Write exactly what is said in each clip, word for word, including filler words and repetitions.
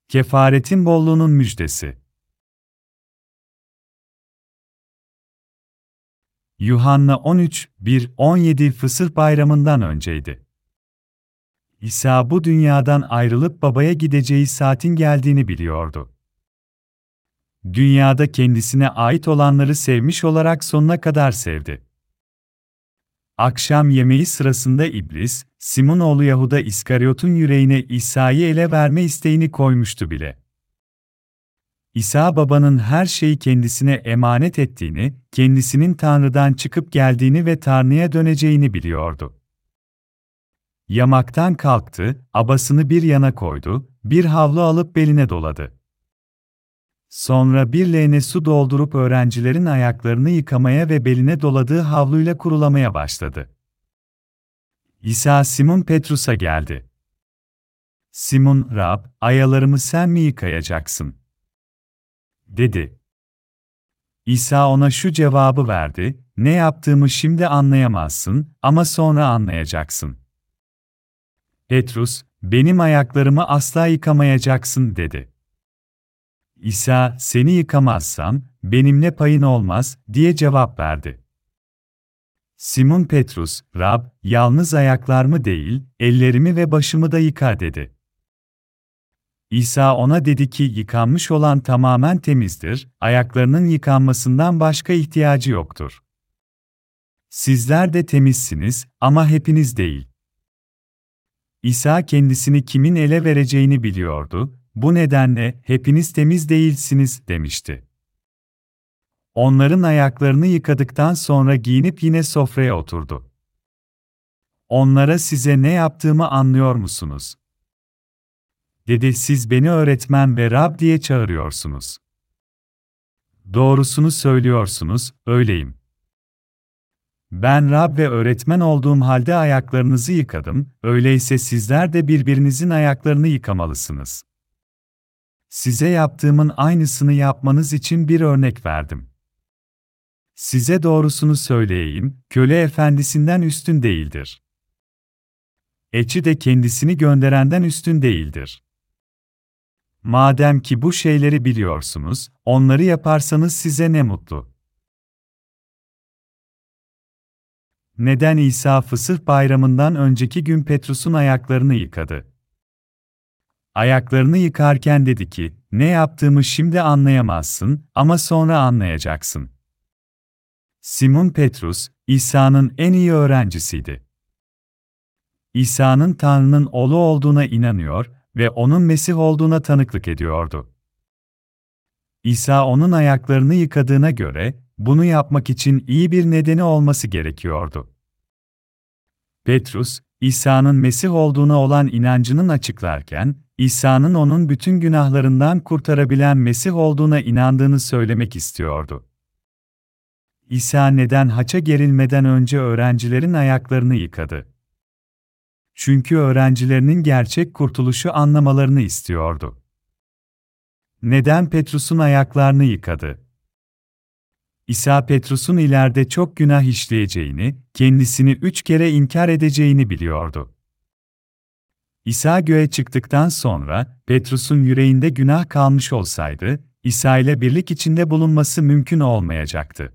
Kefaretin bolluğunun müjdesi. Yuhanna on üç bir on yedi Fısıh Bayramı'ndan önceydi. İsa bu dünyadan ayrılıp Baba'ya gideceği saatin geldiğini biliyordu. Dünyada kendisine ait olanları sevmiş olarak sonuna kadar sevdi. Akşam yemeği sırasında iblis, Simon oğlu Yahuda İskaryot'un yüreğine İsa'yı ele verme isteğini koymuştu bile. İsa Baba'nın her şeyi kendisine emanet ettiğini, kendisinin Tanrı'dan çıkıp geldiğini ve Tanrı'ya döneceğini biliyordu. Yamaktan kalktı, abasını bir yana koydu, bir havlu alıp beline doladı. Sonra bir leğene su doldurup öğrencilerin ayaklarını yıkamaya ve beline doladığı havluyla kurulamaya başladı. İsa Simon Petrus'a geldi. "Simon, Rab, ayalarımı sen mi yıkayacaksın?" dedi. İsa ona şu cevabı verdi: "Ne yaptığımı şimdi anlayamazsın ama sonra anlayacaksın." Petrus, "Benim ayaklarımı asla yıkamayacaksın." dedi. İsa, "Seni yıkamazsam, benimle payın olmaz," diye cevap verdi. Simon Petrus, "Rab, yalnız ayaklarımı değil, ellerimi ve başımı da yıka," dedi. İsa ona dedi ki, yıkanmış olan tamamen temizdir, ayaklarının yıkanmasından başka ihtiyacı yoktur. Sizler de temizsiniz ama hepiniz değil. İsa kendisini kimin ele vereceğini biliyordu, bu nedenle hepiniz temiz değilsiniz demişti. Onların ayaklarını yıkadıktan sonra giyinip yine sofraya oturdu. Onlara "Size ne yaptığımı anlıyor musunuz?" dedi. "Siz beni öğretmen ve Rab diye çağırıyorsunuz. Doğrusunu söylüyorsunuz, öyleyim. Ben Rab ve öğretmen olduğum halde ayaklarınızı yıkadım, öyleyse sizler de birbirinizin ayaklarını yıkamalısınız. Size yaptığımın aynısını yapmanız için bir örnek verdim. Size doğrusunu söyleyeyim, köle efendisinden üstün değildir. Elçi de kendisini gönderenden üstün değildir. Madem ki bu şeyleri biliyorsunuz, onları yaparsanız size ne mutlu." Neden İsa Fısıh Bayramı'ndan önceki gün Petrus'un ayaklarını yıkadı? Ayaklarını yıkarken dedi ki, "Ne yaptığımı şimdi anlayamazsın ama sonra anlayacaksın." Simon Petrus, İsa'nın en iyi öğrencisiydi. İsa'nın Tanrı'nın oğlu olduğuna inanıyor ve onun Mesih olduğuna tanıklık ediyordu. İsa onun ayaklarını yıkadığına göre, bunu yapmak için iyi bir nedeni olması gerekiyordu. Petrus, İsa'nın Mesih olduğuna olan inancının açıklarken, İsa'nın onun bütün günahlarından kurtarabilen Mesih olduğuna inandığını söylemek istiyordu. İsa neden haça gerilmeden önce öğrencilerin ayaklarını yıkadı? Çünkü öğrencilerinin gerçek kurtuluşu anlamalarını istiyordu. Neden Petrus'un ayaklarını yıkadı? İsa Petrus'un ileride çok günah işleyeceğini, kendisini üç kere inkar edeceğini biliyordu. İsa göğe çıktıktan sonra, Petrus'un yüreğinde günah kalmış olsaydı, İsa ile birlik içinde bulunması mümkün olmayacaktı.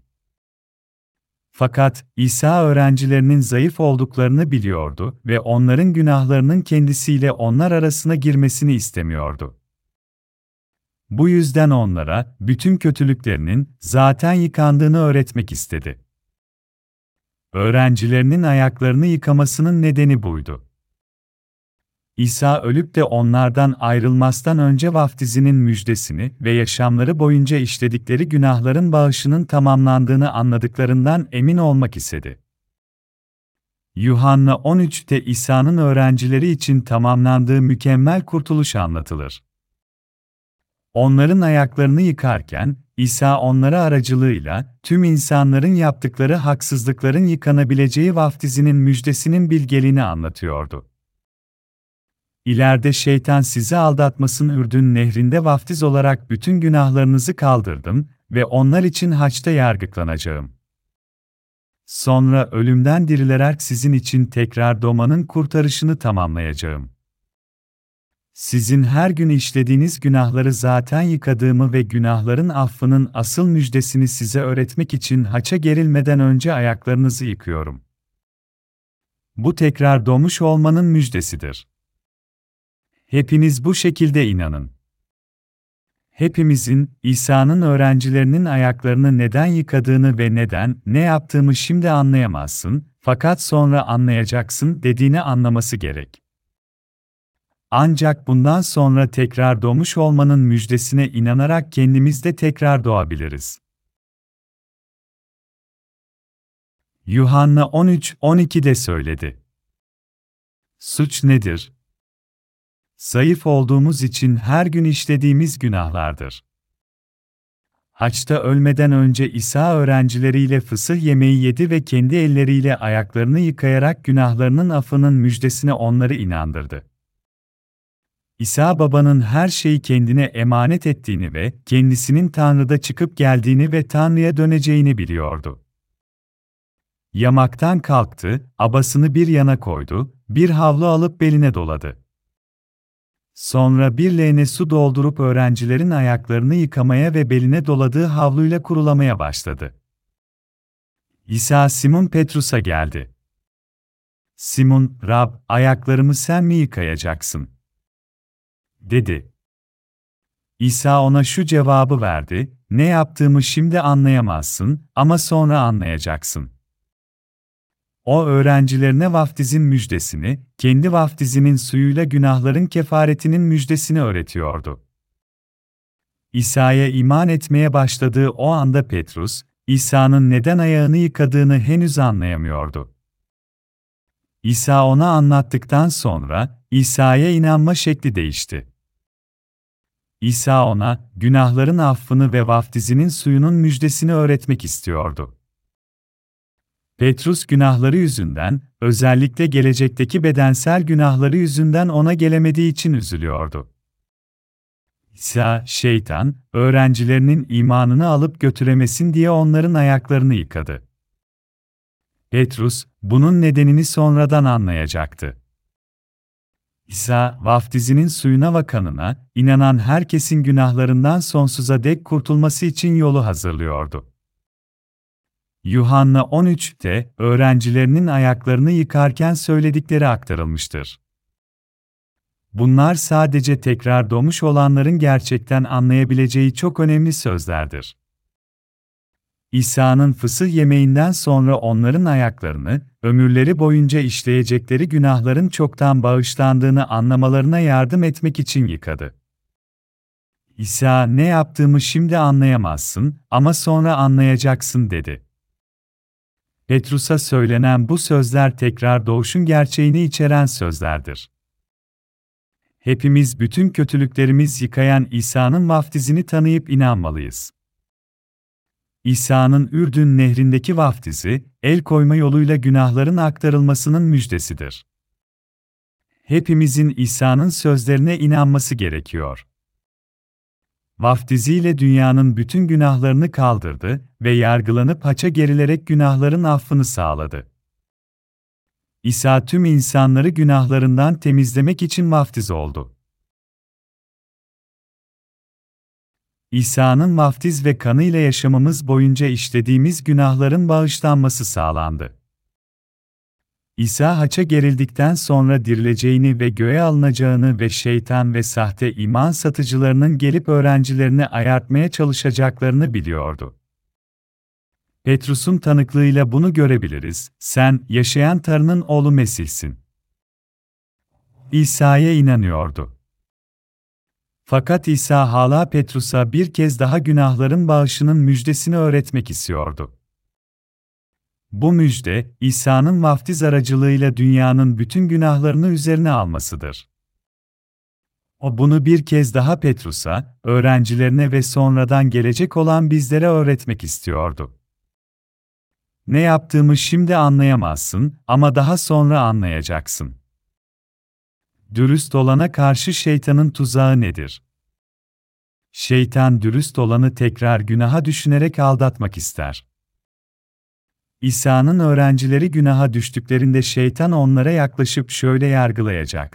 Fakat İsa öğrencilerinin zayıf olduklarını biliyordu ve onların günahlarının kendisiyle onlar arasına girmesini istemiyordu. Bu yüzden onlara bütün kötülüklerinin zaten yıkandığını öğretmek istedi. Öğrencilerinin ayaklarını yıkamasının nedeni buydu. İsa ölüp de onlardan ayrılmazdan önce vaftizinin müjdesini ve yaşamları boyunca işledikleri günahların bağışının tamamlandığını anladıklarından emin olmak istedi. Yuhanna on üçte İsa'nın öğrencileri için tamamlandığı mükemmel kurtuluş anlatılır. Onların ayaklarını yıkarken, İsa onlara aracılığıyla tüm insanların yaptıkları haksızlıkların yıkanabileceği vaftizinin müjdesinin bilgeliğini anlatıyordu. İleride şeytan sizi aldatmasın, Ürdün nehrinde vaftiz olarak bütün günahlarınızı kaldırdım ve onlar için haçta yargılanacağım. Sonra ölümden dirilerek sizin için tekrar doğmanın kurtarışını tamamlayacağım. Sizin her gün işlediğiniz günahları zaten yıkadığımı ve günahların affının asıl müjdesini size öğretmek için haça gerilmeden önce ayaklarınızı yıkıyorum. Bu tekrar doğmuş olmanın müjdesidir. Hepiniz bu şekilde inanın. Hepimizin, İsa'nın öğrencilerinin ayaklarını neden yıkadığını ve neden, ne yaptığımı şimdi anlayamazsın, fakat sonra anlayacaksın dediğini anlaması gerek. Ancak bundan sonra tekrar doğmuş olmanın müjdesine inanarak kendimiz de tekrar doğabiliriz. Yuhanna on üç on iki'de söyledi. Suç nedir? Zayıf olduğumuz için her gün işlediğimiz günahlardır. Haçta ölmeden önce İsa öğrencileriyle fısıh yemeği yedi ve kendi elleriyle ayaklarını yıkayarak günahlarının affının müjdesine onları inandırdı. İsa Baba'nın her şeyi kendine emanet ettiğini ve kendisinin Tanrı'da çıkıp geldiğini ve Tanrı'ya döneceğini biliyordu. Yamaktan kalktı, abasını bir yana koydu, bir havlu alıp beline doladı. Sonra bir leğene su doldurup öğrencilerin ayaklarını yıkamaya ve beline doladığı havluyla kurulamaya başladı. İsa Simon Petrus'a geldi. Simon, Rab, ayaklarımı sen mi yıkayacaksın? Dedi. İsa ona şu cevabı verdi, ne yaptığımı şimdi anlayamazsın ama sonra anlayacaksın. O öğrencilerine vaftizin müjdesini, kendi vaftizinin suyuyla günahların kefaretinin müjdesini öğretiyordu. İsa'ya iman etmeye başladığı o anda Petrus, İsa'nın neden ayağını yıkadığını henüz anlayamıyordu. İsa ona anlattıktan sonra, İsa'ya inanma şekli değişti. İsa ona, günahların affını ve vaftizinin suyunun müjdesini öğretmek istiyordu. Petrus günahları yüzünden, özellikle gelecekteki bedensel günahları yüzünden ona gelemediği için üzülüyordu. İsa, şeytan, öğrencilerinin imanını alıp götüremesin diye onların ayaklarını yıkadı. Petrus, bunun nedenini sonradan anlayacaktı. İsa, vaftizinin suyuna ve kanına, inanan herkesin günahlarından sonsuza dek kurtulması için yolu hazırlıyordu. Yuhanna on üç'te öğrencilerinin ayaklarını yıkarken söyledikleri aktarılmıştır. Bunlar sadece tekrar doğmuş olanların gerçekten anlayabileceği çok önemli sözlerdir. İsa'nın fısıh yemeğinden sonra onların ayaklarını, ömürleri boyunca işleyecekleri günahların çoktan bağışlandığını anlamalarına yardım etmek için yıkadı. İsa, ne yaptığımı şimdi anlayamazsın ama sonra anlayacaksın dedi. Petrus'a söylenen bu sözler tekrar doğuşun gerçeğini içeren sözlerdir. Hepimiz bütün kötülüklerimiz yıkayan İsa'nın vaftizini tanıyıp inanmalıyız. İsa'nın Ürdün nehrindeki vaftizi, el koyma yoluyla günahların aktarılmasının müjdesidir. Hepimizin İsa'nın sözlerine inanması gerekiyor. Vaftiziyle dünyanın bütün günahlarını kaldırdı ve yargılanıp haça gerilerek günahların affını sağladı. İsa tüm insanları günahlarından temizlemek için vaftiz oldu. İsa'nın vaftiz ve kanıyla yaşamımız boyunca işlediğimiz günahların bağışlanması sağlandı. İsa haça gerildikten sonra dirileceğini ve göğe alınacağını ve şeytan ve sahte iman satıcılarının gelip öğrencilerini ayartmaya çalışacaklarını biliyordu. Petrus'un tanıklığıyla bunu görebiliriz, sen, yaşayan Tanrı'nın oğlu Mesih'sin. İsa'ya inanıyordu. Fakat İsa hala Petrus'a bir kez daha günahların bağışının müjdesini öğretmek istiyordu. Bu müjde, İsa'nın vaftiz aracılığıyla dünyanın bütün günahlarını üzerine almasıdır. O bunu bir kez daha Petrus'a, öğrencilerine ve sonradan gelecek olan bizlere öğretmek istiyordu. Ne yaptığımı şimdi anlayamazsın ama daha sonra anlayacaksın. Dürüst olana karşı şeytanın tuzağı nedir? Şeytan dürüst olanı tekrar günaha düşünerek aldatmak ister. İsa'nın öğrencileri günaha düştüklerinde şeytan onlara yaklaşıp şöyle yargılayacaktı: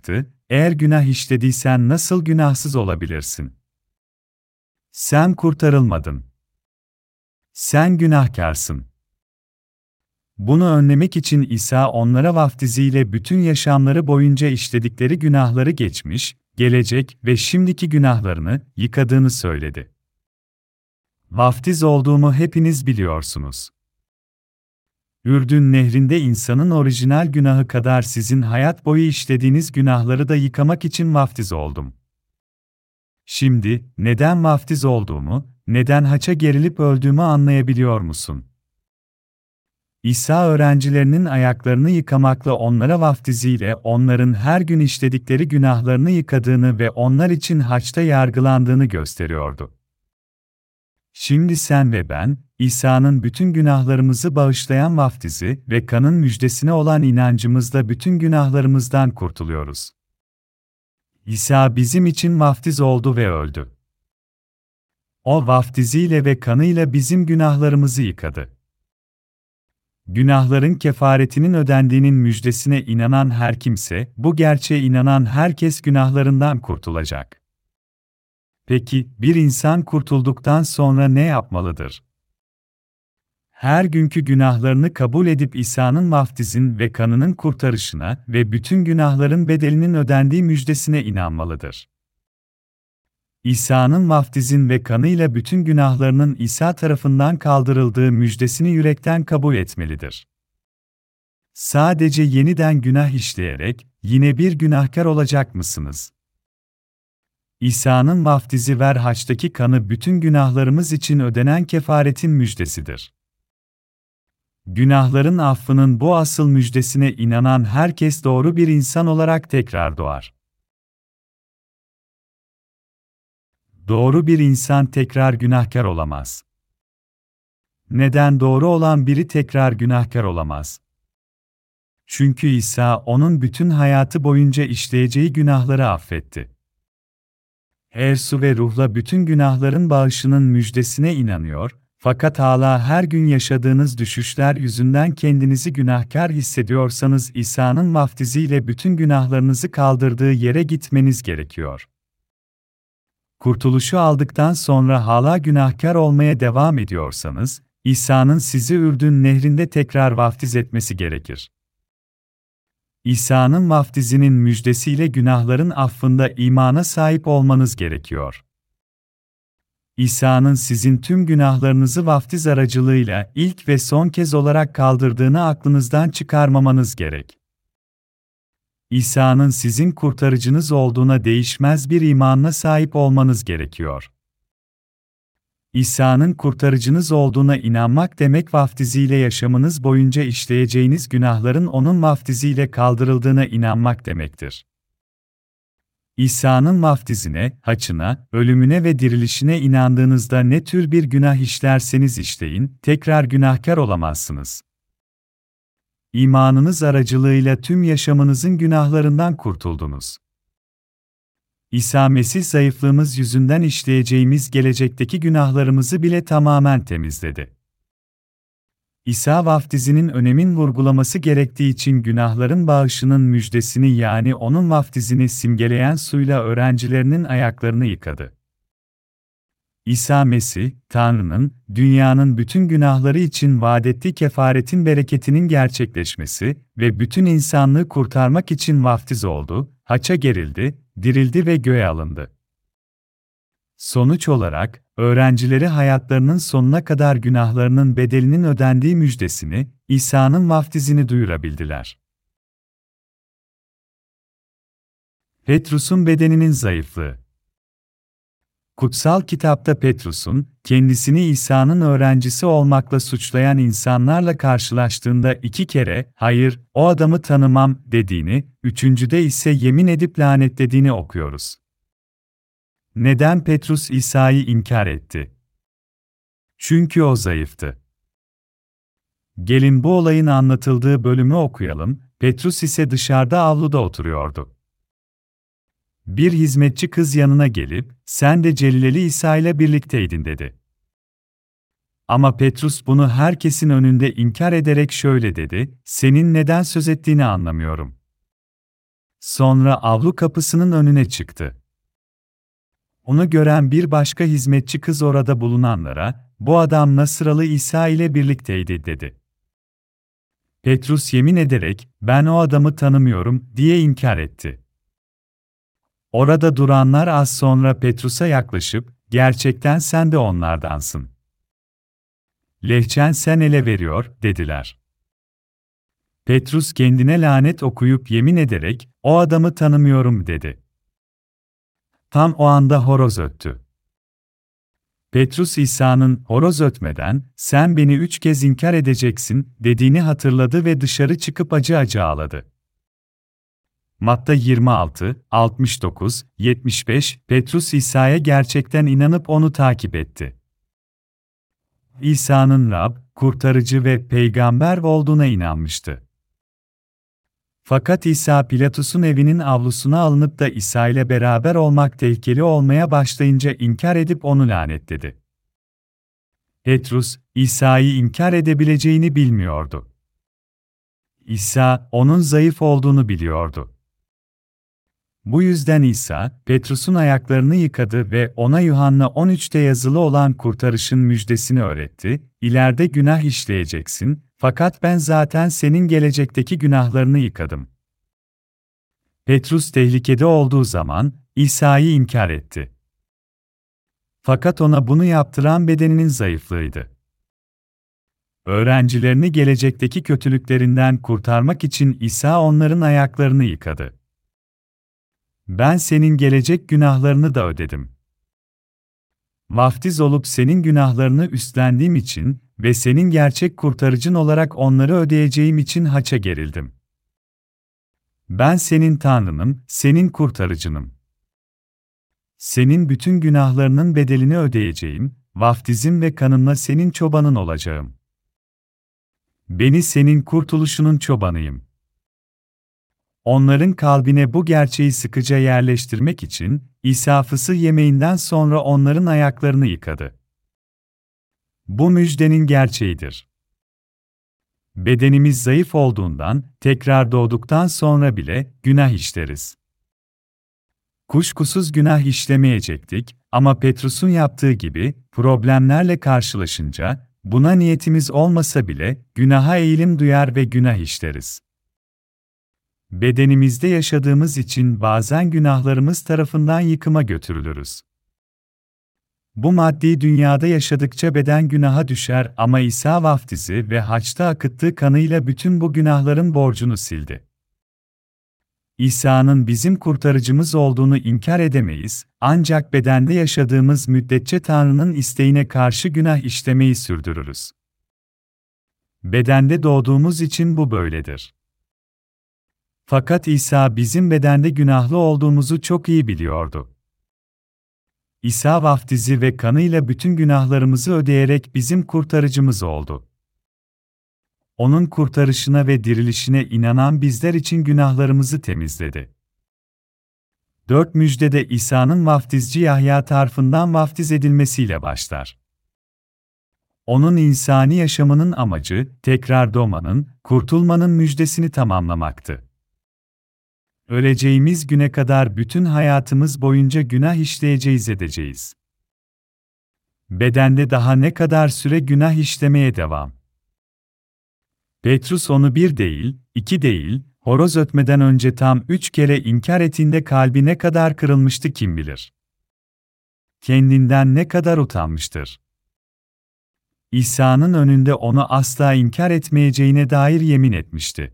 Eğer günah işlediysen nasıl günahsız olabilirsin? Sen kurtarılmadın. Sen günahkarsın. Bunu önlemek için İsa onlara vaftiziyle bütün yaşamları boyunca işledikleri günahları geçmiş, gelecek ve şimdiki günahlarını yıkadığını söyledi. Vaftiz olduğumu hepiniz biliyorsunuz. Ürdün Nehri'nde insanın orijinal günahı kadar sizin hayat boyu işlediğiniz günahları da yıkamak için vaftiz oldum. Şimdi, neden vaftiz olduğumu, neden haça gerilip öldüğümü anlayabiliyor musun? İsa öğrencilerinin ayaklarını yıkamakla onlara vaftiziyle onların her gün işledikleri günahlarını yıkadığını ve onlar için haçta yargılandığını gösteriyordu. Şimdi sen ve ben, İsa'nın bütün günahlarımızı bağışlayan vaftizi ve kanın müjdesine olan inancımızla bütün günahlarımızdan kurtuluyoruz. İsa bizim için vaftiz oldu ve öldü. O vaftiziyle ve kanıyla bizim günahlarımızı yıkadı. Günahların kefaretinin ödendiğinin müjdesine inanan her kimse, bu gerçeğe inanan herkes günahlarından kurtulacak. Peki, bir insan kurtulduktan sonra ne yapmalıdır? Her günkü günahlarını kabul edip İsa'nın vaftizin ve kanının kurtarışına ve bütün günahların bedelinin ödendiği müjdesine inanmalıdır. İsa'nın vaftizin ve kanıyla bütün günahlarının İsa tarafından kaldırıldığı müjdesini yürekten kabul etmelidir. Sadece yeniden günah işleyerek, yine bir günahkar olacak mısınız? İsa'nın vaftizi ve haçtaki kanı bütün günahlarımız için ödenen kefaretin müjdesidir. Günahların affının bu asıl müjdesine inanan herkes doğru bir insan olarak tekrar doğar. Doğru bir insan tekrar günahkar olamaz. Neden doğru olan biri tekrar günahkar olamaz? Çünkü İsa onun bütün hayatı boyunca işleyeceği günahları affetti. Her su ve ruhla bütün günahların bağışının müjdesine inanıyor, fakat hala her gün yaşadığınız düşüşler yüzünden kendinizi günahkar hissediyorsanız İsa'nın vaftiziyle bütün günahlarınızı kaldırdığı yere gitmeniz gerekiyor. Kurtuluşu aldıktan sonra hala günahkar olmaya devam ediyorsanız, İsa'nın sizi Ürdün Nehri'nde tekrar vaftiz etmesi gerekir. İsa'nın vaftizinin müjdesiyle günahların affında imana sahip olmanız gerekiyor. İsa'nın sizin tüm günahlarınızı vaftiz aracılığıyla ilk ve son kez olarak kaldırdığını aklınızdan çıkarmamanız gerek. İsa'nın sizin kurtarıcınız olduğuna değişmez bir imanla sahip olmanız gerekiyor. İsa'nın kurtarıcınız olduğuna inanmak demek vaftiziyle yaşamınız boyunca işleyeceğiniz günahların onun vaftiziyle kaldırıldığına inanmak demektir. İsa'nın vaftizine, haçına, ölümüne ve dirilişine inandığınızda ne tür bir günah işlerseniz işleyin, tekrar günahkar olamazsınız. İmanınız aracılığıyla tüm yaşamınızın günahlarından kurtuldunuz. İsa Mesih zayıflığımız yüzünden işleyeceğimiz gelecekteki günahlarımızı bile tamamen temizledi. İsa vaftizinin önemin vurgulaması gerektiği için günahların bağışının müjdesini yani onun vaftizini simgeleyen suyla öğrencilerinin ayaklarını yıkadı. İsa Mesih, Tanrı'nın, dünyanın bütün günahları için vaat ettiği kefaretin bereketinin gerçekleşmesi ve bütün insanlığı kurtarmak için vaftiz oldu, haça gerildi, dirildi ve göğe alındı. Sonuç olarak, öğrencileri hayatlarının sonuna kadar günahlarının bedelinin ödendiği müjdesini, İsa'nın vaftizini duyurabildiler. Petrus'un bedeninin zayıflığı. Kutsal kitapta Petrus'un, kendisini İsa'nın öğrencisi olmakla suçlayan insanlarla karşılaştığında iki kere, "Hayır, o adamı tanımam" dediğini, üçüncüde ise yemin edip lanetlediğini okuyoruz. Neden Petrus İsa'yı inkar etti? Çünkü o zayıftı. Gelin bu olayın anlatıldığı bölümü okuyalım, Petrus ise dışarıda avluda oturuyordu. Bir hizmetçi kız yanına gelip, "Sen de Celileli İsa ile birlikteydin" dedi. Ama Petrus bunu herkesin önünde inkar ederek şöyle dedi, "Senin neden söz ettiğini anlamıyorum." Sonra avlu kapısının önüne çıktı. Onu gören bir başka hizmetçi kız orada bulunanlara, "Bu adam Nasıralı İsa ile birlikteydi," dedi. Petrus yemin ederek, "Ben o adamı tanımıyorum," diye inkar etti. Orada duranlar az sonra Petrus'a yaklaşıp, "Gerçekten sen de onlardansın. Lehçen sen ele veriyor," dediler. Petrus kendine lanet okuyup yemin ederek, "O adamı tanımıyorum," dedi. Tam o anda horoz öttü. Petrus İsa'nın horoz ötmeden, "Sen beni üç kez inkar edeceksin," dediğini hatırladı ve dışarı çıkıp acı acı ağladı. Matta yirmi altı, altmış dokuz, yetmiş beş, Petrus İsa'ya gerçekten inanıp onu takip etti. İsa'nın Rab, kurtarıcı ve peygamber olduğuna inanmıştı. Fakat İsa Pilatus'un evinin avlusuna alınıp da İsa ile beraber olmak tehlikeli olmaya başlayınca inkar edip onu lanetledi. Petrus, İsa'yı inkar edebileceğini bilmiyordu. İsa, onun zayıf olduğunu biliyordu. Bu yüzden İsa, Petrus'un ayaklarını yıkadı ve ona Yuhanna on üçte yazılı olan kurtarışın müjdesini öğretti. "İleride günah işleyeceksin, fakat ben zaten senin gelecekteki günahlarını yıkadım." Petrus tehlikede olduğu zaman, İsa'yı inkar etti. Fakat ona bunu yaptıran bedeninin zayıflığıydı. Öğrencilerini gelecekteki kötülüklerinden kurtarmak için İsa onların ayaklarını yıkadı. "Ben senin gelecek günahlarını da ödedim. Vaftiz olup senin günahlarını üstlendiğim için ve senin gerçek kurtarıcın olarak onları ödeyeceğim için haça gerildim. Ben senin Tanrınım, senin kurtarıcınım. Senin bütün günahlarının bedelini ödeyeceğim, vaftizim ve kanımla senin çobanın olacağım. Beni senin kurtuluşunun çobanıyım." Onların kalbine bu gerçeği sıkıca yerleştirmek için, İsa fısıh yemeğinden sonra onların ayaklarını yıkadı. Bu müjdenin gerçeğidir. Bedenimiz zayıf olduğundan, tekrar doğduktan sonra bile günah işleriz. Kuşkusuz günah işlemeyecektik ama Petrus'un yaptığı gibi problemlerle karşılaşınca, buna niyetimiz olmasa bile günaha eğilim duyar ve günah işleriz. Bedenimizde yaşadığımız için bazen günahlarımız tarafından yıkıma götürülürüz. Bu maddi dünyada yaşadıkça beden günaha düşer ama İsa vaftizi ve haçta akıttığı kanıyla bütün bu günahların borcunu sildi. İsa'nın bizim kurtarıcımız olduğunu inkar edemeyiz, ancak bedende yaşadığımız müddetçe Tanrı'nın isteğine karşı günah işlemeyi sürdürürüz. Bedende doğduğumuz için bu böyledir. Fakat İsa bizim bedende günahlı olduğumuzu çok iyi biliyordu. İsa vaftizi ve kanıyla bütün günahlarımızı ödeyerek bizim kurtarıcımız oldu. Onun kurtarışına ve dirilişine inanan bizler için günahlarımızı temizledi. Dört müjdede İsa'nın vaftizci Yahya tarafından vaftiz edilmesiyle başlar. Onun insani yaşamının amacı, tekrar doğmanın, kurtulmanın müjdesini tamamlamaktı. Öleceğimiz güne kadar bütün hayatımız boyunca günah işleyeceğiz edeceğiz. Bedende daha ne kadar süre günah işlemeye devam? Petrus onu bir değil, iki değil, horoz ötmeden önce tam üç kere inkar ettiğinde kalbi ne kadar kırılmıştı kim bilir? Kendinden ne kadar utanmıştır? İsa'nın önünde onu asla inkar etmeyeceğine dair yemin etmişti.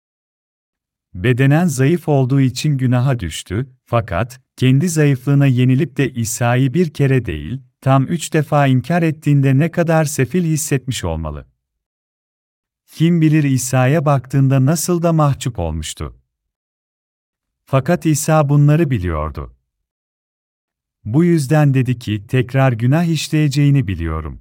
Bedenen zayıf olduğu için günaha düştü, fakat kendi zayıflığına yenilip de İsa'yı bir kere değil, tam üç defa inkar ettiğinde ne kadar sefil hissetmiş olmalı. Kim bilir İsa'ya baktığında nasıl da mahcup olmuştu. Fakat İsa bunları biliyordu. Bu yüzden dedi ki, tekrar günah işleyeceğini biliyorum.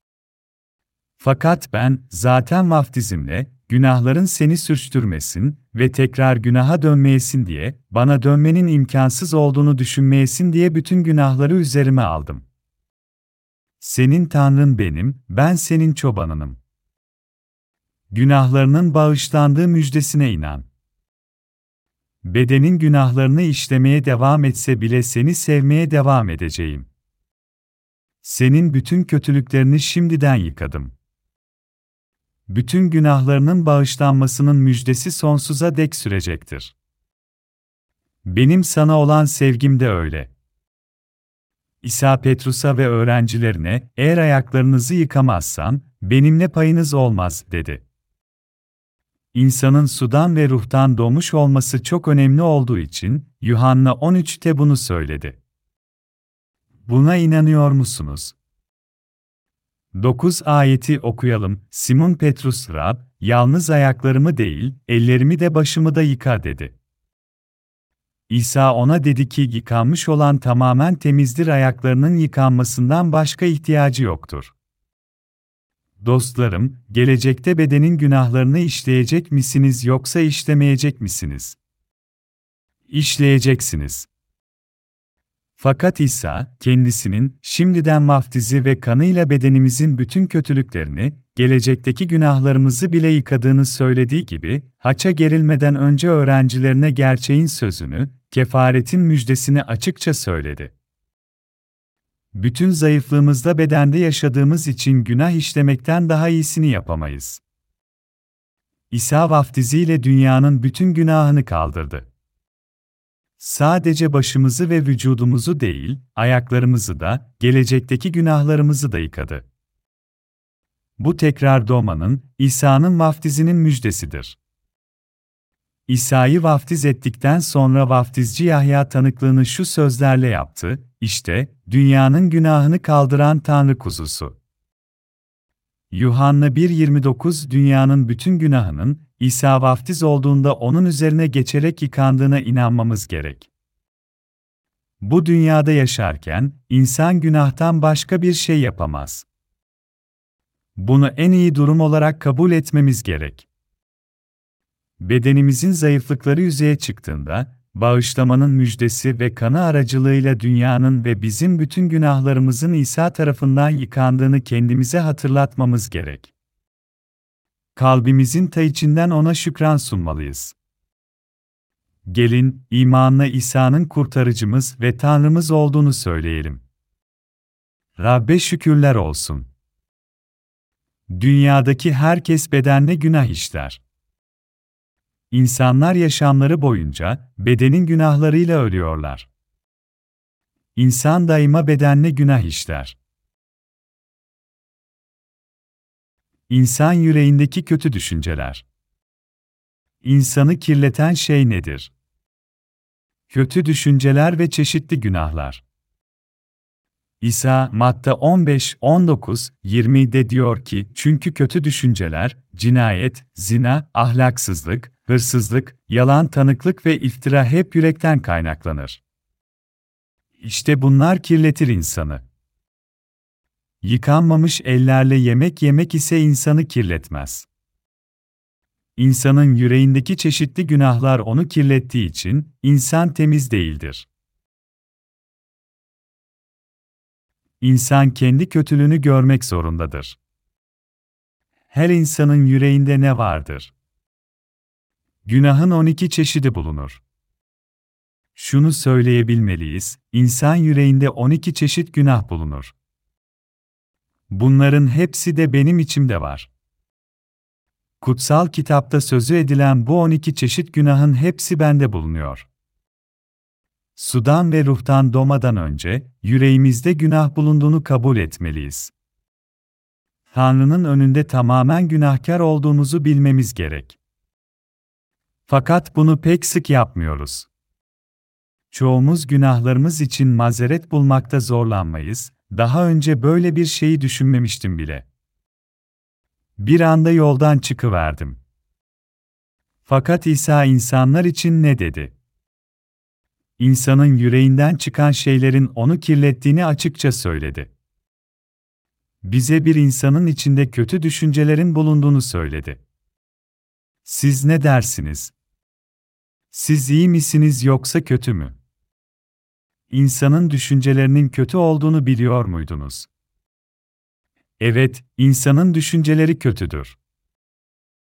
Fakat ben, zaten vaftizimle, günahların seni sürçtürmesin ve tekrar günaha dönmeyesin diye, bana dönmenin imkansız olduğunu düşünmeyesin diye bütün günahları üzerime aldım. Senin Tanrın benim, ben senin çobanınım. Günahlarının bağışlandığı müjdesine inan. Bedenin günahlarını işlemeye devam etse bile seni sevmeye devam edeceğim. Senin bütün kötülüklerini şimdiden yıkadım. Bütün günahlarının bağışlanmasının müjdesi sonsuza dek sürecektir. Benim sana olan sevgim de öyle. İsa Petrus'a ve öğrencilerine, "Eğer ayaklarınızı yıkamazsam, benimle payınız olmaz," dedi. İnsanın sudan ve ruhtan doğmuş olması çok önemli olduğu için, Yuhanna on üçte bunu söyledi. Buna inanıyor musunuz? dokuz ayeti okuyalım. Simon Petrus, "Rab, yalnız ayaklarımı değil, ellerimi de başımı da yıka," dedi. İsa ona dedi ki yıkanmış olan tamamen temizdir, ayaklarının yıkanmasından başka ihtiyacı yoktur. Dostlarım, gelecekte bedenin günahlarını işleyecek misiniz yoksa işlemeyecek misiniz? İşleyeceksiniz. Fakat İsa, kendisinin, şimdiden vaftizi ve kanıyla bedenimizin bütün kötülüklerini, gelecekteki günahlarımızı bile yıkadığını söylediği gibi, haça gerilmeden önce öğrencilerine gerçeğin sözünü, kefaretin müjdesini açıkça söyledi. Bütün zayıflığımızda bedende yaşadığımız için günah işlemekten daha iyisini yapamayız. İsa vaftiziyle dünyanın bütün günahını kaldırdı. Sadece başımızı ve vücudumuzu değil, ayaklarımızı da, gelecekteki günahlarımızı da yıkadı. Bu tekrar doğmanın, İsa'nın vaftizinin müjdesidir. İsa'yı vaftiz ettikten sonra vaftizci Yahya tanıklığını şu sözlerle yaptı: "İşte, dünyanın günahını kaldıran Tanrı kuzusu." Yuhanna bir yirmi dokuz Dünyanın bütün günahının, İsa vaftiz olduğunda onun üzerine geçerek yıkandığına inanmamız gerek. Bu dünyada yaşarken, insan günahtan başka bir şey yapamaz. Bunu en iyi durum olarak kabul etmemiz gerek. Bedenimizin zayıflıkları yüzeye çıktığında, bağışlamanın müjdesi ve kanı aracılığıyla dünyanın ve bizim bütün günahlarımızın İsa tarafından yıkandığını kendimize hatırlatmamız gerek. Kalbimizin ta içinden ona şükran sunmalıyız. Gelin, imanla İsa'nın kurtarıcımız ve Tanrımız olduğunu söyleyelim. Rabbe şükürler olsun. Dünyadaki herkes bedenle günah işler. İnsanlar yaşamları boyunca bedenin günahlarıyla ölüyorlar. İnsan daima bedenle günah işler. İnsan yüreğindeki kötü düşünceler. İnsanı kirleten şey nedir? Kötü düşünceler ve çeşitli günahlar. İsa, Matta on beş on dokuz yirmide diyor ki, "Çünkü kötü düşünceler, cinayet, zina, ahlaksızlık, hırsızlık, yalan tanıklık ve iftira hep yürekten kaynaklanır." İşte bunlar kirletir insanı. Yıkanmamış ellerle yemek yemek ise insanı kirletmez. İnsanın yüreğindeki çeşitli günahlar onu kirlettiği için, insan temiz değildir. İnsan kendi kötülüğünü görmek zorundadır. Her insanın yüreğinde ne vardır? Günahın on iki çeşidi bulunur. Şunu söyleyebilmeliyiz, insan yüreğinde on iki çeşit günah bulunur. Bunların hepsi de benim içimde var. Kutsal kitapta sözü edilen bu on iki çeşit günahın hepsi bende bulunuyor. Sudan ve ruhtan doğmadan önce, yüreğimizde günah bulunduğunu kabul etmeliyiz. Tanrı'nın önünde tamamen günahkar olduğumuzu bilmemiz gerek. Fakat bunu pek sık yapmıyoruz. Çoğumuz günahlarımız için mazeret bulmakta zorlanmayız, daha önce böyle bir şeyi düşünmemiştim bile. Bir anda yoldan çıkıverdim. Fakat İsa insanlar için ne dedi? İnsanın yüreğinden çıkan şeylerin onu kirlettiğini açıkça söyledi. Bize bir insanın içinde kötü düşüncelerin bulunduğunu söyledi. Siz ne dersiniz? Siz iyi misiniz yoksa kötü mü? İnsanın düşüncelerinin kötü olduğunu biliyor muydunuz? Evet, insanın düşünceleri kötüdür.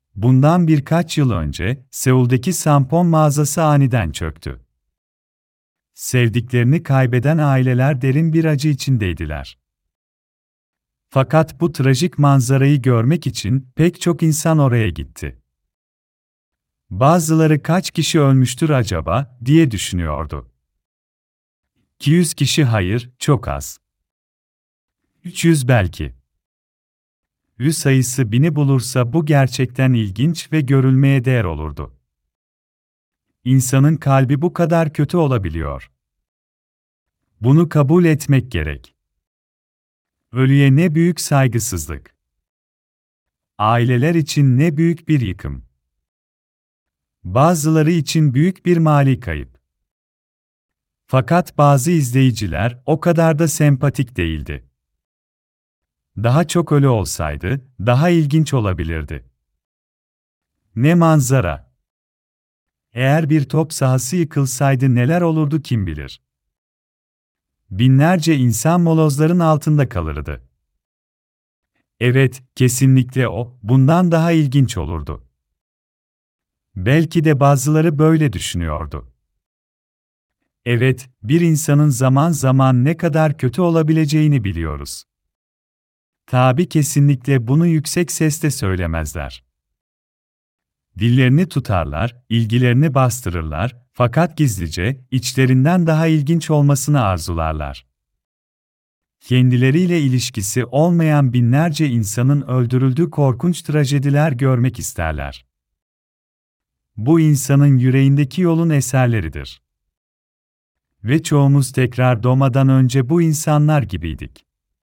Bundan birkaç yıl önce, Seul'deki sampon mağazası aniden çöktü. Sevdiklerini kaybeden aileler derin bir acı içindeydiler. Fakat bu trajik manzarayı görmek için pek çok insan oraya gitti. Bazıları kaç kişi ölmüştür acaba, diye düşünüyordu. iki yüz kişi hayır, çok az. üç yüz belki. Ü sayısı bini bulursa bu gerçekten ilginç ve görülmeye değer olurdu. İnsanın kalbi bu kadar kötü olabiliyor. Bunu kabul etmek gerek. Ölüye ne büyük saygısızlık. Aileler için ne büyük bir yıkım. Bazıları için büyük bir mali kayıp. Fakat bazı izleyiciler o kadar da sempatik değildi. Daha çok ölü olsaydı, daha ilginç olabilirdi. Ne manzara! Eğer bir top sahası yıkılsaydı neler olurdu kim bilir. Binlerce insan molozların altında kalırdı. Evet, kesinlikle o, bundan daha ilginç olurdu. Belki de bazıları böyle düşünüyordu. Evet, bir insanın zaman zaman ne kadar kötü olabileceğini biliyoruz. Tabii kesinlikle bunu yüksek sesle söylemezler. Dillerini tutarlar, ilgilerini bastırırlar, fakat gizlice, içlerinden daha ilginç olmasını arzularlar. Kendileriyle ilişkisi olmayan binlerce insanın öldürüldüğü korkunç trajediler görmek isterler. Bu insanın yüreğindeki yolun eserleridir. Ve çoğumuz tekrar doğmadan önce bu insanlar gibiydik.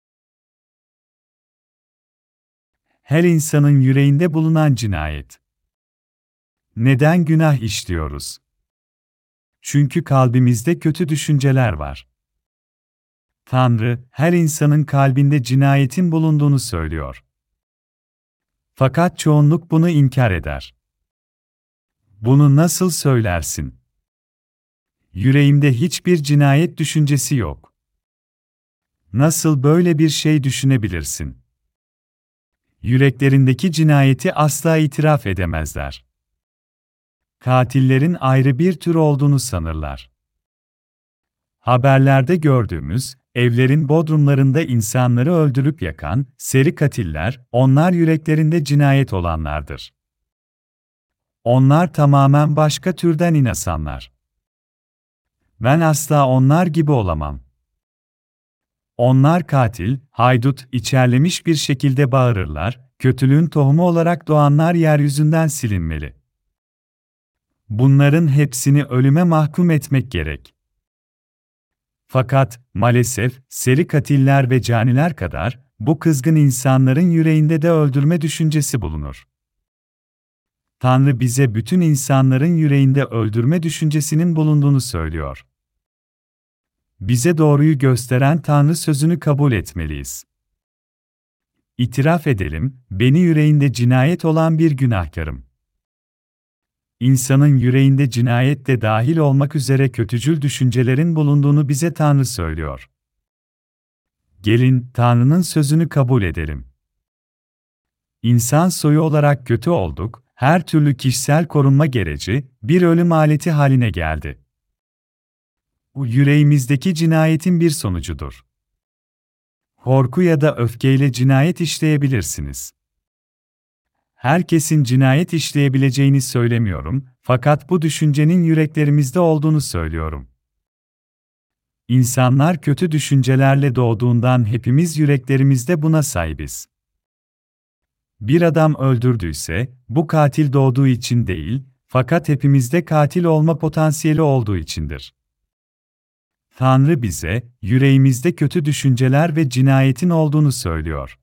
Her insanın yüreğinde bulunan cinayet. Neden günah işliyoruz? Çünkü kalbimizde kötü düşünceler var. Tanrı, her insanın kalbinde cinayetin bulunduğunu söylüyor. Fakat çoğunluk bunu inkar eder. Bunu nasıl söylersin? Yüreğimde hiçbir cinayet düşüncesi yok. Nasıl böyle bir şey düşünebilirsin? Yüreklerindeki cinayeti asla itiraf edemezler. Katillerin ayrı bir tür olduğunu sanırlar. Haberlerde gördüğümüz, evlerin bodrumlarında insanları öldürüp yakan, seri katiller, onlar yüreklerinde cinayet olanlardır. Onlar tamamen başka türden insanlar. Ben asla onlar gibi olamam. Onlar katil, haydut, içerlemiş bir şekilde bağırırlar, kötülüğün tohumu olarak doğanlar yeryüzünden silinmeli. Bunların hepsini ölüme mahkum etmek gerek. Fakat, maalesef, seri katiller ve caniler kadar, bu kızgın insanların yüreğinde de öldürme düşüncesi bulunur. Tanrı bize bütün insanların yüreğinde öldürme düşüncesinin bulunduğunu söylüyor. Bize doğruyu gösteren Tanrı sözünü kabul etmeliyiz. İtiraf edelim, beni yüreğinde cinayet olan bir günahkarım. İnsanın yüreğinde cinayet de dahil olmak üzere kötücül düşüncelerin bulunduğunu bize Tanrı söylüyor. Gelin, Tanrı'nın sözünü kabul edelim. İnsan soyu olarak kötü olduk, her türlü kişisel korunma gereci, bir ölüm aleti haline geldi. Bu yüreğimizdeki cinayetin bir sonucudur. Korku ya da öfkeyle cinayet işleyebilirsiniz. Herkesin cinayet işleyebileceğini söylemiyorum, fakat bu düşüncenin yüreklerimizde olduğunu söylüyorum. İnsanlar kötü düşüncelerle doğduğundan hepimiz yüreklerimizde buna sahibiz. Bir adam öldürdüyse, bu katil doğduğu için değil, fakat hepimizde katil olma potansiyeli olduğu içindir. Tanrı bize, yüreğimizde kötü düşünceler ve cinayetin olduğunu söylüyor.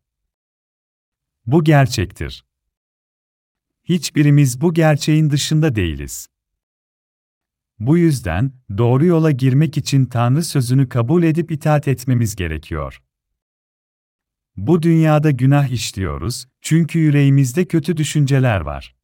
Bu gerçektir. Hiçbirimiz bu gerçeğin dışında değiliz. Bu yüzden, doğru yola girmek için Tanrı sözünü kabul edip itaat etmemiz gerekiyor. Bu dünyada günah işliyoruz, çünkü yüreğimizde kötü düşünceler var.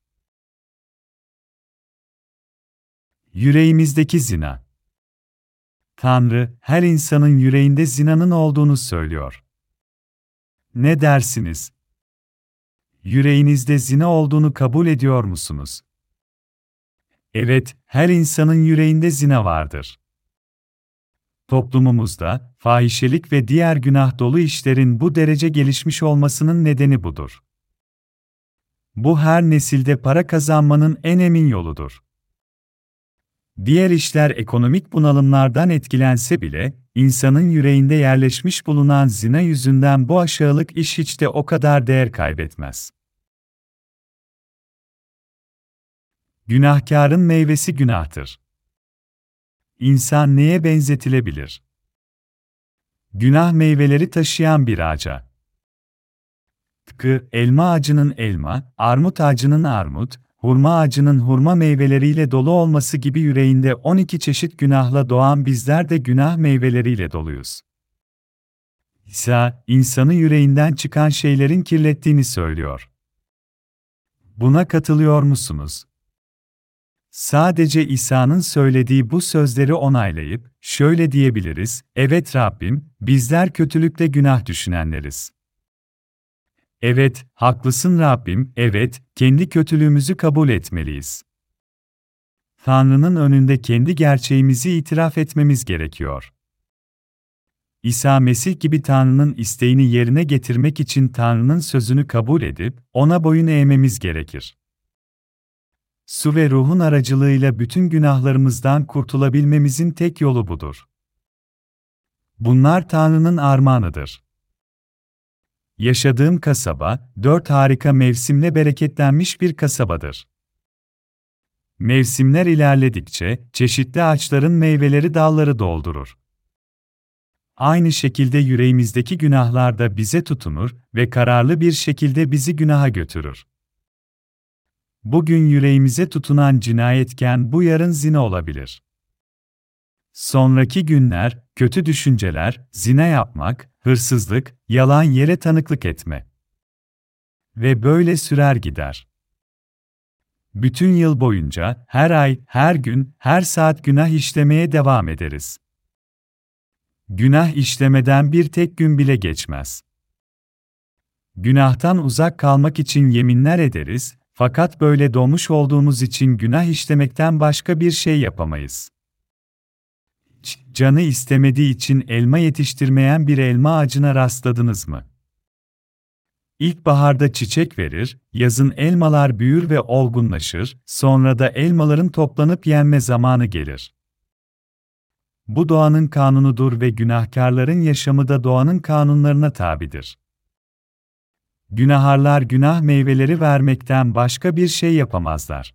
Yüreğimizdeki zina. Tanrı, her insanın yüreğinde zinanın olduğunu söylüyor. Ne dersiniz? Yüreğinizde zina olduğunu kabul ediyor musunuz? Evet, her insanın yüreğinde zina vardır. Toplumumuzda, fahişelik ve diğer günah dolu işlerin bu derece gelişmiş olmasının nedeni budur. Bu her nesilde para kazanmanın en emin yoludur. Diğer işler ekonomik bunalımlardan etkilense bile, insanın yüreğinde yerleşmiş bulunan zina yüzünden bu aşağılık iş hiç de o kadar değer kaybetmez. Günahkârın meyvesi günahtır. İnsan neye benzetilebilir? Günah meyveleri taşıyan bir ağaca. Tıpkı elma ağacının elma, armut ağacının armut, hurma ağacının hurma meyveleriyle dolu olması gibi yüreğinde on iki çeşit günahla doğan bizler de günah meyveleriyle doluyuz. İsa, insanı yüreğinden çıkan şeylerin kirlettiğini söylüyor. Buna katılıyor musunuz? Sadece İsa'nın söylediği bu sözleri onaylayıp, şöyle diyebiliriz: evet Rabbim, bizler kötülükle günah düşünenleriz. Evet, haklısın Rabbim, evet, kendi kötülüğümüzü kabul etmeliyiz. Tanrı'nın önünde kendi gerçeğimizi itiraf etmemiz gerekiyor. İsa Mesih gibi Tanrı'nın isteğini yerine getirmek için Tanrı'nın sözünü kabul edip, ona boyun eğmemiz gerekir. Su ve ruhun aracılığıyla bütün günahlarımızdan kurtulabilmemizin tek yolu budur. Bunlar Tanrı'nın armağanıdır. Yaşadığım kasaba, dört harika mevsimle bereketlenmiş bir kasabadır. Mevsimler ilerledikçe, çeşitli ağaçların meyveleri dalları doldurur. Aynı şekilde yüreğimizdeki günahlar da bize tutunur ve kararlı bir şekilde bizi günaha götürür. Bugün yüreğimize tutunan cinayetken bu yarın zina olabilir. Sonraki günler, kötü düşünceler, zina yapmak, hırsızlık, yalan yere tanıklık etme. Ve böyle sürer gider. Bütün yıl boyunca, her ay, her gün, her saat günah işlemeye devam ederiz. Günah işlemeden bir tek gün bile geçmez. Günahtan uzak kalmak için yeminler ederiz, fakat böyle doğmuş olduğumuz için günah işlemekten başka bir şey yapamayız. Canı istemediği için elma yetiştirmeyen bir elma ağacına rastladınız mı? İlkbaharda çiçek verir, yazın elmalar büyür ve olgunlaşır, sonra da elmaların toplanıp yenme zamanı gelir. Bu doğanın kanunudur ve günahkarların yaşamı da doğanın kanunlarına tabidir. Günahkarlar günah meyveleri vermekten başka bir şey yapamazlar.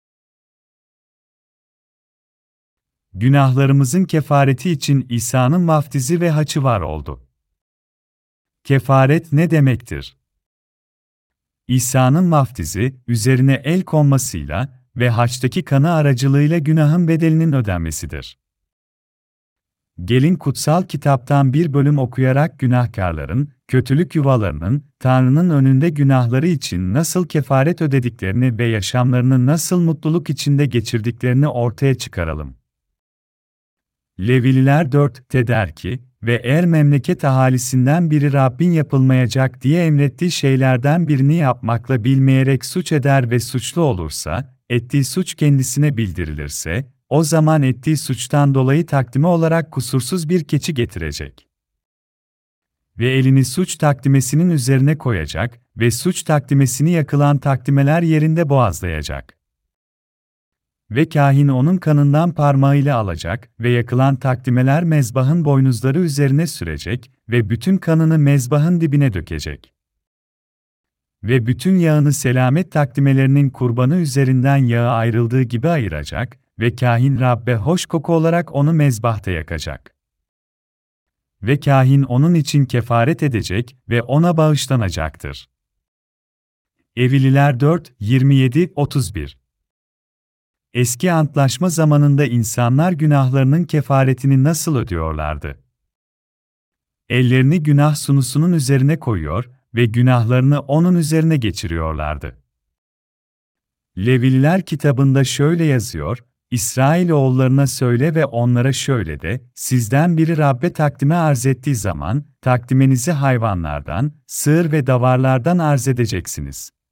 Günahlarımızın kefareti için İsa'nın vaftizi ve haçı var oldu. Kefaret ne demektir? İsa'nın vaftizi, üzerine el konmasıyla ve haçtaki kanı aracılığıyla günahın bedelinin ödenmesidir. Gelin kutsal kitaptan bir bölüm okuyarak günahkarların, kötülük yuvalarının, Tanrı'nın önünde günahları için nasıl kefaret ödediklerini ve yaşamlarını nasıl mutluluk içinde geçirdiklerini ortaya çıkaralım. Levililer dörtte der ki, ve eğer memleket ahalisinden biri Rabbin yapılmayacak diye emrettiği şeylerden birini yapmakla bilmeyerek suç eder ve suçlu olursa, ettiği suç kendisine bildirilirse, o zaman ettiği suçtan dolayı takdime olarak kusursuz bir keçi getirecek. Ve elini suç takdimesinin üzerine koyacak ve suç takdimesini yakılan takdimeler yerinde boğazlayacak. Ve kâhin onun kanından parmağıyla alacak ve yakılan takdimeler mezbahın boynuzları üzerine sürecek ve bütün kanını mezbahın dibine dökecek. Ve bütün yağını selamet takdimelerinin kurbanı üzerinden yağı ayrıldığı gibi ayıracak ve kâhin Rabbe hoş koku olarak onu mezbahta yakacak. Ve kâhin onun için kefaret edecek ve ona bağışlanacaktır. Evliler dört yirmi yedi otuz bir. Eski antlaşma zamanında insanlar günahlarının kefaretini nasıl ödüyorlardı? Ellerini günah sunusunun üzerine koyuyor ve günahlarını onun üzerine geçiriyorlardı. Levililer kitabında şöyle yazıyor: İsrailoğullarına söyle ve onlara şöyle de, sizden biri Rabbe takdime arz ettiği zaman, takdimenizi hayvanlardan, sığır ve davarlardan arz edeceksiniz.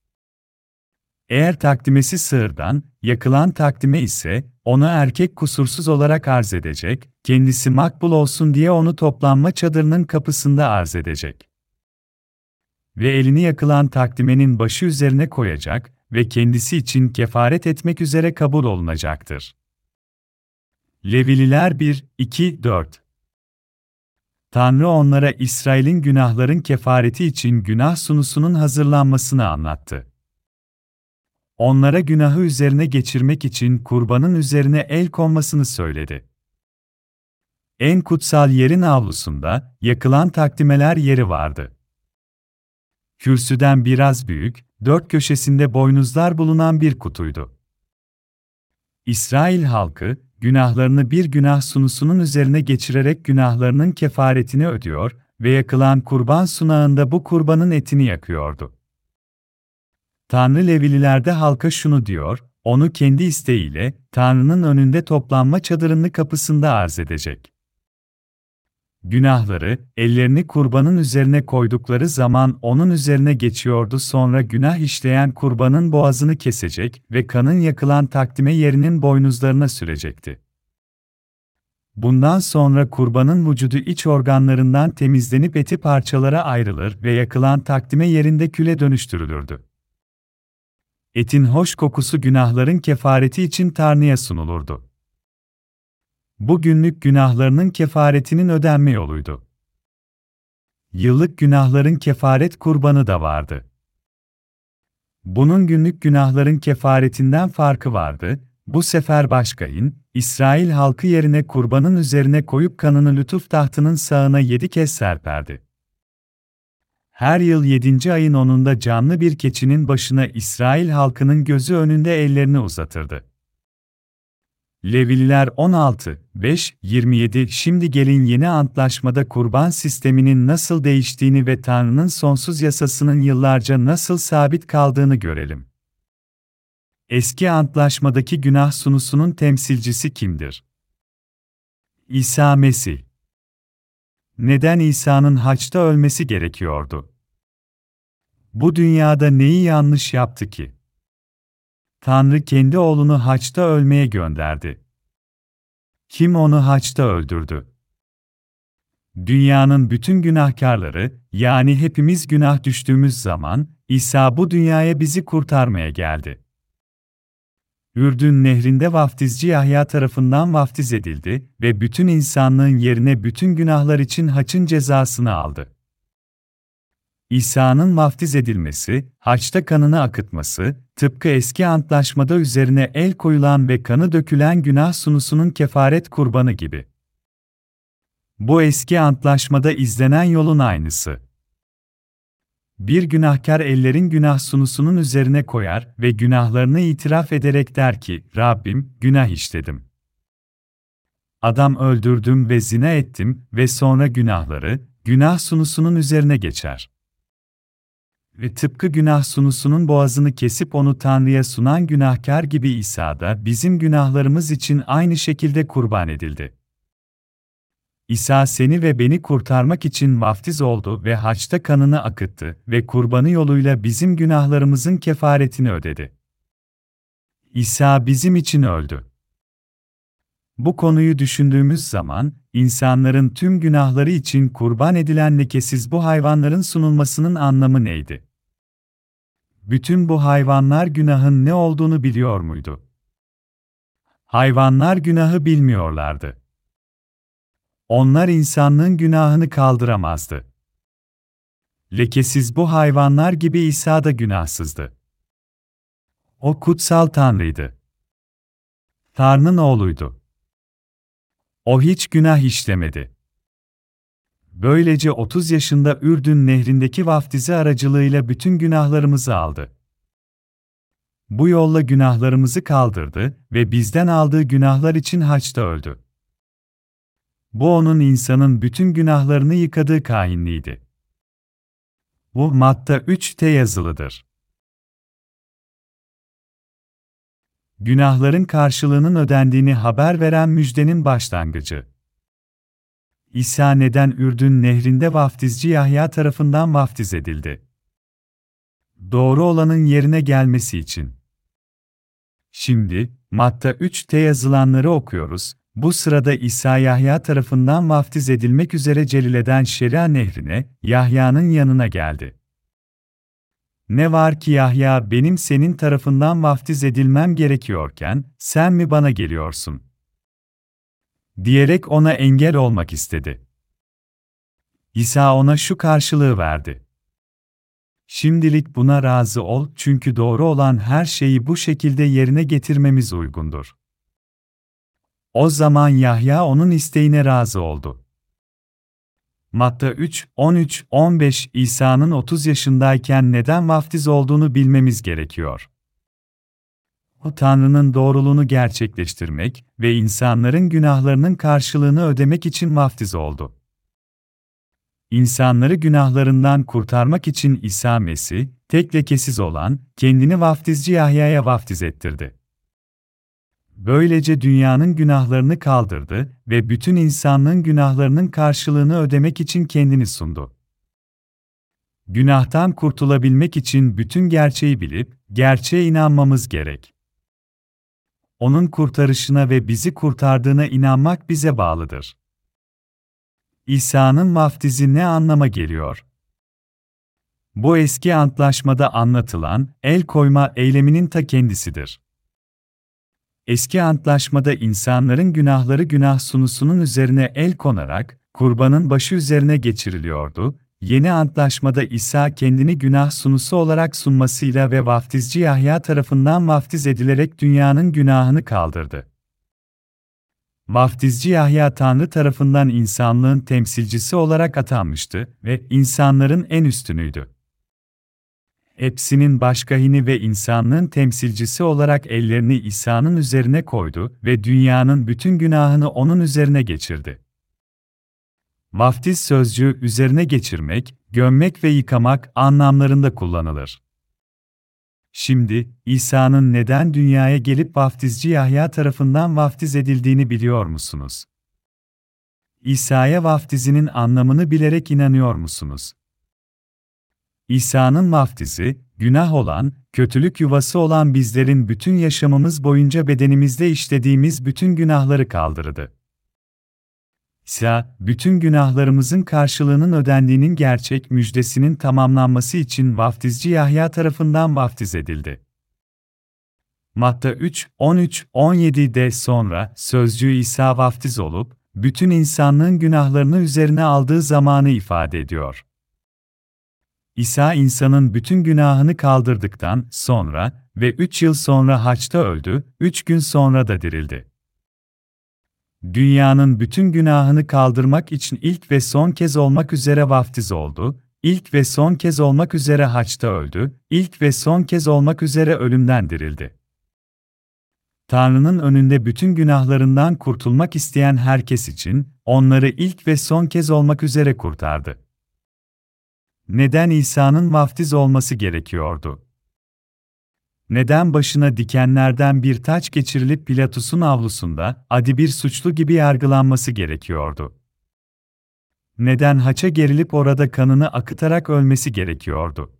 Eğer takdimesi sığırdan, yakılan takdime ise, onu erkek kusursuz olarak arz edecek, kendisi makbul olsun diye onu toplanma çadırının kapısında arz edecek. Ve elini yakılan takdimenin başı üzerine koyacak ve kendisi için kefaret etmek üzere kabul olunacaktır. Levililer bir, iki, dört. Tanrı onlara İsrail'in günahların kefareti için günah sunusunun hazırlanmasını anlattı. Onlara günahı üzerine geçirmek için kurbanın üzerine el konmasını söyledi. En kutsal yerin avlusunda, yakılan takdimeler yeri vardı. Kürsüden biraz büyük, dört köşesinde boynuzlar bulunan bir kutuydu. İsrail halkı, günahlarını bir günah sunusunun üzerine geçirerek günahlarının kefaretini ödüyor ve yakılan kurban sunağında bu kurbanın etini yakıyordu. Tanrı Levililerde halka şunu diyor, onu kendi isteğiyle, Tanrı'nın önünde toplanma çadırının kapısında arz edecek. Günahları, ellerini kurbanın üzerine koydukları zaman onun üzerine geçiyordu, sonra günah işleyen kurbanın boğazını kesecek ve kanın yakılan takdime yerinin boynuzlarına sürecekti. Bundan sonra kurbanın vücudu iç organlarından temizlenip eti parçalara ayrılır ve yakılan takdime yerinde küle dönüştürülürdü. Etin hoş kokusu günahların kefareti için Tanrı'ya sunulurdu. Bu günlük günahlarının kefaretinin ödenme yoluydu. Yıllık günahların kefaret kurbanı da vardı. Bunun günlük günahların kefaretinden farkı vardı. Bu sefer başkayın, İsrail halkı yerine kurbanın üzerine koyup kanını lütuf tahtının sağına yedi kez serperdi. Her yıl yedinci ayın onunda canlı bir keçinin başına İsrail halkının gözü önünde ellerini uzatırdı. Levililer on altı, beş, yirmi yedi. Şimdi gelin yeni antlaşmada kurban sisteminin nasıl değiştiğini ve Tanrı'nın sonsuz yasasının yıllarca nasıl sabit kaldığını görelim. Eski antlaşmadaki günah sunusunun temsilcisi kimdir? İsa Mesih. Neden İsa'nın haçta ölmesi gerekiyordu? Bu dünyada neyi yanlış yaptı ki? Tanrı kendi oğlunu haçta ölmeye gönderdi. Kim onu haçta öldürdü? Dünyanın bütün günahkarları, yani hepimiz günah düştüğümüz zaman, İsa bu dünyaya bizi kurtarmaya geldi. Ürdün Nehri'nde vaftizci Yahya tarafından vaftiz edildi ve bütün insanlığın yerine bütün günahlar için haçın cezasını aldı. İsa'nın vaftiz edilmesi, haçta kanını akıtması, tıpkı eski antlaşmada üzerine el koyulan ve kanı dökülen günah sunusunun kefaret kurbanı gibi. Bu eski antlaşmada izlenen yolun aynısı. Bir günahkar ellerin günah sunusunun üzerine koyar ve günahlarını itiraf ederek der ki, Rabbim, günah işledim. Adam öldürdüm ve zina ettim ve sonra günahları, günah sunusunun üzerine geçer. Ve tıpkı günah sunusunun boğazını kesip onu Tanrı'ya sunan günahkar gibi İsa da bizim günahlarımız için aynı şekilde kurban edildi. İsa seni ve beni kurtarmak için vaftiz oldu ve haçta kanını akıttı ve kurbanı yoluyla bizim günahlarımızın kefaretini ödedi. İsa bizim için öldü. Bu konuyu düşündüğümüz zaman, insanların tüm günahları için kurban edilen lekesiz bu hayvanların sunulmasının anlamı neydi? Bütün bu hayvanlar günahın ne olduğunu biliyor muydu? Hayvanlar günahı bilmiyorlardı. Onlar insanlığın günahını kaldıramazdı. Lekesiz bu hayvanlar gibi İsa da günahsızdı. O kutsal Tanrıydı. Tanrı'nın oğluydu. O hiç günah işlemedi. Böylece otuz yaşında Ürdün Nehri'ndeki vaftizi aracılığıyla bütün günahlarımızı aldı. Bu yolla günahlarımızı kaldırdı ve bizden aldığı günahlar için haçta öldü. Bu onun insanın bütün günahlarını yıkadığı kahinliğiydi. Bu Matta üçte yazılıdır. Günahların karşılığının ödendiğini haber veren müjdenin başlangıcı. İsa neden Ürdün Nehri'nde vaftizci Yahya tarafından vaftiz edildi? Doğru olanın yerine gelmesi için. Şimdi, Matta üçte yazılanları okuyoruz. Bu sırada İsa Yahya tarafından vaftiz edilmek üzere Celile'den Şeria nehrine, Yahya'nın yanına geldi. Ne var ki Yahya benim senin tarafından vaftiz edilmem gerekiyorken, sen mi bana geliyorsun? Diyerek ona engel olmak istedi. İsa ona şu karşılığı verdi. Şimdilik buna razı ol çünkü doğru olan her şeyi bu şekilde yerine getirmemiz uygundur. O zaman Yahya onun isteğine razı oldu. Matta üç, on üç on beş İsa'nın otuz yaşındayken neden vaftiz olduğunu bilmemiz gerekiyor. O Tanrı'nın doğruluğunu gerçekleştirmek ve insanların günahlarının karşılığını ödemek için vaftiz oldu. İnsanları günahlarından kurtarmak için İsa Mesih, tek lekesiz olan, kendini vaftizci Yahya'ya vaftiz ettirdi. Böylece dünyanın günahlarını kaldırdı ve bütün insanlığın günahlarının karşılığını ödemek için kendini sundu. Günahtan kurtulabilmek için bütün gerçeği bilip, gerçeğe inanmamız gerek. Onun kurtarışına ve bizi kurtardığına inanmak bize bağlıdır. İsa'nın vaftizi ne anlama geliyor? Bu eski antlaşmada anlatılan, el koyma eyleminin ta kendisidir. Eski antlaşmada insanların günahları günah sunusunun üzerine el konarak, kurbanın başı üzerine geçiriliyordu. Yeni antlaşmada İsa kendini günah sunusu olarak sunmasıyla ve vaftizci Yahya tarafından vaftiz edilerek dünyanın günahını kaldırdı. Vaftizci Yahya Tanrı tarafından insanlığın temsilcisi olarak atanmıştı ve insanların en üstünüydü. Hepsinin başkahini ve insanlığın temsilcisi olarak ellerini İsa'nın üzerine koydu ve dünyanın bütün günahını onun üzerine geçirdi. Vaftiz sözcüğü üzerine geçirmek, gömmek ve yıkamak anlamlarında kullanılır. Şimdi, İsa'nın neden dünyaya gelip vaftizci Yahya tarafından vaftiz edildiğini biliyor musunuz? İsa'ya vaftizinin anlamını bilerek inanıyor musunuz? İsa'nın vaftizi, günah olan, kötülük yuvası olan bizlerin bütün yaşamımız boyunca bedenimizde işlediğimiz bütün günahları kaldırdı. İsa, bütün günahlarımızın karşılığının ödendiğinin gerçek müjdesinin tamamlanması için vaftizci Yahya tarafından vaftiz edildi. Matta üç, on üç on yedi'de sonra sözcüğü İsa vaftiz olup, bütün insanlığın günahlarını üzerine aldığı zamanı ifade ediyor. İsa insanın bütün günahını kaldırdıktan sonra ve üç yıl sonra haçta öldü, üç gün sonra da dirildi. Dünyanın bütün günahını kaldırmak için ilk ve son kez olmak üzere vaftiz oldu, ilk ve son kez olmak üzere haçta öldü, ilk ve son kez olmak üzere ölümden dirildi. Tanrı'nın önünde bütün günahlarından kurtulmak isteyen herkes için, onları ilk ve son kez olmak üzere kurtardı. Neden İsa'nın vaftiz olması gerekiyordu? Neden başına dikenlerden bir taç geçirilip Pilatus'un avlusunda, adi bir suçlu gibi yargılanması gerekiyordu? Neden haça gerilip orada kanını akıtarak ölmesi gerekiyordu?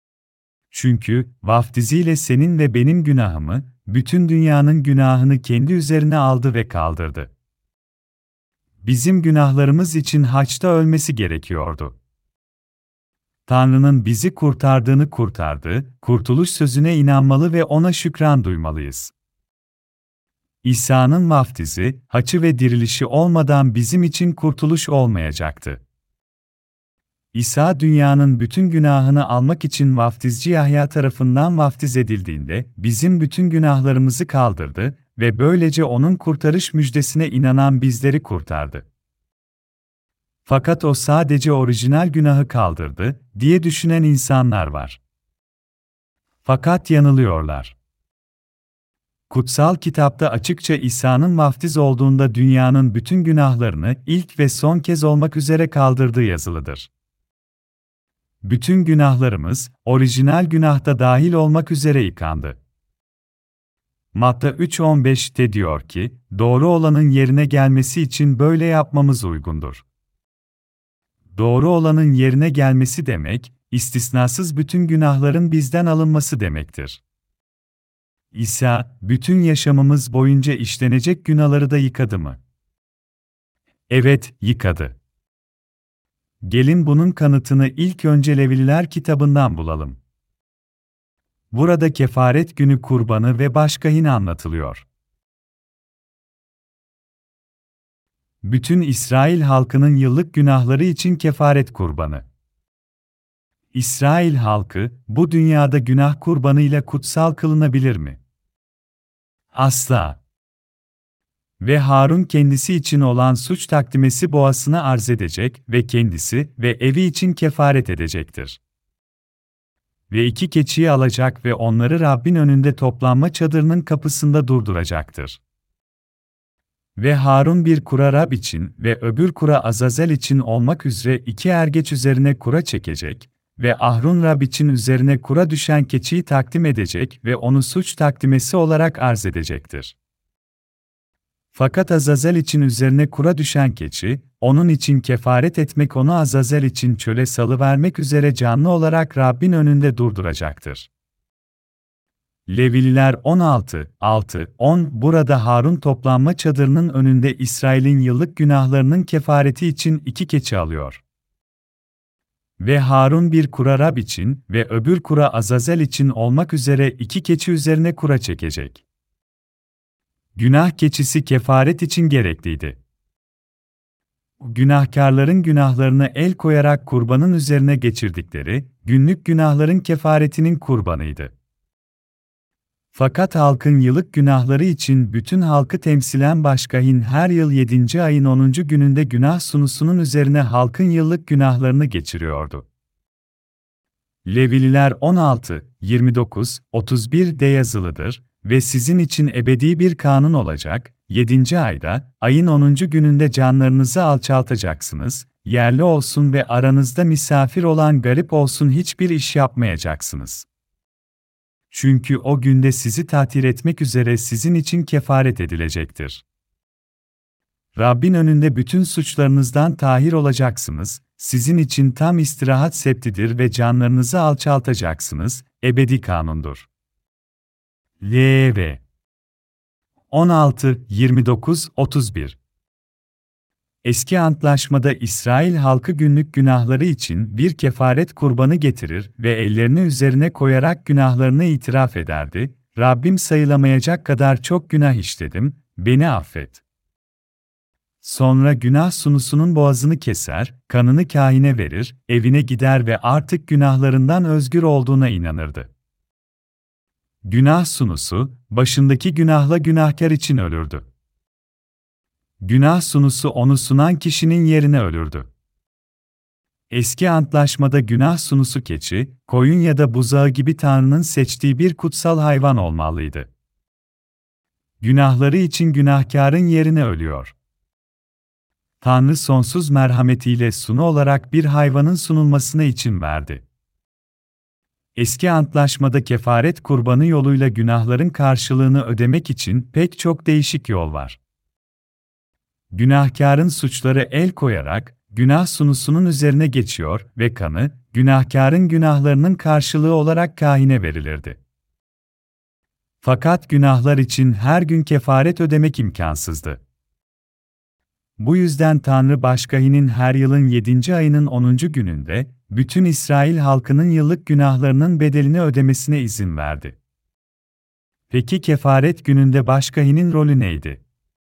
Çünkü, vaftiziyle senin ve benim günahımı, bütün dünyanın günahını kendi üzerine aldı ve kaldırdı. Bizim günahlarımız için haçta ölmesi gerekiyordu. Tanrı'nın bizi kurtardığını kurtardı, kurtuluş sözüne inanmalı ve ona şükran duymalıyız. İsa'nın vaftizi, haçı ve dirilişi olmadan bizim için kurtuluş olmayacaktı. İsa dünyanın bütün günahını almak için vaftizci Yahya tarafından vaftiz edildiğinde, bizim bütün günahlarımızı kaldırdı ve böylece onun kurtarış müjdesine inanan bizleri kurtardı. Fakat o sadece orijinal günahı kaldırdı, diye düşünen insanlar var. Fakat yanılıyorlar. Kutsal kitapta açıkça İsa'nın vaftiz olduğunda dünyanın bütün günahlarını ilk ve son kez olmak üzere kaldırdığı yazılıdır. Bütün günahlarımız, orijinal günahta dahil olmak üzere yıkandı. Matta üç on beş'te diyor ki, doğru olanın yerine gelmesi için böyle yapmamız uygundur. Doğru olanın yerine gelmesi demek, istisnasız bütün günahların bizden alınması demektir. İsa, bütün yaşamımız boyunca işlenecek günahları da yıkadı mı? Evet, yıkadı. Gelin bunun kanıtını ilk önce Levililer kitabından bulalım. Burada kefaret günü kurbanı ve başkahin anlatılıyor. Bütün İsrail halkının yıllık günahları için kefaret kurbanı. İsrail halkı, bu dünyada günah kurbanıyla kutsal kılınabilir mi? Asla. Ve Harun kendisi için olan suç takdimesi boğasını arz edecek ve kendisi ve evi için kefaret edecektir. Ve iki keçiyi alacak ve onları Rabbin önünde toplanma çadırının kapısında durduracaktır. Ve Harun bir kura Rab için ve öbür kura Azazel için olmak üzere iki ergeç üzerine kura çekecek ve Ahrun Rab için üzerine kura düşen keçiyi takdim edecek ve onu suç takdimesi olarak arz edecektir. Fakat Azazel için üzerine kura düşen keçi, onun için kefaret etmek onu Azazel için çöle salıvermek üzere canlı olarak Rabbin önünde durduracaktır. Levililer on altı, altı, on Burada Harun toplanma çadırının önünde İsrail'in yıllık günahlarının kefareti için iki keçi alıyor. Ve Harun bir kura Rab için ve öbür kura Azazel için olmak üzere iki keçi üzerine kura çekecek. Günah keçisi kefaret için gerekliydi. Günahkarların günahlarını el koyarak kurbanın üzerine geçirdikleri, günlük günahların kefaretinin kurbanıydı. Fakat halkın yıllık günahları için bütün halkı temsilen başkahin her yıl yedinci ayın onuncu gününde günah sunusunun üzerine halkın yıllık günahlarını geçiriyordu. Levililer on altı, yirmi dokuz, otuz bir'de yazılıdır ve sizin için ebedi bir kanun olacak, yedinci ayda, ayın onuncu gününde canlarınızı alçaltacaksınız, yerli olsun ve aranızda misafir olan garip olsun hiçbir iş yapmayacaksınız. Çünkü o günde sizi tatil etmek üzere sizin için kefaret edilecektir. Rabbin önünde bütün suçlarınızdan tahir olacaksınız, sizin için tam istirahat septidir ve canlarınızı alçaltacaksınız, ebedi kanundur. Lev on altı, yirmi dokuz, otuz bir Eski Antlaşmada İsrail halkı günlük günahları için bir kefaret kurbanı getirir ve ellerini üzerine koyarak günahlarını itiraf ederdi, Rabbim sayılamayacak kadar çok günah işledim, beni affet. Sonra günah sunusunun boğazını keser, kanını kâhine verir, evine gider ve artık günahlarından özgür olduğuna inanırdı. Günah sunusu, başındaki günahla günahkar için ölürdü. Günah sunusu onu sunan kişinin yerine ölürdü. Eski Antlaşmada günah sunusu keçi, koyun ya da buzağı gibi Tanrı'nın seçtiği bir kutsal hayvan olmalıydı. Günahları için günahkarın yerine ölüyor. Tanrı sonsuz merhametiyle sunu olarak bir hayvanın sunulmasına için verdi. Eski Antlaşmada kefaret kurbanı yoluyla günahların karşılığını ödemek için pek çok değişik yol var. Günahkarın suçları el koyarak, günah sunusunun üzerine geçiyor ve kanı, günahkarın günahlarının karşılığı olarak kâhine verilirdi. Fakat günahlar için her gün kefaret ödemek imkansızdı. Bu yüzden Tanrı başkahinin her yılın yedinci ayının onuncu gününde, bütün İsrail halkının yıllık günahlarının bedelini ödemesine izin verdi. Peki kefaret gününde başkahinin rolü neydi?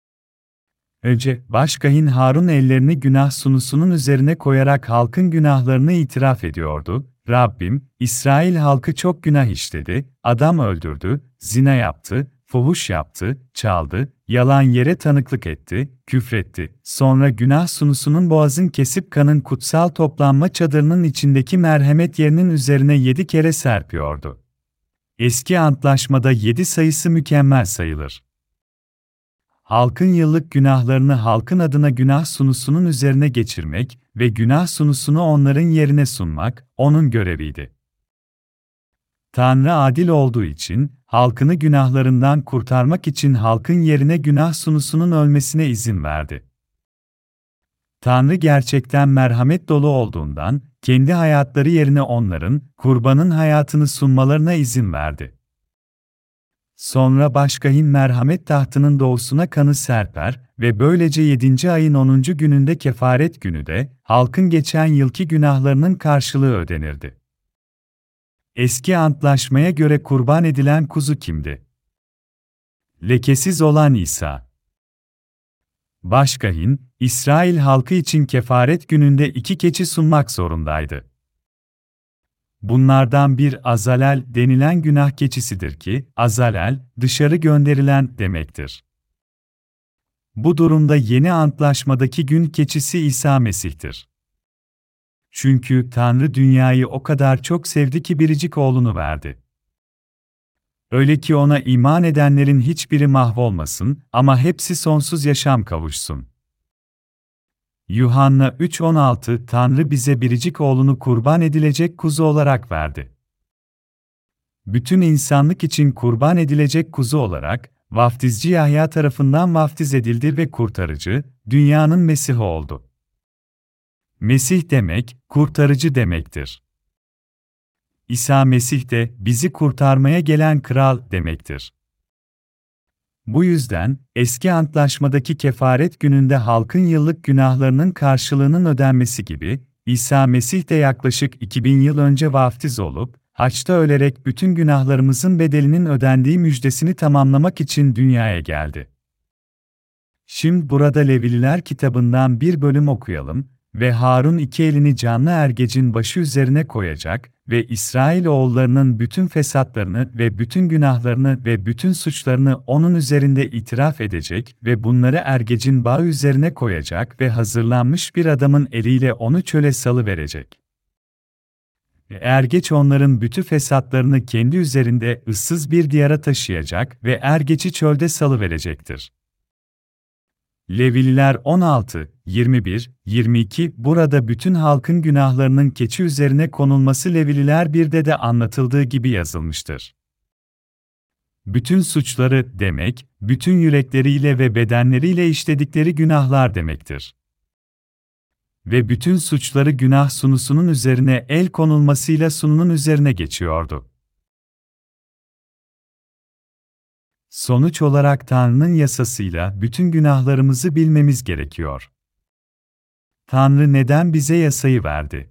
Önce, başkahin Harun ellerini günah sunusunun üzerine koyarak halkın günahlarını itiraf ediyordu. Rabbim, İsrail halkı çok günah işledi, adam öldürdü, zina yaptı, fuhuş yaptı, çaldı, yalan yere tanıklık etti, küfretti. Sonra günah sunusunun boğazını kesip kanın kutsal toplanma çadırının içindeki merhamet yerinin üzerine yedi kere serpiyordu. Eski Antlaşmada yedi sayısı mükemmel sayılır. Halkın yıllık günahlarını halkın adına günah sunusunun üzerine geçirmek ve günah sunusunu onların yerine sunmak, onun göreviydi. Tanrı adil olduğu için, halkını günahlarından kurtarmak için halkın yerine günah sunusunun ölmesine izin verdi. Tanrı gerçekten merhamet dolu olduğundan, kendi hayatları yerine onların, kurbanın hayatını sunmalarına izin verdi. Sonra Başkahin merhamet tahtının doğusuna kanı serper ve böylece yedinci ayın onuncu gününde kefaret günü de, halkın geçen yılki günahlarının karşılığı ödenirdi. Eski antlaşmaya göre kurban edilen kuzu kimdi? Lekesiz olan İsa. Başkahin, İsrail halkı için kefaret gününde iki keçi sunmak zorundaydı. Bunlardan bir Azalel denilen günah keçisidir ki, Azalel, dışarı gönderilen demektir. Bu durumda yeni antlaşmadaki gün keçisi İsa Mesih'tir. Çünkü Tanrı dünyayı o kadar çok sevdi ki biricik oğlunu verdi. Öyle ki ona iman edenlerin hiçbiri mahvolmasın ama hepsi sonsuz yaşam kavuşsun. Yuhanna üç on altı Tanrı bize biricik oğlunu kurban edilecek kuzu olarak verdi. Bütün insanlık için kurban edilecek kuzu olarak, vaftizci Yahya tarafından vaftiz edildi ve kurtarıcı, dünyanın Mesih'i oldu. Mesih demek, kurtarıcı demektir. İsa Mesih de, bizi kurtarmaya gelen kral demektir. Bu yüzden, eski antlaşmadaki kefaret gününde halkın yıllık günahlarının karşılığının ödenmesi gibi, İsa Mesih de yaklaşık iki bin yıl önce vaftiz olup, haçta ölerek bütün günahlarımızın bedelinin ödendiği müjdesini tamamlamak için dünyaya geldi. Şimdi burada Levililer kitabından bir bölüm okuyalım ve Harun iki elini canlı ergecin başı üzerine koyacak ve İsrailoğullarının bütün fesatlarını ve bütün günahlarını ve bütün suçlarını onun üzerinde itiraf edecek ve bunları ergecin bağı üzerine koyacak ve hazırlanmış bir adamın eliyle onu çöle salıverecek. Ve ergeç onların bütün fesatlarını kendi üzerinde ıssız bir diyara taşıyacak ve ergeci çölde salıverecektir. Levililer on altı, yirmi bir, yirmi iki Burada bütün halkın günahlarının keçi üzerine konulması Levililer birde de anlatıldığı gibi yazılmıştır. Bütün suçları demek, bütün yürekleriyle ve bedenleriyle işledikleri günahlar demektir. Ve bütün suçları günah sunusunun üzerine el konulmasıyla sununun üzerine geçiyordu. Sonuç olarak Tanrı'nın yasasıyla bütün günahlarımızı bilmemiz gerekiyor. Tanrı neden bize yasayı verdi?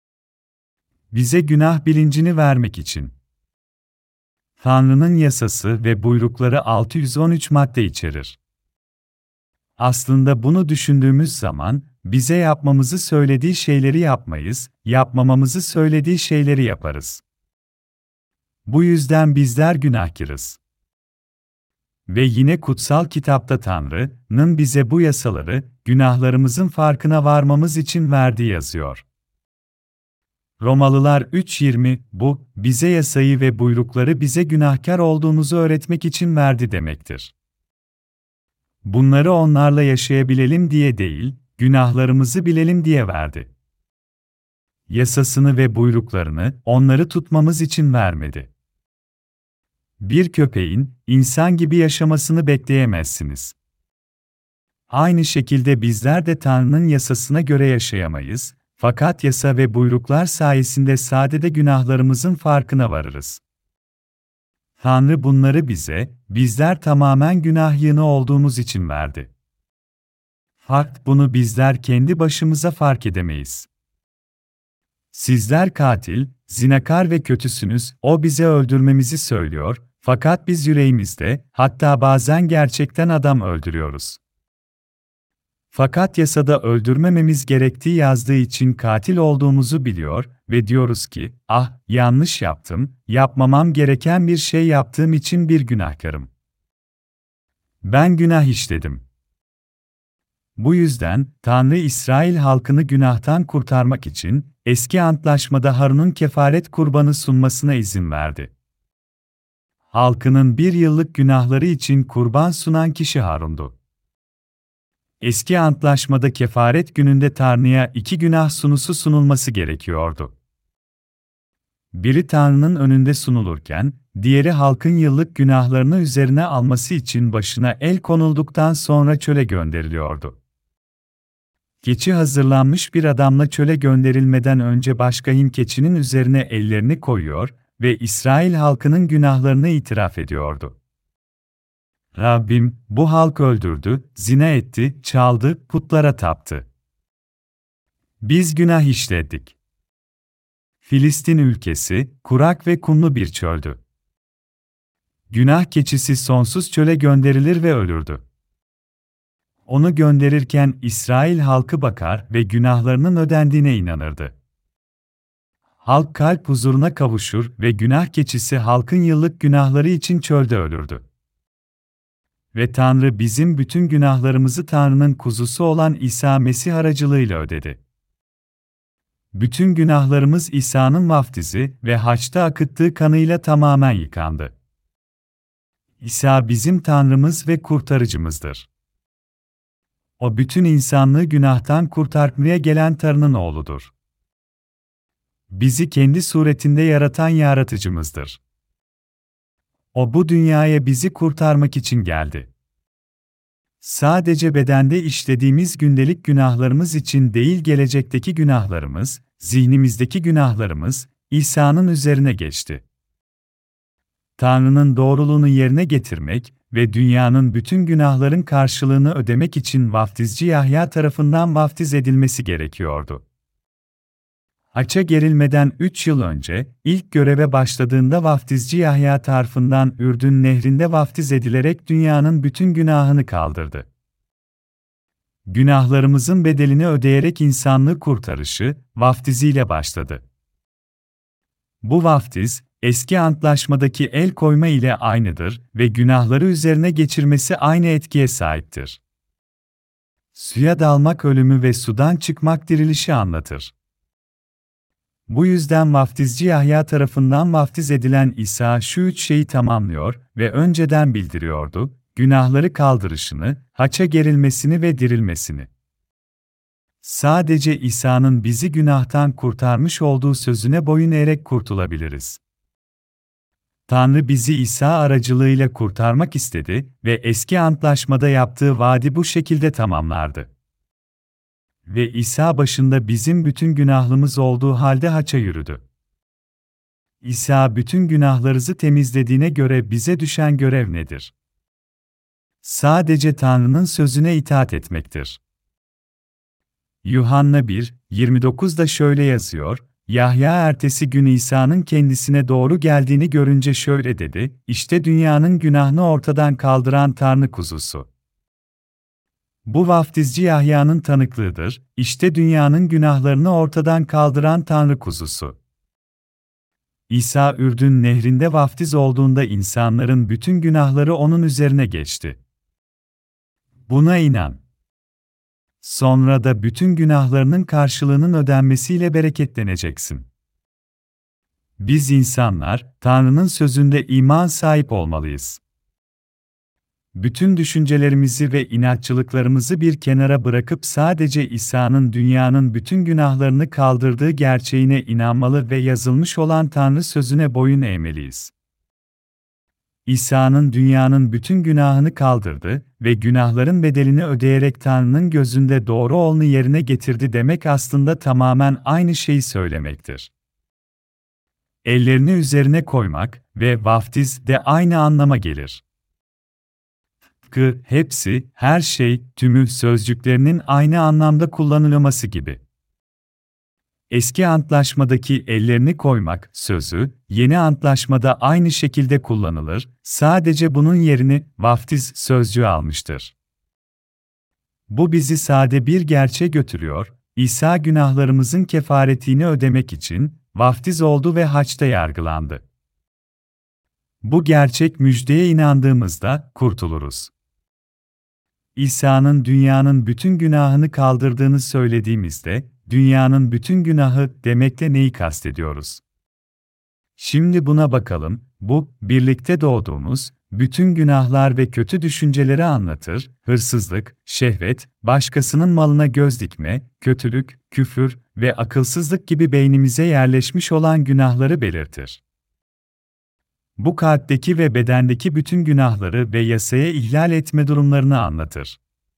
Bize günah bilincini vermek için. Tanrı'nın yasası ve buyrukları altı yüz on üç madde içerir. Aslında bunu düşündüğümüz zaman, bize yapmamızı söylediği şeyleri yapmayız, yapmamamızı söylediği şeyleri yaparız. Bu yüzden bizler günahkarız. Ve yine kutsal kitapta Tanrı'nın bize bu yasaları, günahlarımızın farkına varmamız için verdiği yazıyor. Romalılar üç yirmi, bu, bize yasayı ve buyrukları bize günahkar olduğumuzu öğretmek için verdi demektir. Bunları onlarla yaşayabilelim diye değil, günahlarımızı bilelim diye verdi. Yasasını ve buyruklarını, onları tutmamız için vermedi. Bir köpeğin, insan gibi yaşamasını bekleyemezsiniz. Aynı şekilde bizler de Tanrı'nın yasasına göre yaşayamayız, fakat yasa ve buyruklar sayesinde sadede günahlarımızın farkına varırız. Tanrı bunları bize, bizler tamamen günah yığını olduğumuz için verdi. Fakat bunu bizler kendi başımıza fark edemeyiz. Sizler katil, zinakar ve kötüsünüz, o bize öldürmemizi söylüyor, fakat biz yüreğimizde, hatta bazen gerçekten adam öldürüyoruz. Fakat yasada öldürmememiz gerektiği yazdığı için katil olduğumuzu biliyor ve diyoruz ki, ah, yanlış yaptım, yapmamam gereken bir şey yaptığım için bir günahkarım. Ben günah işledim. Bu yüzden, Tanrı İsrail halkını günahtan kurtarmak için, eski antlaşmada Harun'un kefaret kurbanı sunmasına izin verdi. Halkının bir yıllık günahları için kurban sunan kişi Harun'du. Eski antlaşmada kefaret gününde Tanrı'ya iki günah sunusu sunulması gerekiyordu. Biri Tanrı'nın önünde sunulurken, diğeri halkın yıllık günahlarını üzerine alması için başına el konulduktan sonra çöle gönderiliyordu. Keçi hazırlanmış bir adamla çöle gönderilmeden önce başkahin keçinin üzerine ellerini koyuyor ve İsrail halkının günahlarını itiraf ediyordu. Rabbim, bu halk öldürdü, zina etti, çaldı, putlara taptı. Biz günah işledik. Filistin ülkesi, kurak ve kumlu bir çöldü. Günah keçisi sonsuz çöle gönderilir ve ölürdü. Onu gönderirken İsrail halkı bakar ve günahlarının ödendiğine inanırdı. Halk kalp huzuruna kavuşur ve günah keçisi halkın yıllık günahları için çölde ölürdü. Ve Tanrı bizim bütün günahlarımızı Tanrı'nın kuzusu olan İsa Mesih aracılığıyla ödedi. Bütün günahlarımız İsa'nın vaftizi ve haçta akıttığı kanıyla tamamen yıkandı. İsa bizim Tanrımız ve kurtarıcımızdır. O bütün insanlığı günahtan kurtarmaya gelen Tanrı'nın oğludur. Bizi kendi suretinde yaratan yaratıcımızdır. O bu dünyaya bizi kurtarmak için geldi. Sadece bedende işlediğimiz gündelik günahlarımız için değil, gelecekteki günahlarımız, zihnimizdeki günahlarımız İsa'nın üzerine geçti. Tanrı'nın doğruluğunu yerine getirmek ve dünyanın bütün günahların karşılığını ödemek için vaftizci Yahya tarafından vaftiz edilmesi gerekiyordu. Haça gerilmeden üç yıl önce, ilk göreve başladığında vaftizci Yahya tarafından Ürdün Nehri'nde vaftiz edilerek dünyanın bütün günahını kaldırdı. Günahlarımızın bedelini ödeyerek insanlığı kurtarışı, vaftiziyle başladı. Bu vaftiz, eski antlaşmadaki el koyma ile aynıdır ve günahları üzerine geçirmesi aynı etkiye sahiptir. Suya dalmak ölümü ve sudan çıkmak dirilişi anlatır. Bu yüzden vaftizci Yahya tarafından vaftiz edilen İsa şu üç şeyi tamamlıyor ve önceden bildiriyordu: günahları kaldırışını, haça gerilmesini ve dirilmesini. Sadece İsa'nın bizi günahtan kurtarmış olduğu sözüne boyun eğerek kurtulabiliriz. Tanrı bizi İsa aracılığıyla kurtarmak istedi ve eski antlaşmada yaptığı vaadi bu şekilde tamamlardı. Ve İsa başında bizim bütün günahımız olduğu halde haça yürüdü. İsa bütün günahlarımızı temizlediğine göre bize düşen görev nedir? Sadece Tanrı'nın sözüne itaat etmektir. Yuhanna bir yirmi dokuzda şöyle yazıyor: Yahya ertesi gün İsa'nın kendisine doğru geldiğini görünce şöyle dedi: İşte dünyanın günahını ortadan kaldıran Tanrı kuzusu. Bu vaftizci Yahya'nın tanıklığıdır, işte dünyanın günahlarını ortadan kaldıran Tanrı kuzusu. İsa Ürdün Nehri'nde vaftiz olduğunda insanların bütün günahları onun üzerine geçti. Buna inan. Sonra da bütün günahlarının karşılığının ödenmesiyle bereketleneceksin. Biz insanlar, Tanrı'nın sözünde iman sahip olmalıyız. Bütün düşüncelerimizi ve inatçılıklarımızı bir kenara bırakıp sadece İsa'nın dünyanın bütün günahlarını kaldırdığı gerçeğine inanmalı ve yazılmış olan Tanrı sözüne boyun eğmeliyiz. İsa'nın dünyanın bütün günahını kaldırdı ve günahların bedelini ödeyerek Tanrı'nın gözünde doğru olanı yerine getirdi demek aslında tamamen aynı şeyi söylemektir. Ellerini üzerine koymak ve vaftiz de aynı anlama gelir. Tıpkı hepsi, her şey, tümü sözcüklerinin aynı anlamda kullanılması gibi. Eski antlaşmadaki ellerini koymak sözü, yeni antlaşmada aynı şekilde kullanılır, sadece bunun yerini vaftiz sözcüğü almıştır. Bu bizi sade bir gerçeğe götürüyor: İsa günahlarımızın kefaretini ödemek için vaftiz oldu ve haçta yargılandı. Bu gerçek müjdeye inandığımızda kurtuluruz. İsa'nın dünyanın bütün günahını kaldırdığını söylediğimizde, dünyanın bütün günahı demekle neyi kastediyoruz? Şimdi buna bakalım. Bu, birlikte doğduğumuz bütün günahlar ve kötü düşünceleri anlatır: hırsızlık, şehvet, başkasının malına göz dikme, kötülük, küfür ve akılsızlık gibi beynimize yerleşmiş olan günahları belirtir. Bu kalpteki ve bedendeki bütün günahları ve yasaya ihlal etme durumlarını anlatır.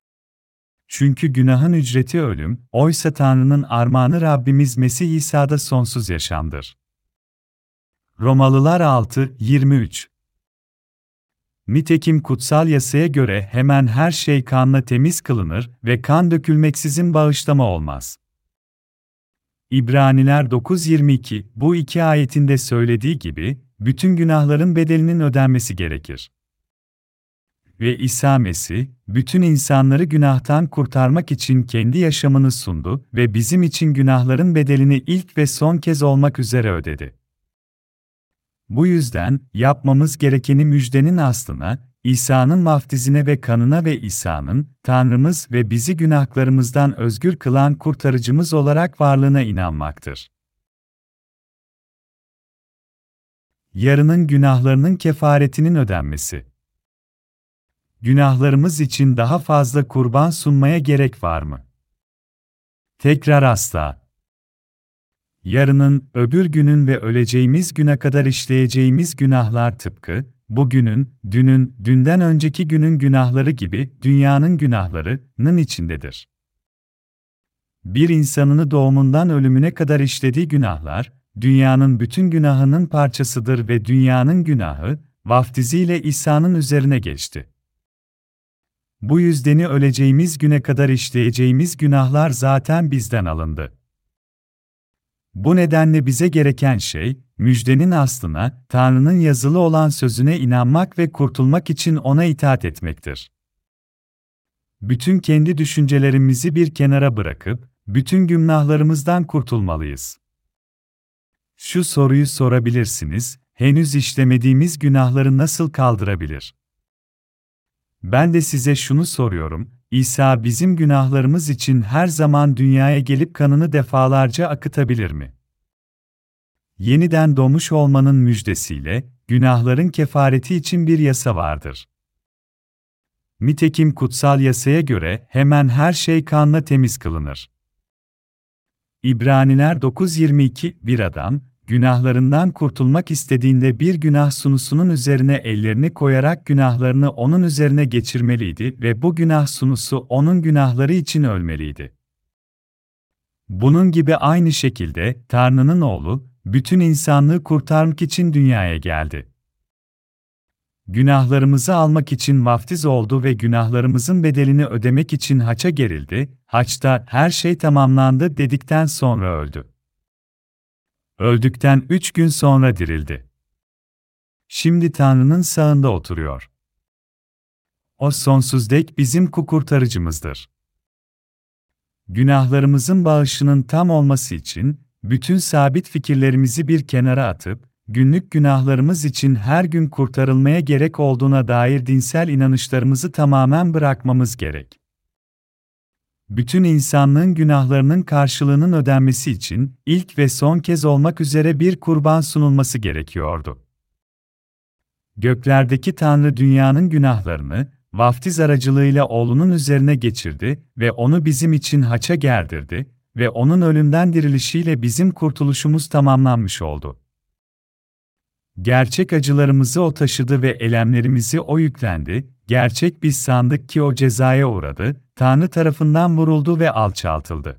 Çünkü günahın ücreti ölüm, oysa Tanrı'nın armağanı Rabbimiz Mesih İsa'da sonsuz yaşamdır. Romalılar altı yirmi üç. Nitekim kutsal yasaya göre hemen her şey kanla temiz kılınır ve kan dökülmeksizin bağışlama olmaz. İbraniler dokuz yirmi iki, bu iki ayetinde söylediği gibi, bütün günahların bedelinin ödenmesi gerekir. Ve İsa Mesih, bütün insanları günahtan kurtarmak için kendi yaşamını sundu ve bizim için günahların bedelini ilk ve son kez olmak üzere ödedi. Bu yüzden, yapmamız gerekeni müjdenin aslına, İsa'nın vaftizine ve kanına ve İsa'nın, Tanrımız ve bizi günahlarımızdan özgür kılan kurtarıcımız olarak varlığına inanmaktır. Yarının günahlarının kefaretinin ödenmesi. Günahlarımız için daha fazla kurban sunmaya gerek var mı? Tekrar asla. Yarının, öbür günün ve öleceğimiz güne kadar işleyeceğimiz günahlar tıpkı, bugünün, dünün, dünden önceki günün günahları gibi dünyanın günahlarının içindedir. Bir insanın doğumundan ölümüne kadar işlediği günahlar, dünyanın bütün günahının parçasıdır ve dünyanın günahı, vaftiziyle İsa'nın üzerine geçti. Bu yüzdeni öleceğimiz güne kadar işleyeceğimiz günahlar zaten bizden alındı. Bu nedenle bize gereken şey, müjdenin aslına, Tanrı'nın yazılı olan sözüne inanmak ve kurtulmak için ona itaat etmektir. Bütün kendi düşüncelerimizi bir kenara bırakıp, bütün günahlarımızdan kurtulmalıyız. Şu soruyu sorabilirsiniz, henüz işlemediğimiz günahları nasıl kaldırabilir? Ben de size şunu soruyorum, İsa bizim günahlarımız için her zaman dünyaya gelip kanını defalarca akıtabilir mi? Yeniden doğmuş olmanın müjdesiyle, günahların kefareti için bir yasa vardır. Nitekim kutsal yasaya göre hemen her şey kanla temiz kılınır. İbraniler dokuz yirmi iki, bir adam, günahlarından kurtulmak istediğinde bir günah sunusunun üzerine ellerini koyarak günahlarını onun üzerine geçirmeliydi ve bu günah sunusu onun günahları için ölmeliydi. Bunun gibi aynı şekilde, Tanrı'nın oğlu, bütün insanlığı kurtarmak için dünyaya geldi. Günahlarımızı almak için vaftiz oldu ve günahlarımızın bedelini ödemek için haça gerildi, haçta her şey tamamlandı dedikten sonra öldü. Öldükten üç gün sonra dirildi. Şimdi Tanrı'nın sağında oturuyor. O sonsuz dek bizim kurtarıcımızdır. Günahlarımızın bağışının tam olması için, bütün sabit fikirlerimizi bir kenara atıp, günlük günahlarımız için her gün kurtarılmaya gerek olduğuna dair dinsel inanışlarımızı tamamen bırakmamız gerek. Bütün insanlığın günahlarının karşılığının ödenmesi için, ilk ve son kez olmak üzere bir kurban sunulması gerekiyordu. Göklerdeki Tanrı dünyanın günahlarını, vaftiz aracılığıyla oğlunun üzerine geçirdi ve onu bizim için haça gerdirdi ve onun ölümden dirilişiyle bizim kurtuluşumuz tamamlanmış oldu. Gerçek acılarımızı o taşıdı ve elemlerimizi o yüklendi, gerçek biz sandık ki o cezaya uğradı, Tanrı tarafından vuruldu ve alçaltıldı.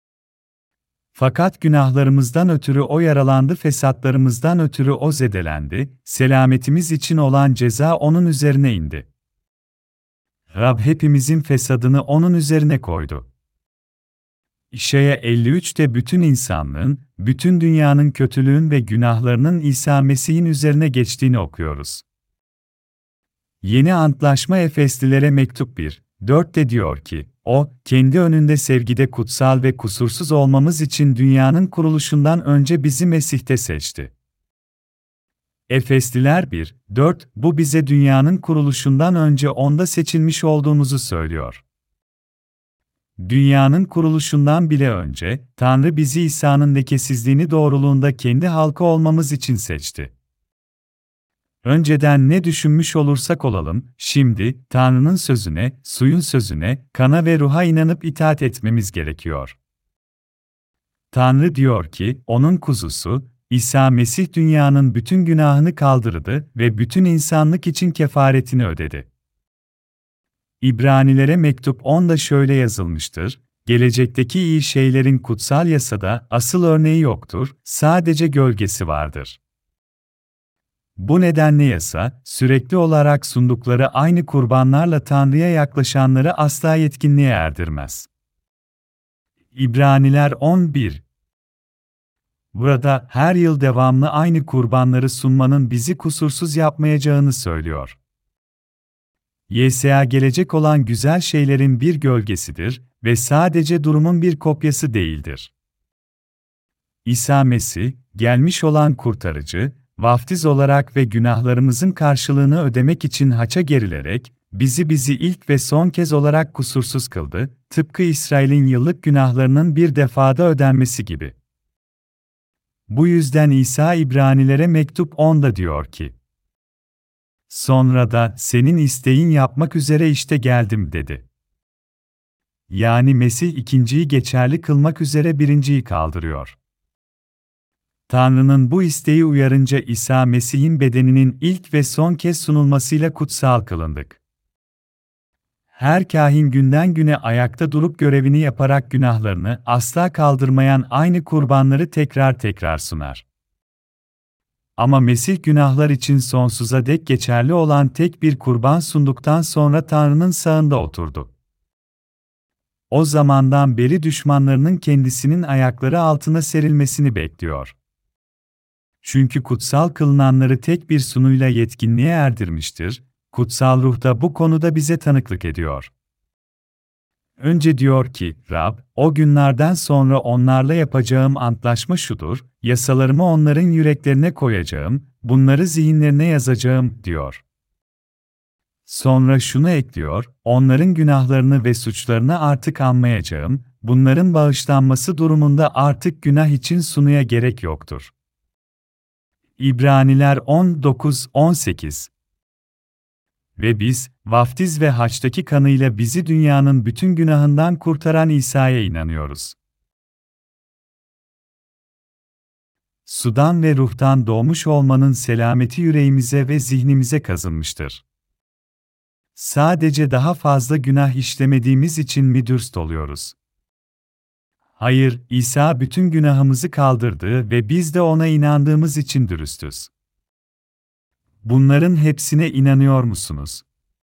Fakat günahlarımızdan ötürü o yaralandı, fesatlarımızdan ötürü o zedelendi, selametimiz için olan ceza onun üzerine indi. Rab hepimizin fesadını onun üzerine koydu. İşaya elli üçte bütün insanlığın, bütün dünyanın kötülüğün ve günahlarının İsa Mesih'in üzerine geçtiğini okuyoruz. Yeni Antlaşma Efeslilere mektup bir, dörtte diyor ki, o, kendi önünde sevgide kutsal ve kusursuz olmamız için dünyanın kuruluşundan önce bizi Mesih'te seçti. Efesliler bir, dört, bu bize dünyanın kuruluşundan önce onda seçilmiş olduğumuzu söylüyor. Dünyanın kuruluşundan bile önce, Tanrı bizi İsa'nın lekesizliğini doğruluğunda kendi halkı olmamız için seçti. Önceden ne düşünmüş olursak olalım, şimdi, Tanrı'nın sözüne, suyun sözüne, kana ve ruha inanıp itaat etmemiz gerekiyor. Tanrı diyor ki, onun kuzusu, İsa Mesih dünyanın bütün günahını kaldırdı ve bütün insanlık için kefaretini ödedi. İbranilere mektup onda şöyle yazılmıştır, gelecekteki iyi şeylerin kutsal yasada asıl örneği yoktur, sadece gölgesi vardır. Bu nedenle yasa, sürekli olarak sundukları aynı kurbanlarla Tanrı'ya yaklaşanları asla yetkinliğe erdirmez. İbraniler on bir. Burada her yıl devamlı aynı kurbanları sunmanın bizi kusursuz yapmayacağını söylüyor. Yesa gelecek olan güzel şeylerin bir gölgesidir ve sadece durumun bir kopyası değildir. İsa Mesih, gelmiş olan kurtarıcı, vaftiz olarak ve günahlarımızın karşılığını ödemek için haça gerilerek, bizi bizi ilk ve son kez olarak kusursuz kıldı, tıpkı İsrail'in yıllık günahlarının bir defada ödenmesi gibi. Bu yüzden İsa İbranilere mektup onda diyor ki, sonra da senin isteğin yapmak üzere işte geldim dedi. Yani Mesih ikinciyi geçerli kılmak üzere birinciyi kaldırıyor. Tanrı'nın bu isteği uyarınca İsa Mesih'in bedeninin ilk ve son kez sunulmasıyla kutsal kılındık. Her kâhin günden güne ayakta durup görevini yaparak günahlarını asla kaldırmayan aynı kurbanları tekrar tekrar sunar. Ama Mesih günahlar için sonsuza dek geçerli olan tek bir kurban sunduktan sonra Tanrı'nın sağında oturdu. O zamandan beri düşmanlarının kendisinin ayakları altına serilmesini bekliyor. Çünkü kutsal kılınanları tek bir sunuyla yetkinliğe erdirmiştir, kutsal ruh da bu konuda bize tanıklık ediyor. Önce diyor ki, Rab, o günlerden sonra onlarla yapacağım antlaşma şudur, yasalarımı onların yüreklerine koyacağım, bunları zihinlerine yazacağım, diyor. Sonra şunu ekliyor, onların günahlarını ve suçlarını artık anmayacağım, bunların bağışlanması durumunda artık günah için sunuya gerek yoktur. İbraniler on dokuz on sekiz. Ve biz, vaftiz ve haçtaki kanıyla bizi dünyanın bütün günahından kurtaran İsa'ya inanıyoruz. Sudan ve ruhtan doğmuş olmanın selameti yüreğimize ve zihnimize kazınmıştır. Sadece daha fazla günah işlemediğimiz için mi dürüst oluyoruz? Hayır, İsa bütün günahımızı kaldırdı ve biz de ona inandığımız için dürüstüz. Bunların hepsine inanıyor musunuz?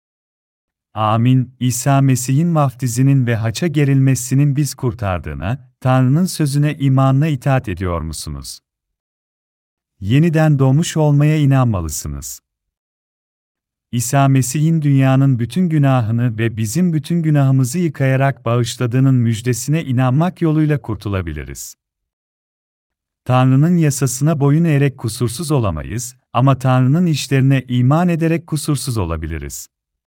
Amin, İsa Mesih'in vaftizinin ve haça gerilmesinin biz kurtardığına, Tanrı'nın sözüne imanla itaat ediyor musunuz? Yeniden doğmuş olmaya inanmalısınız. İsa Mesih'in dünyanın bütün günahını ve bizim bütün günahımızı yıkayarak bağışladığının müjdesine inanmak yoluyla kurtulabiliriz. Tanrı'nın yasasına boyun eğerek kusursuz olamayız, ama Tanrı'nın işlerine iman ederek kusursuz olabiliriz.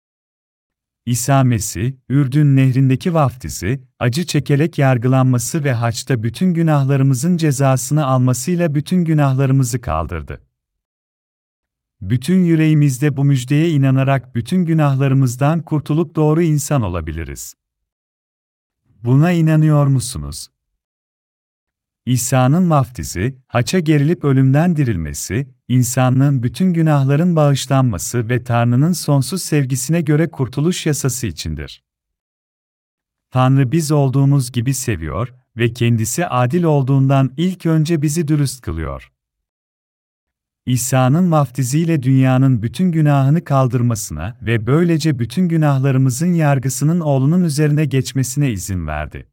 İsa Mesih, Ürdün Nehri'ndeki vaftizi, acı çekerek yargılanması ve haçta bütün günahlarımızın cezasını almasıyla bütün günahlarımızı kaldırdı. Bütün yüreğimizde bu müjdeye inanarak bütün günahlarımızdan kurtulup doğru insan olabiliriz. Buna inanıyor musunuz? İsa'nın vaftizi, haça gerilip ölümden dirilmesi, insanlığın bütün günahların bağışlanması ve Tanrı'nın sonsuz sevgisine göre kurtuluş yasası içindir. Tanrı biz olduğumuz gibi seviyor ve kendisi adil olduğundan ilk önce bizi dürüst kılıyor. İsa'nın vaftiziyle dünyanın bütün günahını kaldırmasına ve böylece bütün günahlarımızın yargısının oğlunun üzerine geçmesine izin verdi.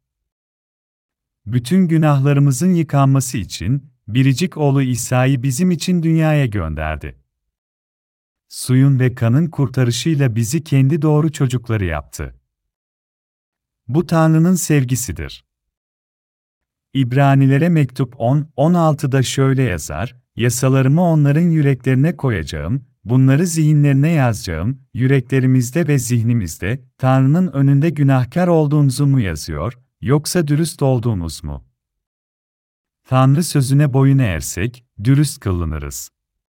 Bütün günahlarımızın yıkanması için, biricik oğlu İsa'yı bizim için dünyaya gönderdi. Suyun ve kanın kurtarışıyla bizi kendi doğru çocukları yaptı. Bu Tanrı'nın sevgisidir. İbranilere mektup on on altıda şöyle yazar, yasalarımı onların yüreklerine koyacağım, bunları zihinlerine yazacağım, yüreklerimizde ve zihnimizde, Tanrı'nın önünde günahkar olduğumuzu mu yazıyor, yoksa dürüst olduğumuz mu? Tanrı sözüne boyun eğersek, dürüst kılınırız.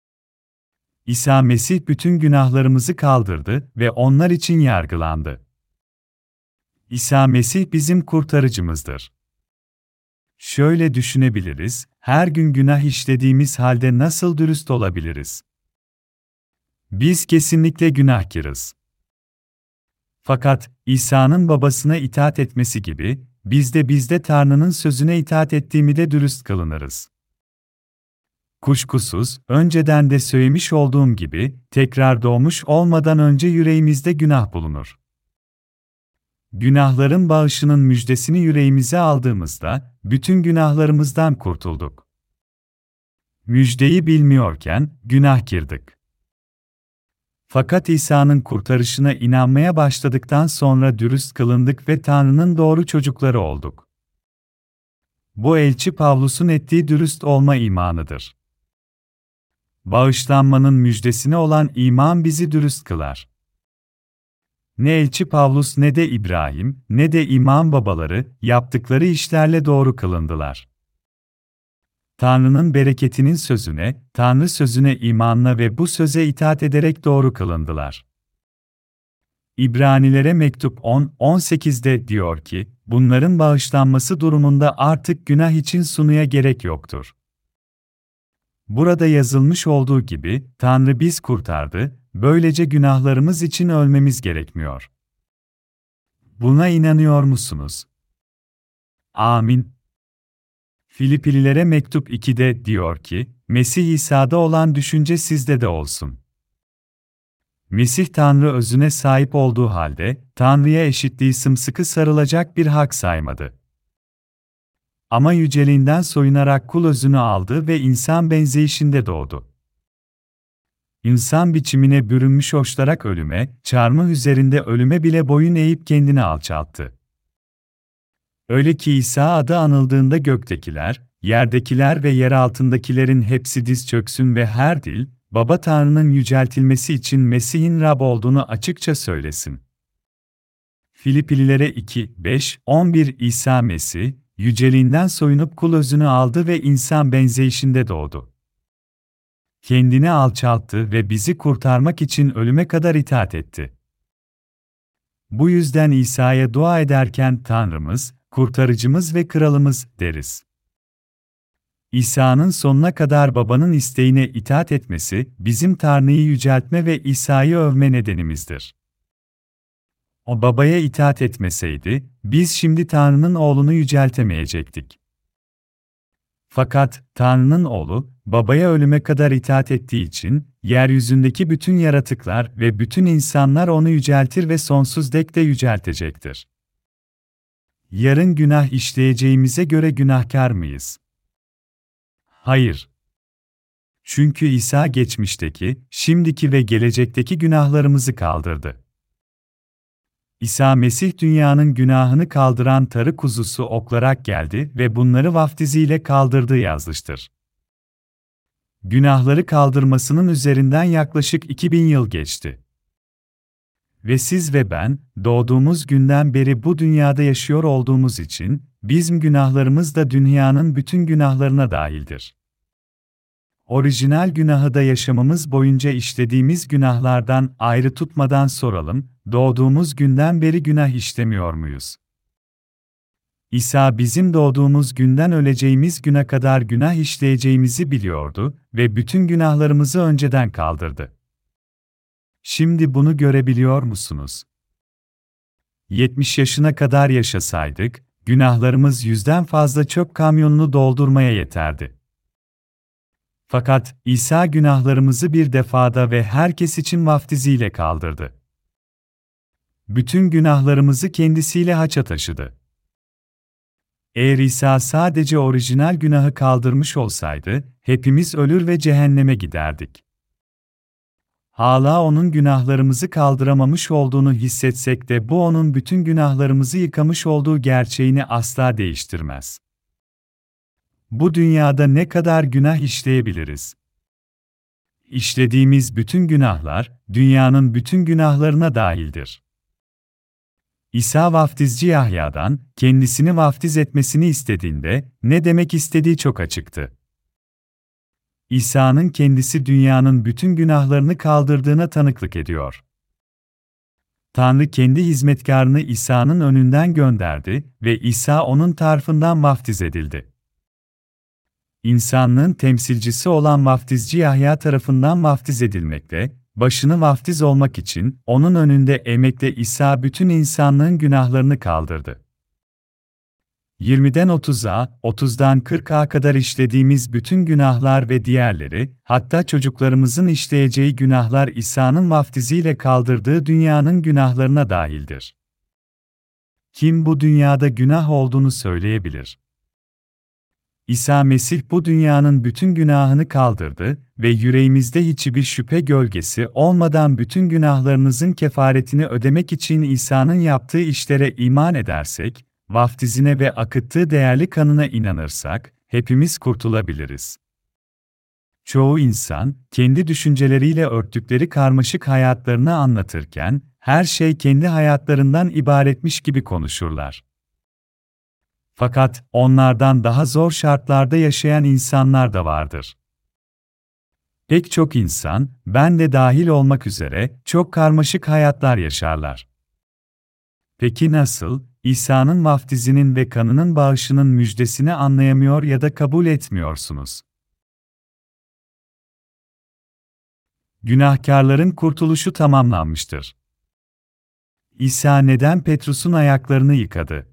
İsa Mesih bütün günahlarımızı kaldırdı ve onlar için yargılandı. İsa Mesih bizim kurtarıcımızdır. Şöyle düşünebiliriz, her gün günah işlediğimiz halde nasıl dürüst olabiliriz? Biz kesinlikle günahkarız. Fakat, İsa'nın babasına itaat etmesi gibi, biz de biz de Tanrı'nın sözüne itaat ettiğimi de dürüst kılınırız. Kuşkusuz, önceden de söylemiş olduğum gibi, tekrar doğmuş olmadan önce yüreğimizde günah bulunur. Günahların bağışının müjdesini yüreğimize aldığımızda, bütün günahlarımızdan kurtulduk. Müjdeyi bilmiyorken, günahkirdik. Fakat İsa'nın kurtarışına inanmaya başladıktan sonra dürüst kılındık ve Tanrı'nın doğru çocukları olduk. Bu elçi Pavlus'un ettiği dürüst olma imanıdır. Bağışlanmanın müjdesine olan iman bizi dürüst kılar. Ne elçi Pavlus ne de İbrahim, ne de imam babaları, yaptıkları işlerle doğru kılındılar. Tanrı'nın bereketinin sözüne, Tanrı sözüne imanla ve bu söze itaat ederek doğru kılındılar. İbranilere mektup on on sekizde diyor ki, bunların bağışlanması durumunda artık günah için sunuya gerek yoktur. Burada yazılmış olduğu gibi, Tanrı biz kurtardı, böylece günahlarımız için ölmemiz gerekmiyor. Buna inanıyor musunuz? Amin. Filipililere mektup ikide diyor ki, Mesih İsa'da olan düşünce sizde de olsun. Mesih Tanrı özüne sahip olduğu halde, Tanrı'ya eşitliği sımsıkı sarılacak bir hak saymadı. Ama yüceliğinden soyunarak kul özünü aldı ve insan benzeyişinde doğdu. İnsan biçimine bürünmüş hoşlarak ölüme, çarmıh üzerinde ölüme bile boyun eğip kendini alçalttı. Öyle ki İsa adı anıldığında göktekiler, yerdekiler ve yer altındakilerin hepsi diz çöksün ve her dil, Baba Tanrı'nın yüceltilmesi için Mesih'in Rab olduğunu açıkça söylesin. Filipililere iki beş on bir İsa Mesih, yüceliğinden soyunup kul özünü aldı ve insan benzeyişinde doğdu. Kendini alçalttı ve bizi kurtarmak için ölüme kadar itaat etti. Bu yüzden İsa'ya dua ederken Tanrımız, Kurtarıcımız ve Kralımız deriz. İsa'nın sonuna kadar Baba'nın isteğine itaat etmesi, bizim Tanrı'yı yüceltme ve İsa'yı övme nedenimizdir. O Baba'ya itaat etmeseydi, biz şimdi Tanrı'nın oğlunu yüceltemeyecektik. Fakat, Tanrı'nın oğlu, Baba'ya ölüme kadar itaat ettiği için, yeryüzündeki bütün yaratıklar ve bütün insanlar onu yüceltir ve sonsuz dek de yüceltecektir. Yarın günah işleyeceğimize göre günahkar mıyız? Hayır. Çünkü İsa geçmişteki, şimdiki ve gelecekteki günahlarımızı kaldırdı. İsa Mesih dünyanın günahını kaldıran tarı kuzusu olarak geldi ve bunları vaftiziyle kaldırdığı yazmıştır. Günahları kaldırmasının üzerinden yaklaşık iki bin yıl geçti. Ve siz ve ben, doğduğumuz günden beri bu dünyada yaşıyor olduğumuz için, bizim günahlarımız da dünyanın bütün günahlarına dahildir. Orijinal günahı da yaşamımız boyunca işlediğimiz günahlardan ayrı tutmadan soralım, doğduğumuz günden beri günah işlemiyor muyuz? İsa bizim doğduğumuz günden öleceğimiz güne kadar günah işleyeceğimizi biliyordu ve bütün günahlarımızı önceden kaldırdı. Şimdi bunu görebiliyor musunuz? yetmiş yaşına kadar yaşasaydık, günahlarımız yüzden fazla çöp kamyonunu doldurmaya yeterdi. Fakat İsa günahlarımızı bir defada ve herkes için vaftiziyle kaldırdı. Bütün günahlarımızı kendisiyle haça taşıdı. Eğer İsa sadece orijinal günahı kaldırmış olsaydı, hepimiz ölür ve cehenneme giderdik. Hala onun günahlarımızı kaldıramamış olduğunu hissetsek de bu onun bütün günahlarımızı yıkamış olduğu gerçeğini asla değiştirmez. Bu dünyada ne kadar günah işleyebiliriz? İşlediğimiz bütün günahlar, dünyanın bütün günahlarına dahildir. İsa vaftizci Yahya'dan, kendisini vaftiz etmesini istediğinde, ne demek istediği çok açıktı. İsa'nın kendisi dünyanın bütün günahlarını kaldırdığına tanıklık ediyor. Tanrı kendi hizmetkarını İsa'nın önünden gönderdi ve İsa onun tarafından vaftiz edildi. İnsanlığın temsilcisi olan vaftizci Yahya tarafından vaftiz edilmekte, başını vaftiz olmak için onun önünde eğmekle İsa bütün insanlığın günahlarını kaldırdı. yirmiden otuza, otuzdan kırka kadar işlediğimiz bütün günahlar ve diğerleri, hatta çocuklarımızın işleyeceği günahlar İsa'nın vaftiziyle kaldırdığı dünyanın günahlarına dahildir. Kim bu dünyada günah olduğunu söyleyebilir? İsa Mesih bu dünyanın bütün günahını kaldırdı ve yüreğimizde hiçbir şüphe gölgesi olmadan bütün günahlarınızın kefaretini ödemek için İsa'nın yaptığı işlere iman edersek, vaftizine ve akıttığı değerli kanına inanırsak, hepimiz kurtulabiliriz. Çoğu insan, kendi düşünceleriyle örttükleri karmaşık hayatlarını anlatırken, her şey kendi hayatlarından ibaretmiş gibi konuşurlar. Fakat onlardan daha zor şartlarda yaşayan insanlar da vardır. Pek çok insan, ben de dahil olmak üzere, çok karmaşık hayatlar yaşarlar. Peki nasıl, İsa'nın vaftizinin ve kanının bağışının müjdesini anlayamıyor ya da kabul etmiyorsunuz? Günahkarların kurtuluşu tamamlanmıştır. İsa neden Petrus'un ayaklarını yıkadı?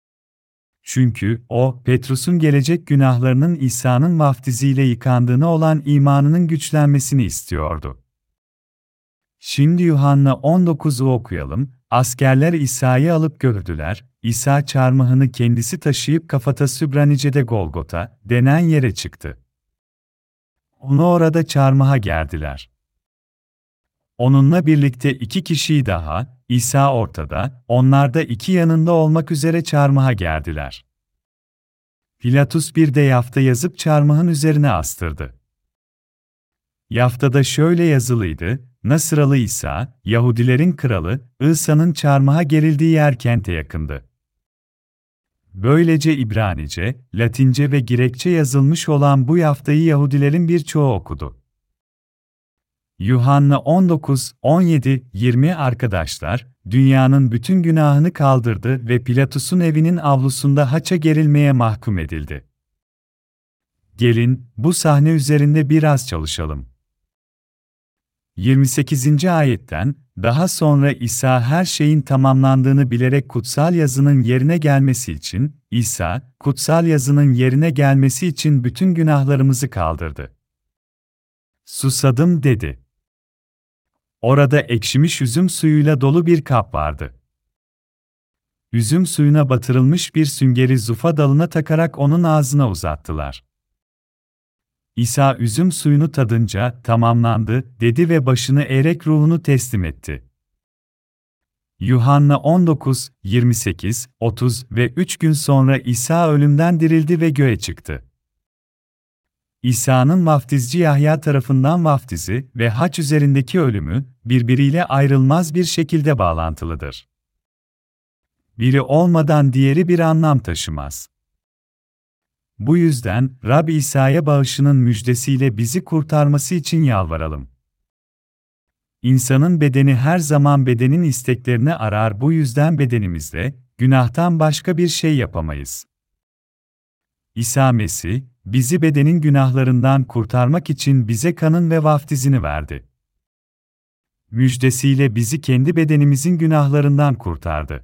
Çünkü o, Petrus'un gelecek günahlarının İsa'nın vaftiziyle yıkandığına olan imanının güçlenmesini istiyordu. Şimdi Yuhanna on dokuzu okuyalım. Askerler İsa'yı alıp götürdüler. İsa çarmıhını kendisi taşıyıp Kafata Sübranice'de Golgota denen yere çıktı. Onu orada çarmıha gerdiler. Onunla birlikte iki kişiyi daha, İsa ortada, onlar da iki yanında olmak üzere çarmıha gerdiler. Pilatus bir de yafta yazıp çarmıhın üzerine astırdı. Yaftada şöyle yazılıydı: Nasıralı İsa, Yahudilerin kralı, İsa'nın çarmıha gerildiği yer kente yakındı. Böylece İbranice, Latince ve Grekçe yazılmış olan bu yaftayı Yahudilerin birçoğu okudu. Yuhanna on dokuz, on yedi, yirmi Arkadaşlar, dünyanın bütün günahını kaldırdı ve Pilatus'un evinin avlusunda haça gerilmeye mahkum edildi. Gelin, bu sahne üzerinde biraz çalışalım. yirmi sekizinci ayetten, daha sonra İsa her şeyin tamamlandığını bilerek kutsal yazının yerine gelmesi için, İsa, kutsal yazının yerine gelmesi için bütün günahlarımızı kaldırdı. Susadım dedi. Orada ekşimiş üzüm suyuyla dolu bir kap vardı. Üzüm suyuna batırılmış bir süngeri zufa dalına takarak onun ağzına uzattılar. İsa üzüm suyunu tadınca, tamamlandı, dedi ve başını eğerek ruhunu teslim etti. Yuhanna on dokuz, yirmi sekiz, otuz ve üç gün sonra İsa ölümden dirildi ve göğe çıktı. İsa'nın vaftizci Yahya tarafından vaftizi ve haç üzerindeki ölümü, birbiriyle ayrılmaz bir şekilde bağlantılıdır. Biri olmadan diğeri bir anlam taşımaz. Bu yüzden, Rab İsa'ya bağışının müjdesiyle bizi kurtarması için yalvaralım. İnsanın bedeni her zaman bedenin isteklerini arar, bu yüzden bedenimizde, günahtan başka bir şey yapamayız. İsa Mesih, bizi bedenin günahlarından kurtarmak için bize kanın ve vaftizini verdi. Müjdesiyle bizi kendi bedenimizin günahlarından kurtardı.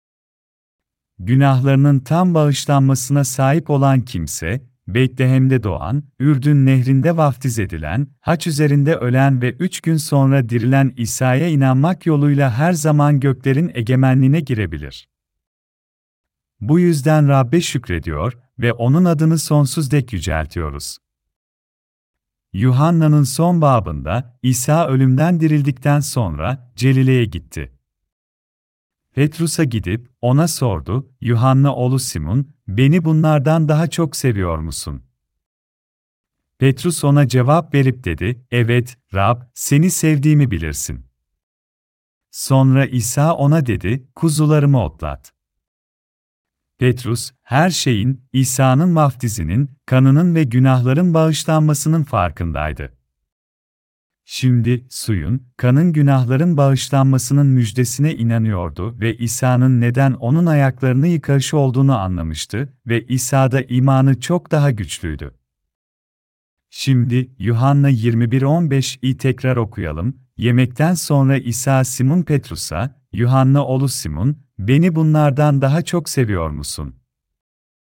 Günahlarının tam bağışlanmasına sahip olan kimse, Betlehem'de doğan, Ürdün nehrinde vaftiz edilen, haç üzerinde ölen ve üç gün sonra dirilen İsa'ya inanmak yoluyla her zaman göklerin egemenliğine girebilir. Bu yüzden Rab'be şükrediyor ve O'nun adını sonsuz dek yüceltiyoruz. Yuhanna'nın son babında, İsa ölümden dirildikten sonra, Celile'ye gitti. Petrus'a gidip, ona sordu, Yuhanna oğlu Simon, beni bunlardan daha çok seviyor musun? Petrus ona cevap verip dedi, evet, Rab, seni sevdiğimi bilirsin. Sonra İsa ona dedi, kuzularımı otlat. Petrus, her şeyin, İsa'nın vaftizinin, kanının ve günahların bağışlanmasının farkındaydı. Şimdi, suyun, kanın günahların bağışlanmasının müjdesine inanıyordu ve İsa'nın neden onun ayaklarını yıkayışı olduğunu anlamıştı ve İsa'da imanı çok daha güçlüydü. Şimdi, Yuhanna yirmi bir on beş'i tekrar okuyalım. Yemekten sonra İsa Simon Petrus'a, Yuhanna oğlu Simon, beni bunlardan daha çok seviyor musun?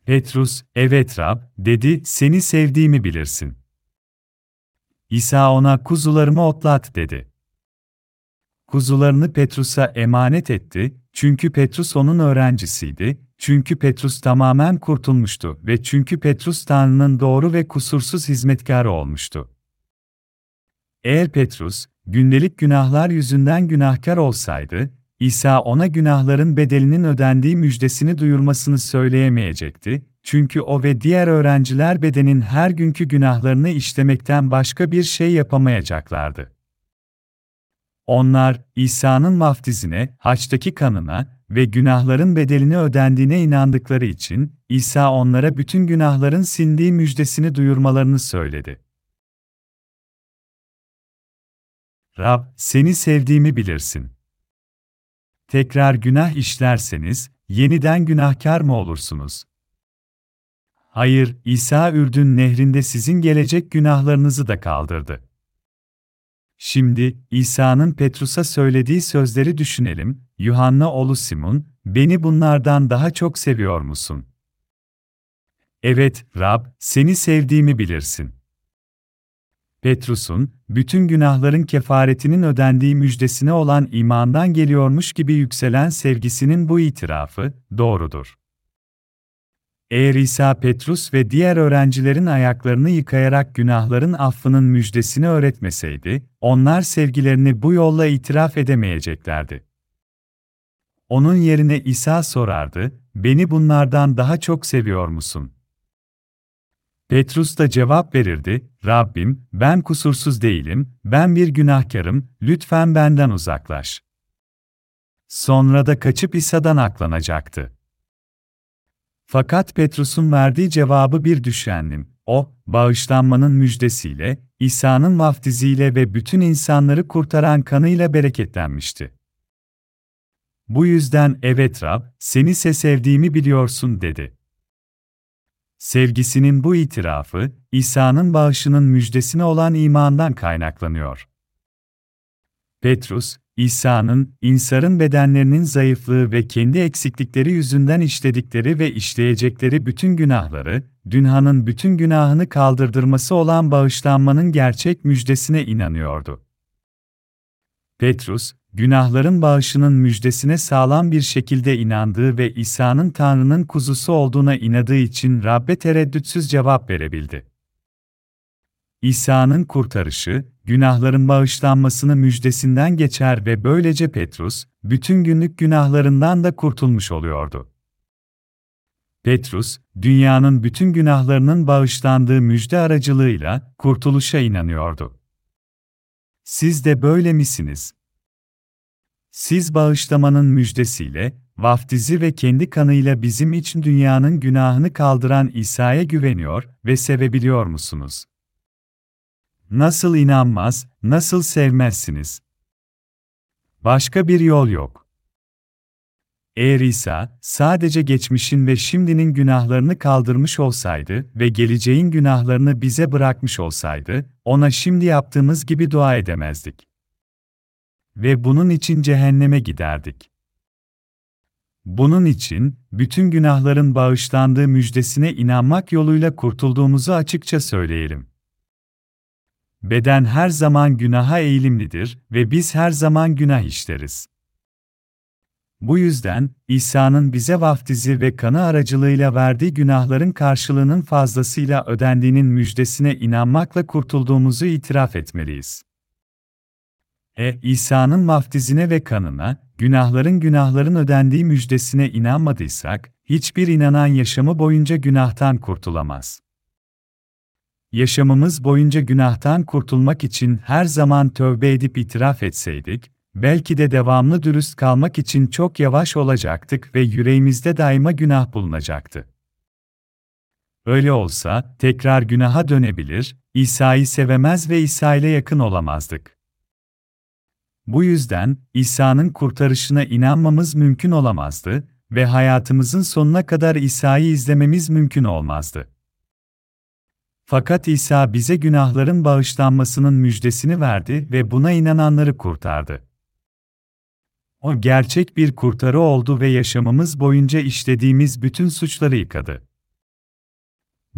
Petrus, "Evet Rab," dedi, "seni sevdiğimi bilirsin." İsa ona, "Kuzularımı otlat," dedi. Kuzularını Petrus'a emanet etti, çünkü Petrus onun öğrencisiydi, çünkü Petrus tamamen kurtulmuştu ve çünkü Petrus Tanrı'nın doğru ve kusursuz hizmetkarı olmuştu. Eğer Petrus, gündelik günahlar yüzünden günahkar olsaydı, İsa ona günahların bedelinin ödendiği müjdesini duyurmasını söyleyemeyecekti, çünkü o ve diğer öğrenciler bedenin her günkü günahlarını işlemekten başka bir şey yapamayacaklardı. Onlar, İsa'nın vaftizine, haçtaki kanına ve günahların bedelini ödendiğine inandıkları için, İsa onlara bütün günahların sindiği müjdesini duyurmalarını söyledi. Rab, seni sevdiğimi bilirsin. Tekrar günah işlerseniz, yeniden günahkar mı olursunuz? Hayır, İsa Ürdün Nehri'nde sizin gelecek günahlarınızı da kaldırdı. Şimdi, İsa'nın Petrus'a söylediği sözleri düşünelim. Yuhanna oğlu Simon, beni bunlardan daha çok seviyor musun? Evet, Rab, seni sevdiğimi bilirsin. Petrus'un, bütün günahların kefaretinin ödendiği müjdesine olan imandan geliyormuş gibi yükselen sevgisinin bu itirafı, doğrudur. Eğer İsa Petrus ve diğer öğrencilerin ayaklarını yıkayarak günahların affının müjdesini öğretmeseydi, onlar sevgilerini bu yolla itiraf edemeyeceklerdi. Onun yerine İsa sorardı, "Beni bunlardan daha çok seviyor musun?" Petrus da cevap verirdi, "Rabbim, ben kusursuz değilim, ben bir günahkarım, lütfen benden uzaklaş." Sonra da kaçıp İsa'dan aklanacaktı. Fakat Petrus'un verdiği cevabı bir düşünelim. O, bağışlanmanın müjdesiyle, İsa'nın vaftiziyle ve bütün insanları kurtaran kanıyla bereketlenmişti. Bu yüzden, "Evet Rab, seni sevdiğimi biliyorsun," dedi. Sevgisinin bu itirafı, İsa'nın bağışının müjdesine olan imandan kaynaklanıyor. Petrus, İsa'nın, insanların bedenlerinin zayıflığı ve kendi eksiklikleri yüzünden işledikleri ve işleyecekleri bütün günahları, dünyanın bütün günahını kaldırdırması olan bağışlanmanın gerçek müjdesine inanıyordu. Petrus, günahların bağışının müjdesine sağlam bir şekilde inandığı ve İsa'nın Tanrı'nın kuzusu olduğuna inadığı için Rab'be tereddütsüz cevap verebildi. İsa'nın kurtarışı, günahların bağışlanmasını müjdesinden geçer ve böylece Petrus, bütün günlük günahlarından da kurtulmuş oluyordu. Petrus, dünyanın bütün günahlarının bağışlandığı müjde aracılığıyla kurtuluşa inanıyordu. Siz de böyle misiniz? Siz bağışlamanın müjdesiyle, vaftizi ve kendi kanıyla bizim için dünyanın günahını kaldıran İsa'ya güveniyor ve sevebiliyor musunuz? Nasıl inanmaz, nasıl sevmezsiniz? Başka bir yol yok. Eğer İsa, sadece geçmişin ve şimdinin günahlarını kaldırmış olsaydı ve geleceğin günahlarını bize bırakmış olsaydı, ona şimdi yaptığımız gibi dua edemezdik. Ve bunun için cehenneme giderdik. Bunun için, bütün günahların bağışlandığı müjdesine inanmak yoluyla kurtulduğumuzu açıkça söyleyelim. Beden her zaman günaha eğilimlidir ve biz her zaman günah işleriz. Bu yüzden, İsa'nın bize vaftizi ve kanı aracılığıyla verdiği günahların karşılığının fazlasıyla ödendiğinin müjdesine inanmakla kurtulduğumuzu itiraf etmeliyiz. E, İsa'nın vaftizine ve kanına, günahların günahların ödendiği müjdesine inanmadıysak, hiçbir inanan yaşamı boyunca günahtan kurtulamaz. Yaşamımız boyunca günahtan kurtulmak için her zaman tövbe edip itiraf etseydik, belki de devamlı dürüst kalmak için çok yavaş olacaktık ve yüreğimizde daima günah bulunacaktı. Öyle olsa, tekrar günaha dönebilir, İsa'yı sevemez ve İsa ile yakın olamazdık. Bu yüzden, İsa'nın kurtarışına inanmamız mümkün olamazdı ve hayatımızın sonuna kadar İsa'yı izlememiz mümkün olmazdı. Fakat İsa bize günahların bağışlanmasının müjdesini verdi ve buna inananları kurtardı. O gerçek bir kurtarı oldu ve yaşamımız boyunca işlediğimiz bütün suçları yıkadı.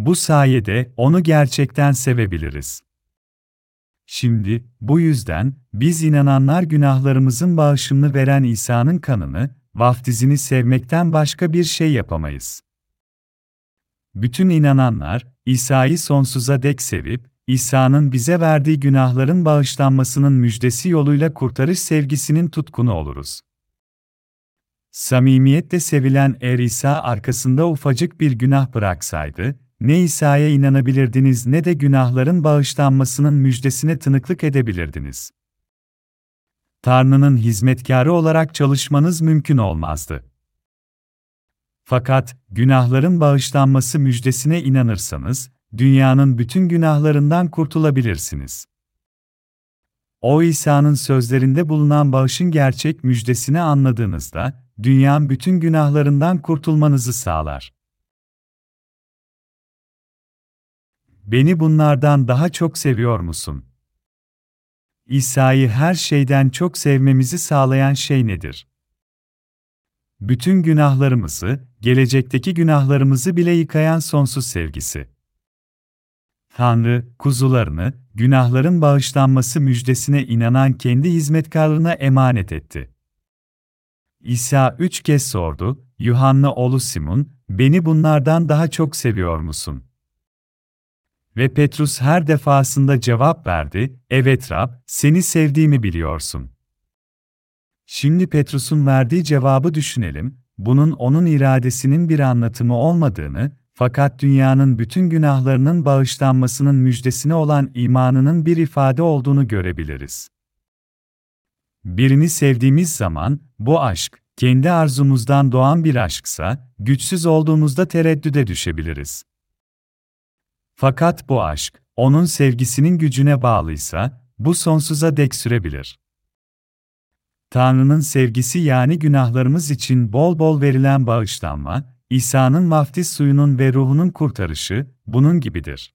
Bu sayede onu gerçekten sevebiliriz. Şimdi, bu yüzden, biz inananlar günahlarımızın bağışını veren İsa'nın kanını, vaftizini sevmekten başka bir şey yapamayız. Bütün inananlar, İsa'yı sonsuza dek sevip, İsa'nın bize verdiği günahların bağışlanmasının müjdesi yoluyla kurtarış sevgisinin tutkunu oluruz. Samimiyetle sevilen eğer İsa arkasında ufacık bir günah bıraksaydı, ne İsa'ya inanabilirdiniz ne de günahların bağışlanmasının müjdesine tanıklık edebilirdiniz. Tanrı'nın hizmetkarı olarak çalışmanız mümkün olmazdı. Fakat, günahların bağışlanması müjdesine inanırsanız, dünyanın bütün günahlarından kurtulabilirsiniz. O İsa'nın sözlerinde bulunan bağışın gerçek müjdesini anladığınızda, dünyanın bütün günahlarından kurtulmanızı sağlar. Beni bunlardan daha çok seviyor musun? İsa'yı her şeyden çok sevmemizi sağlayan şey nedir? Bütün günahlarımızı, gelecekteki günahlarımızı bile yıkayan sonsuz sevgisi. Tanrı, kuzularını, günahların bağışlanması müjdesine inanan kendi hizmetkarlarına emanet etti. İsa üç kez sordu, Yuhanna oğlu Simon, beni bunlardan daha çok seviyor musun? Ve Petrus her defasında cevap verdi, evet Rab, seni sevdiğimi biliyorsun. Şimdi Petrus'un verdiği cevabı düşünelim, bunun onun iradesinin bir anlatımı olmadığını, fakat dünyanın bütün günahlarının bağışlanmasının müjdesine olan imanının bir ifade olduğunu görebiliriz. Birini sevdiğimiz zaman, bu aşk, kendi arzumuzdan doğan bir aşksa, güçsüz olduğumuzda tereddüde düşebiliriz. Fakat bu aşk, onun sevgisinin gücüne bağlıysa, bu sonsuza dek sürebilir. Tanrı'nın sevgisi yani günahlarımız için bol bol verilen bağışlanma, İsa'nın vaftiz suyunun ve ruhunun kurtarışı, bunun gibidir.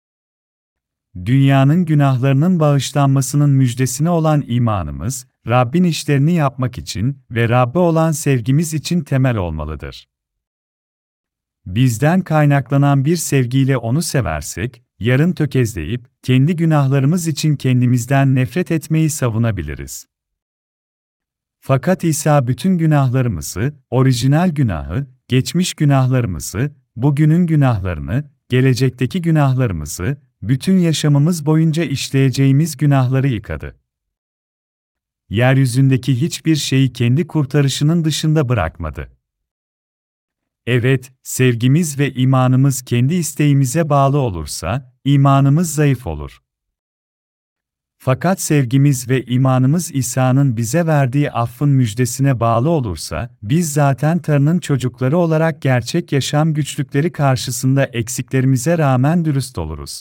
Dünyanın günahlarının bağışlanmasının müjdesine olan imanımız, Rabbin işlerini yapmak için ve Rabbe olan sevgimiz için temel olmalıdır. Bizden kaynaklanan bir sevgiyle onu seversek, yarın tökezleyip, kendi günahlarımız için kendimizden nefret etmeyi savunabiliriz. Fakat İsa bütün günahlarımızı, orijinal günahı, geçmiş günahlarımızı, bugünün günahlarını, gelecekteki günahlarımızı, bütün yaşamımız boyunca işleyeceğimiz günahları yıkadı. Yeryüzündeki hiçbir şeyi kendi kurtarışının dışında bırakmadı. Evet, sevgimiz ve imanımız kendi isteğimize bağlı olursa, imanımız zayıf olur. Fakat sevgimiz ve imanımız İsa'nın bize verdiği affın müjdesine bağlı olursa, biz zaten Tanrı'nın çocukları olarak gerçek yaşam güçlükleri karşısında eksiklerimize rağmen dürüst oluruz.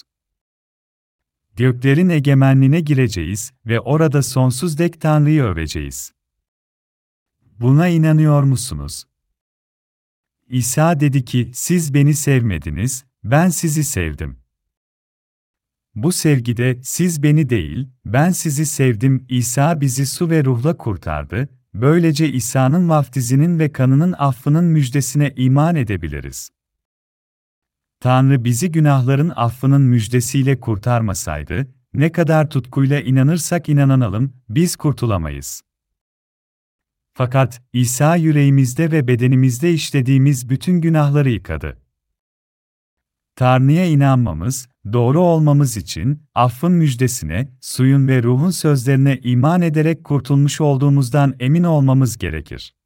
Göklerin egemenliğine gireceğiz ve orada sonsuz dek Tanrı'yı öveceğiz. Buna inanıyor musunuz? İsa dedi ki, siz beni sevmediniz, ben sizi sevdim. Bu sevgide siz beni değil, ben sizi sevdim. İsa bizi su ve ruhla kurtardı. Böylece İsa'nın vaftizinin ve kanının affının müjdesine iman edebiliriz. Tanrı bizi günahların affının müjdesiyle kurtarmasaydı, ne kadar tutkuyla inanırsak inanalım, biz kurtulamayız. Fakat İsa yüreğimizde ve bedenimizde işlediğimiz bütün günahları yıkadı. Tanrı'ya inanmamız, doğru olmamız için, affın müjdesine, suyun ve ruhun sözlerine iman ederek kurtulmuş olduğumuzdan emin olmamız gerekir.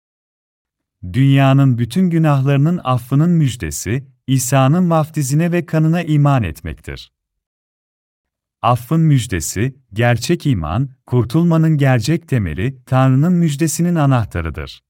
Dünyanın bütün günahlarının affının müjdesi, İsa'nın vaftizine ve kanına iman etmektir. Affın müjdesi, gerçek iman, kurtulmanın gerçek temeli, Tanrı'nın müjdesinin anahtarıdır.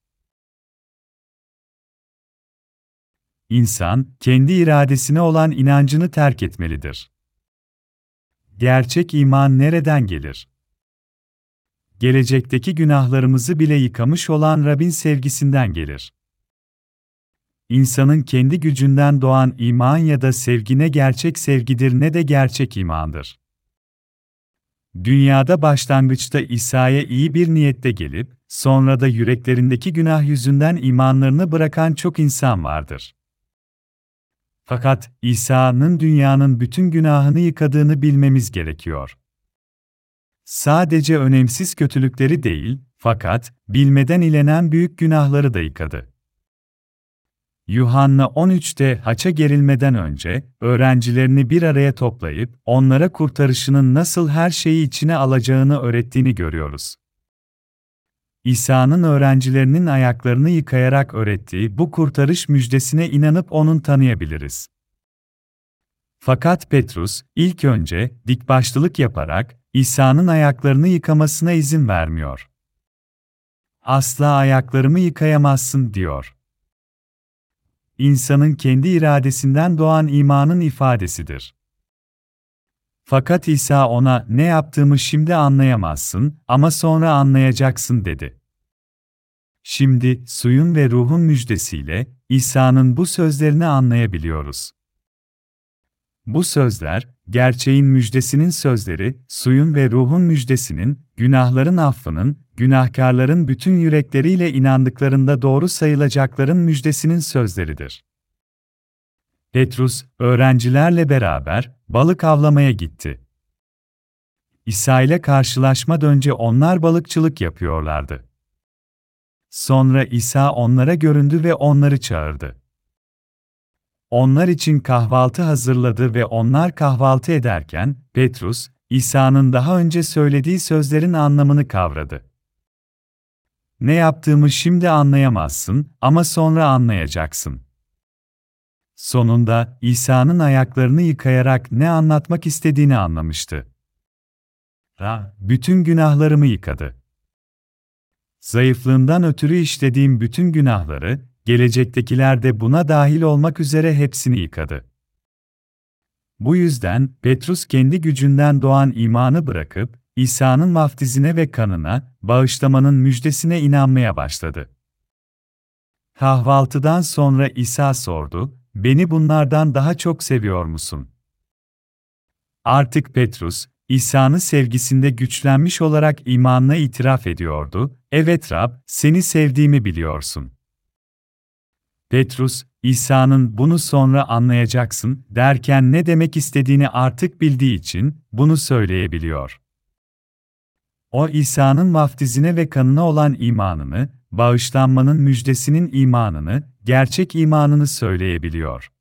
İnsan, kendi iradesine olan inancını terk etmelidir. Gerçek iman nereden gelir? Gelecekteki günahlarımızı bile yıkamış olan Rabbin sevgisinden gelir. İnsanın kendi gücünden doğan iman ya da sevgi ne gerçek sevgidir ne de gerçek imandır. Dünyada başlangıçta İsa'ya iyi bir niyette gelip, sonra da yüreklerindeki günah yüzünden imanlarını bırakan çok insan vardır. Fakat İsa'nın dünyanın bütün günahını yıkadığını bilmemiz gerekiyor. Sadece önemsiz kötülükleri değil, fakat bilmeden ilenen büyük günahları da yıkadı. Yuhanna on üçte haça gerilmeden önce, öğrencilerini bir araya toplayıp, onlara kurtarışının nasıl her şeyi içine alacağını öğrettiğini görüyoruz. İsa'nın öğrencilerinin ayaklarını yıkayarak öğrettiği bu kurtarış müjdesine inanıp onu tanıyabiliriz. Fakat Petrus, ilk önce, dikbaşlılık yaparak, İsa'nın ayaklarını yıkamasına izin vermiyor. "Asla ayaklarımı yıkayamazsın," diyor. İnsanın kendi iradesinden doğan imanın ifadesidir. Fakat İsa ona, "Ne yaptığımı şimdi anlayamazsın ama sonra anlayacaksın," dedi. Şimdi, suyun ve ruhun müjdesiyle, İsa'nın bu sözlerini anlayabiliyoruz. Bu sözler, gerçeğin müjdesinin sözleri, suyun ve ruhun müjdesinin, günahların affının, günahkarların bütün yürekleriyle inandıklarında doğru sayılacakların müjdesinin sözleridir. Petrus, öğrencilerle beraber, balık avlamaya gitti. İsa ile karşılaşmadan önce onlar balıkçılık yapıyorlardı. Sonra İsa onlara göründü ve onları çağırdı. Onlar için kahvaltı hazırladı ve onlar kahvaltı ederken, Petrus, İsa'nın daha önce söylediği sözlerin anlamını kavradı. "Ne yaptığımı şimdi anlayamazsın ama sonra anlayacaksın." Sonunda, İsa'nın ayaklarını yıkayarak ne anlatmak istediğini anlamıştı. Ra, bütün günahlarımı yıkadı. Zayıflığından ötürü işlediğim bütün günahları, gelecektekiler de buna dahil olmak üzere hepsini yıkadı. Bu yüzden, Petrus kendi gücünden doğan imanı bırakıp, İsa'nın vaftizine ve kanına, bağışlamanın müjdesine inanmaya başladı. Kahvaltıdan sonra İsa sordu, "Beni bunlardan daha çok seviyor musun?" Artık Petrus, İsa'nın sevgisinde güçlenmiş olarak imanla itiraf ediyordu, "Evet Rab, seni sevdiğimi biliyorsun." Petrus, İsa'nın "bunu sonra anlayacaksın" derken ne demek istediğini artık bildiği için, bunu söyleyebiliyor. O İsa'nın vaftizine ve kanına olan imanını, bağışlanmanın müjdesinin imanını, gerçek imanını söyleyebiliyor.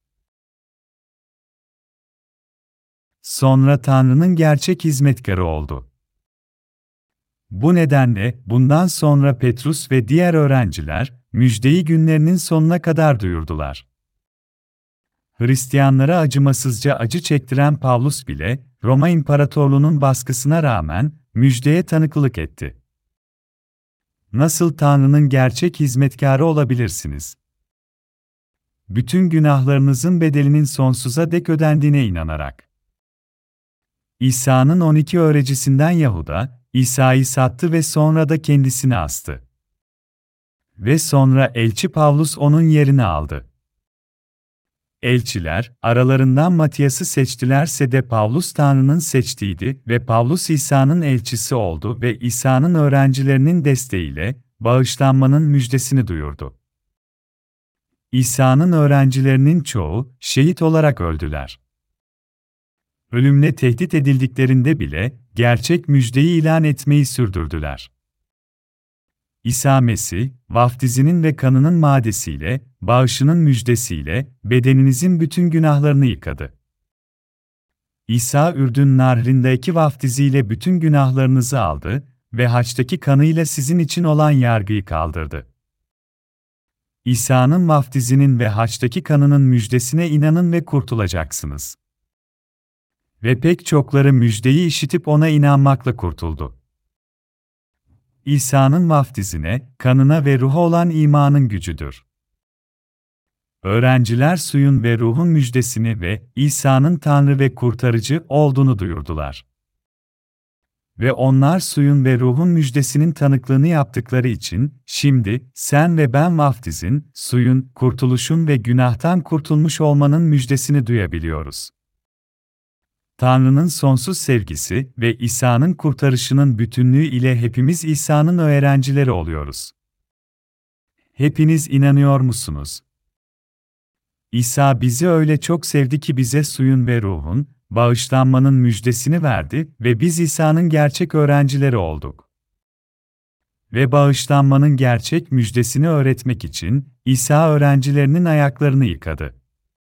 Sonra Tanrı'nın gerçek hizmetkarı oldu. Bu nedenle, bundan sonra Petrus ve diğer öğrenciler, müjdeyi günlerinin sonuna kadar duyurdular. Hristiyanlara acımasızca acı çektiren Pavlus bile, Roma İmparatorluğu'nun baskısına rağmen, müjdeye tanıklık etti. Nasıl Tanrı'nın gerçek hizmetkarı olabilirsiniz? Bütün günahlarınızın bedelinin sonsuza dek ödendiğine inanarak. İsa'nın on iki öğrencisinden Yahuda, İsa'yı sattı ve sonra da kendisini astı. Ve sonra elçi Pavlus onun yerini aldı. Elçiler, aralarından Matiyas'ı seçtilerse de Pavlus Tanrı'nın seçtiğiydi ve Pavlus İsa'nın elçisi oldu ve İsa'nın öğrencilerinin desteğiyle, bağışlanmanın müjdesini duyurdu. İsa'nın öğrencilerinin çoğu, şehit olarak öldüler. Ölümle tehdit edildiklerinde bile, gerçek müjdeyi ilan etmeyi sürdürdüler. İsa Mesih, vaftizinin ve kanının madesiyle, bağışının müjdesiyle, bedeninizin bütün günahlarını yıkadı. İsa Ürdün Nehri'ndeki vaftiziyle bütün günahlarınızı aldı ve haçtaki kanıyla sizin için olan yargıyı kaldırdı. İsa'nın vaftizinin ve haçtaki kanının müjdesine inanın ve kurtulacaksınız. Ve pek çokları müjdeyi işitip ona inanmakla kurtuldu. İsa'nın vaftizine, kanına ve ruha olan imanın gücüdür. Öğrenciler suyun ve ruhun müjdesini ve İsa'nın Tanrı ve kurtarıcı olduğunu duyurdular. Ve onlar suyun ve ruhun müjdesinin tanıklığını yaptıkları için, şimdi, sen ve ben vaftizin, suyun, kurtuluşun ve günahtan kurtulmuş olmanın müjdesini duyabiliyoruz. Tanrı'nın sonsuz sevgisi ve İsa'nın kurtarışının bütünlüğü ile hepimiz İsa'nın öğrencileri oluyoruz. Hepiniz inanıyor musunuz? İsa bizi öyle çok sevdi ki bize suyun ve ruhun, bağışlanmanın müjdesini verdi ve biz İsa'nın gerçek öğrencileri olduk. Ve bağışlanmanın gerçek müjdesini öğretmek için İsa öğrencilerinin ayaklarını yıkadı.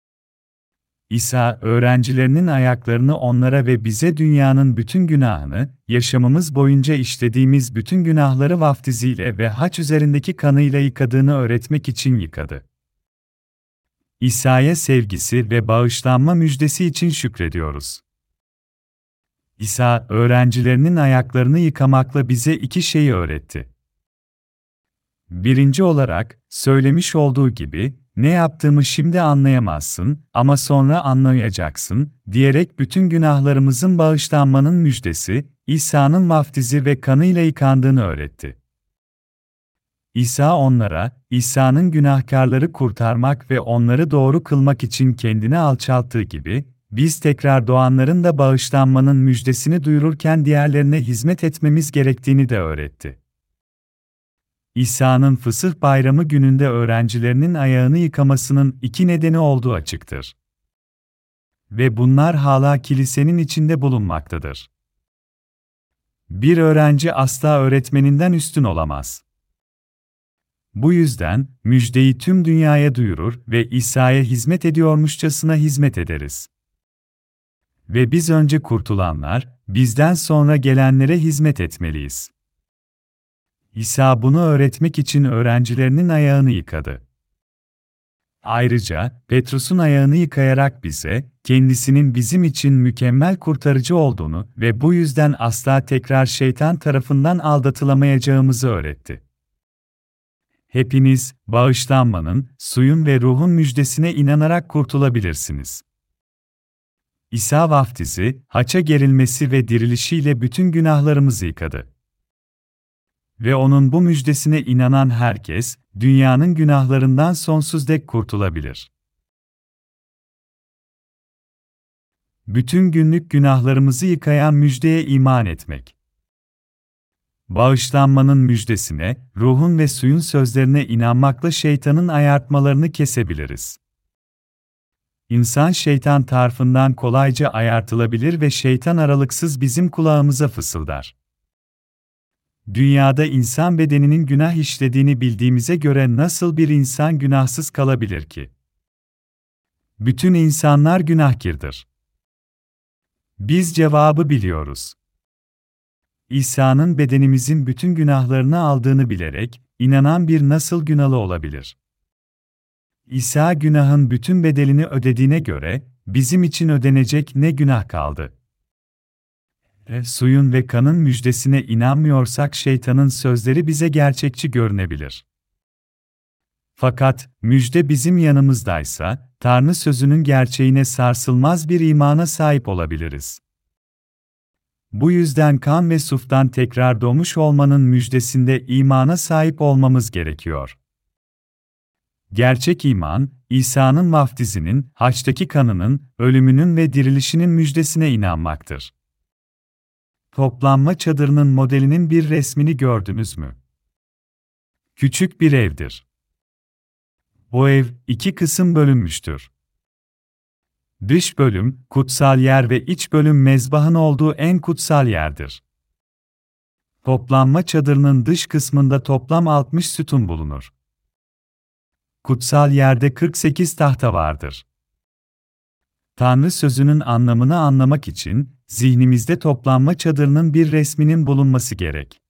İsa, öğrencilerinin ayaklarını onlara ve bize dünyanın bütün günahını, yaşamımız boyunca işlediğimiz bütün günahları vaftiziyle ve haç üzerindeki kanıyla yıkadığını öğretmek için yıkadı. İsa'ya sevgisi ve bağışlanma müjdesi için şükrediyoruz. İsa, öğrencilerinin ayaklarını yıkamakla bize iki şeyi öğretti. Birinci olarak, söylemiş olduğu gibi, ne yaptığımı şimdi anlayamazsın ama sonra anlayacaksın, diyerek bütün günahlarımızın bağışlanmanın müjdesi, İsa'nın vaftizi ve kanıyla yıkandığını öğretti. İsa onlara, İsa'nın günahkarları kurtarmak ve onları doğru kılmak için kendini alçalttığı gibi, biz tekrar doğanların da bağışlanmanın müjdesini duyururken diğerlerine hizmet etmemiz gerektiğini de öğretti. İsa'nın Fısıh Bayramı gününde öğrencilerinin ayağını yıkamasının iki nedeni olduğu açıktır. Ve bunlar hala kilisenin içinde bulunmaktadır. Bir öğrenci asla öğretmeninden üstün olamaz. Bu yüzden, müjdeyi tüm dünyaya duyurur ve İsa'ya hizmet ediyormuşçasına hizmet ederiz. Ve biz önce kurtulanlar, bizden sonra gelenlere hizmet etmeliyiz. İsa bunu öğretmek için öğrencilerinin ayağını yıkadı. Ayrıca, Petrus'un ayağını yıkayarak bize, kendisinin bizim için mükemmel kurtarıcı olduğunu ve bu yüzden asla tekrar şeytan tarafından aldatılamayacağımızı öğretti. Hepiniz, bağışlanmanın, suyun ve ruhun müjdesine inanarak kurtulabilirsiniz. İsa vaftizi, haça gerilmesi ve dirilişiyle bütün günahlarımızı yıkadı. Ve onun bu müjdesine inanan herkes, dünyanın günahlarından sonsuz dek kurtulabilir. Bütün günlük günahlarımızı yıkayan müjdeye iman etmek. Bağışlanmanın müjdesine, ruhun ve suyun sözlerine inanmakla şeytanın ayartmalarını kesebiliriz. İnsan şeytan tarafından kolayca ayartılabilir ve şeytan aralıksız bizim kulağımıza fısıldar. Dünyada insan bedeninin günah işlediğini bildiğimize göre nasıl bir insan günahsız kalabilir ki? Bütün insanlar günahkirdir. Biz cevabı biliyoruz. İsa'nın bedenimizin bütün günahlarını aldığını bilerek, inanan bir nasıl günahlı olabilir? İsa günahın bütün bedelini ödediğine göre, bizim için ödenecek ne günah kaldı? E, suyun ve kanın müjdesine inanmıyorsak şeytanın sözleri bize gerçekçi görünebilir. Fakat, müjde bizim yanımızdaysa, Tanrı sözünün gerçeğine sarsılmaz bir imana sahip olabiliriz. Bu yüzden kan ve suftan tekrar doğmuş olmanın müjdesinde imana sahip olmamız gerekiyor. Gerçek iman, İsa'nın vaftizinin, haçtaki kanının, ölümünün ve dirilişinin müjdesine inanmaktır. Toplanma çadırının modelinin bir resmini gördünüz mü? Küçük bir evdir. Bu ev, iki kısım bölünmüştür. Dış bölüm, kutsal yer ve iç bölüm mezbahın olduğu en kutsal yerdir. Toplanma çadırının dış kısmında toplam altmış sütun bulunur. Kutsal yerde kırk sekiz tahta vardır. Tanrı sözünün anlamını anlamak için, zihnimizde toplanma çadırının bir resminin bulunması gerek.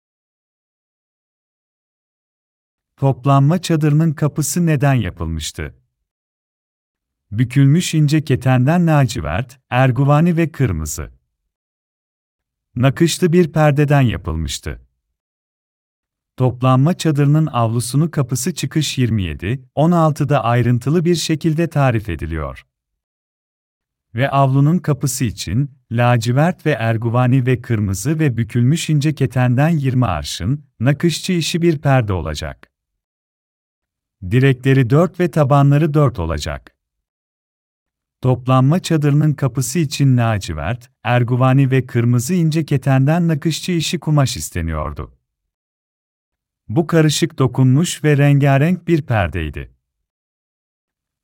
Toplanma çadırının kapısı neden yapılmıştı? Bükülmüş ince ketenden lacivert, erguvani ve kırmızı. Nakışlı bir perdeden yapılmıştı. Toplanma çadırının avlusunu kapısı çıkış yirmi yedi on altıda ayrıntılı bir şekilde tarif ediliyor. Ve avlunun kapısı için, lacivert ve erguvani ve kırmızı ve bükülmüş ince ketenden yirmi arşın, nakışçı işi bir perde olacak. Direkleri dört ve tabanları dört olacak. Toplanma çadırının kapısı için lacivert, erguvani ve kırmızı ince ketenden nakışçı işi kumaş isteniyordu. Bu karışık dokunmuş ve rengarenk bir perdeydi.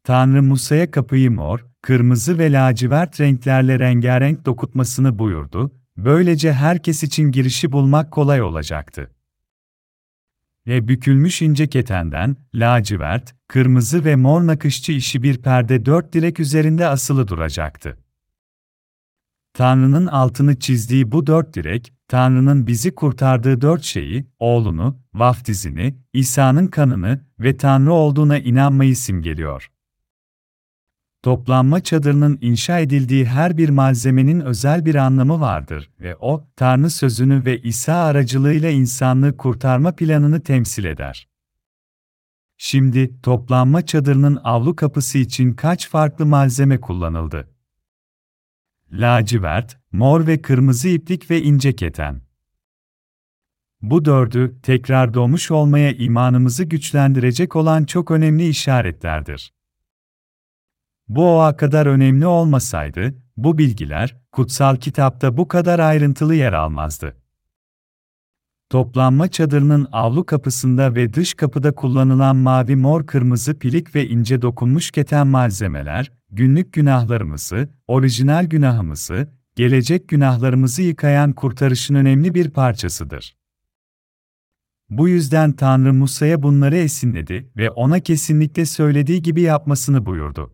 Tanrı Musa'ya kapıyı mor, kırmızı ve lacivert renklerle rengarenk dokutmasını buyurdu, böylece herkes için girişi bulmak kolay olacaktı. Ve bükülmüş ince ketenden, lacivert, kırmızı ve mor nakışçı işi bir perde dört direk üzerinde asılı duracaktı. Tanrı'nın altını çizdiği bu dört direk, Tanrı'nın bizi kurtardığı dört şeyi, oğlunu, vaftizini, İsa'nın kanını ve Tanrı olduğuna inanmayı simgeliyor. Toplanma çadırının inşa edildiği her bir malzemenin özel bir anlamı vardır ve o, Tanrı sözünü ve İsa aracılığıyla insanlığı kurtarma planını temsil eder. Şimdi, toplanma çadırının avlu kapısı için kaç farklı malzeme kullanıldı? Lacivert, mor ve kırmızı iplik ve ince keten. Bu dördü, tekrar doğmuş olmaya imanımızı güçlendirecek olan çok önemli işaretlerdir. Bu oğa kadar önemli olmasaydı, bu bilgiler, kutsal kitapta bu kadar ayrıntılı yer almazdı. Toplanma çadırının avlu kapısında ve dış kapıda kullanılan mavi mor kırmızı pilik ve ince dokunmuş keten malzemeler, günlük günahlarımızı, orijinal günahımızı, gelecek günahlarımızı yıkayan kurtarışın önemli bir parçasıdır. Bu yüzden Tanrı Musa'ya bunları esinledi ve ona kesinlikle söylediği gibi yapmasını buyurdu.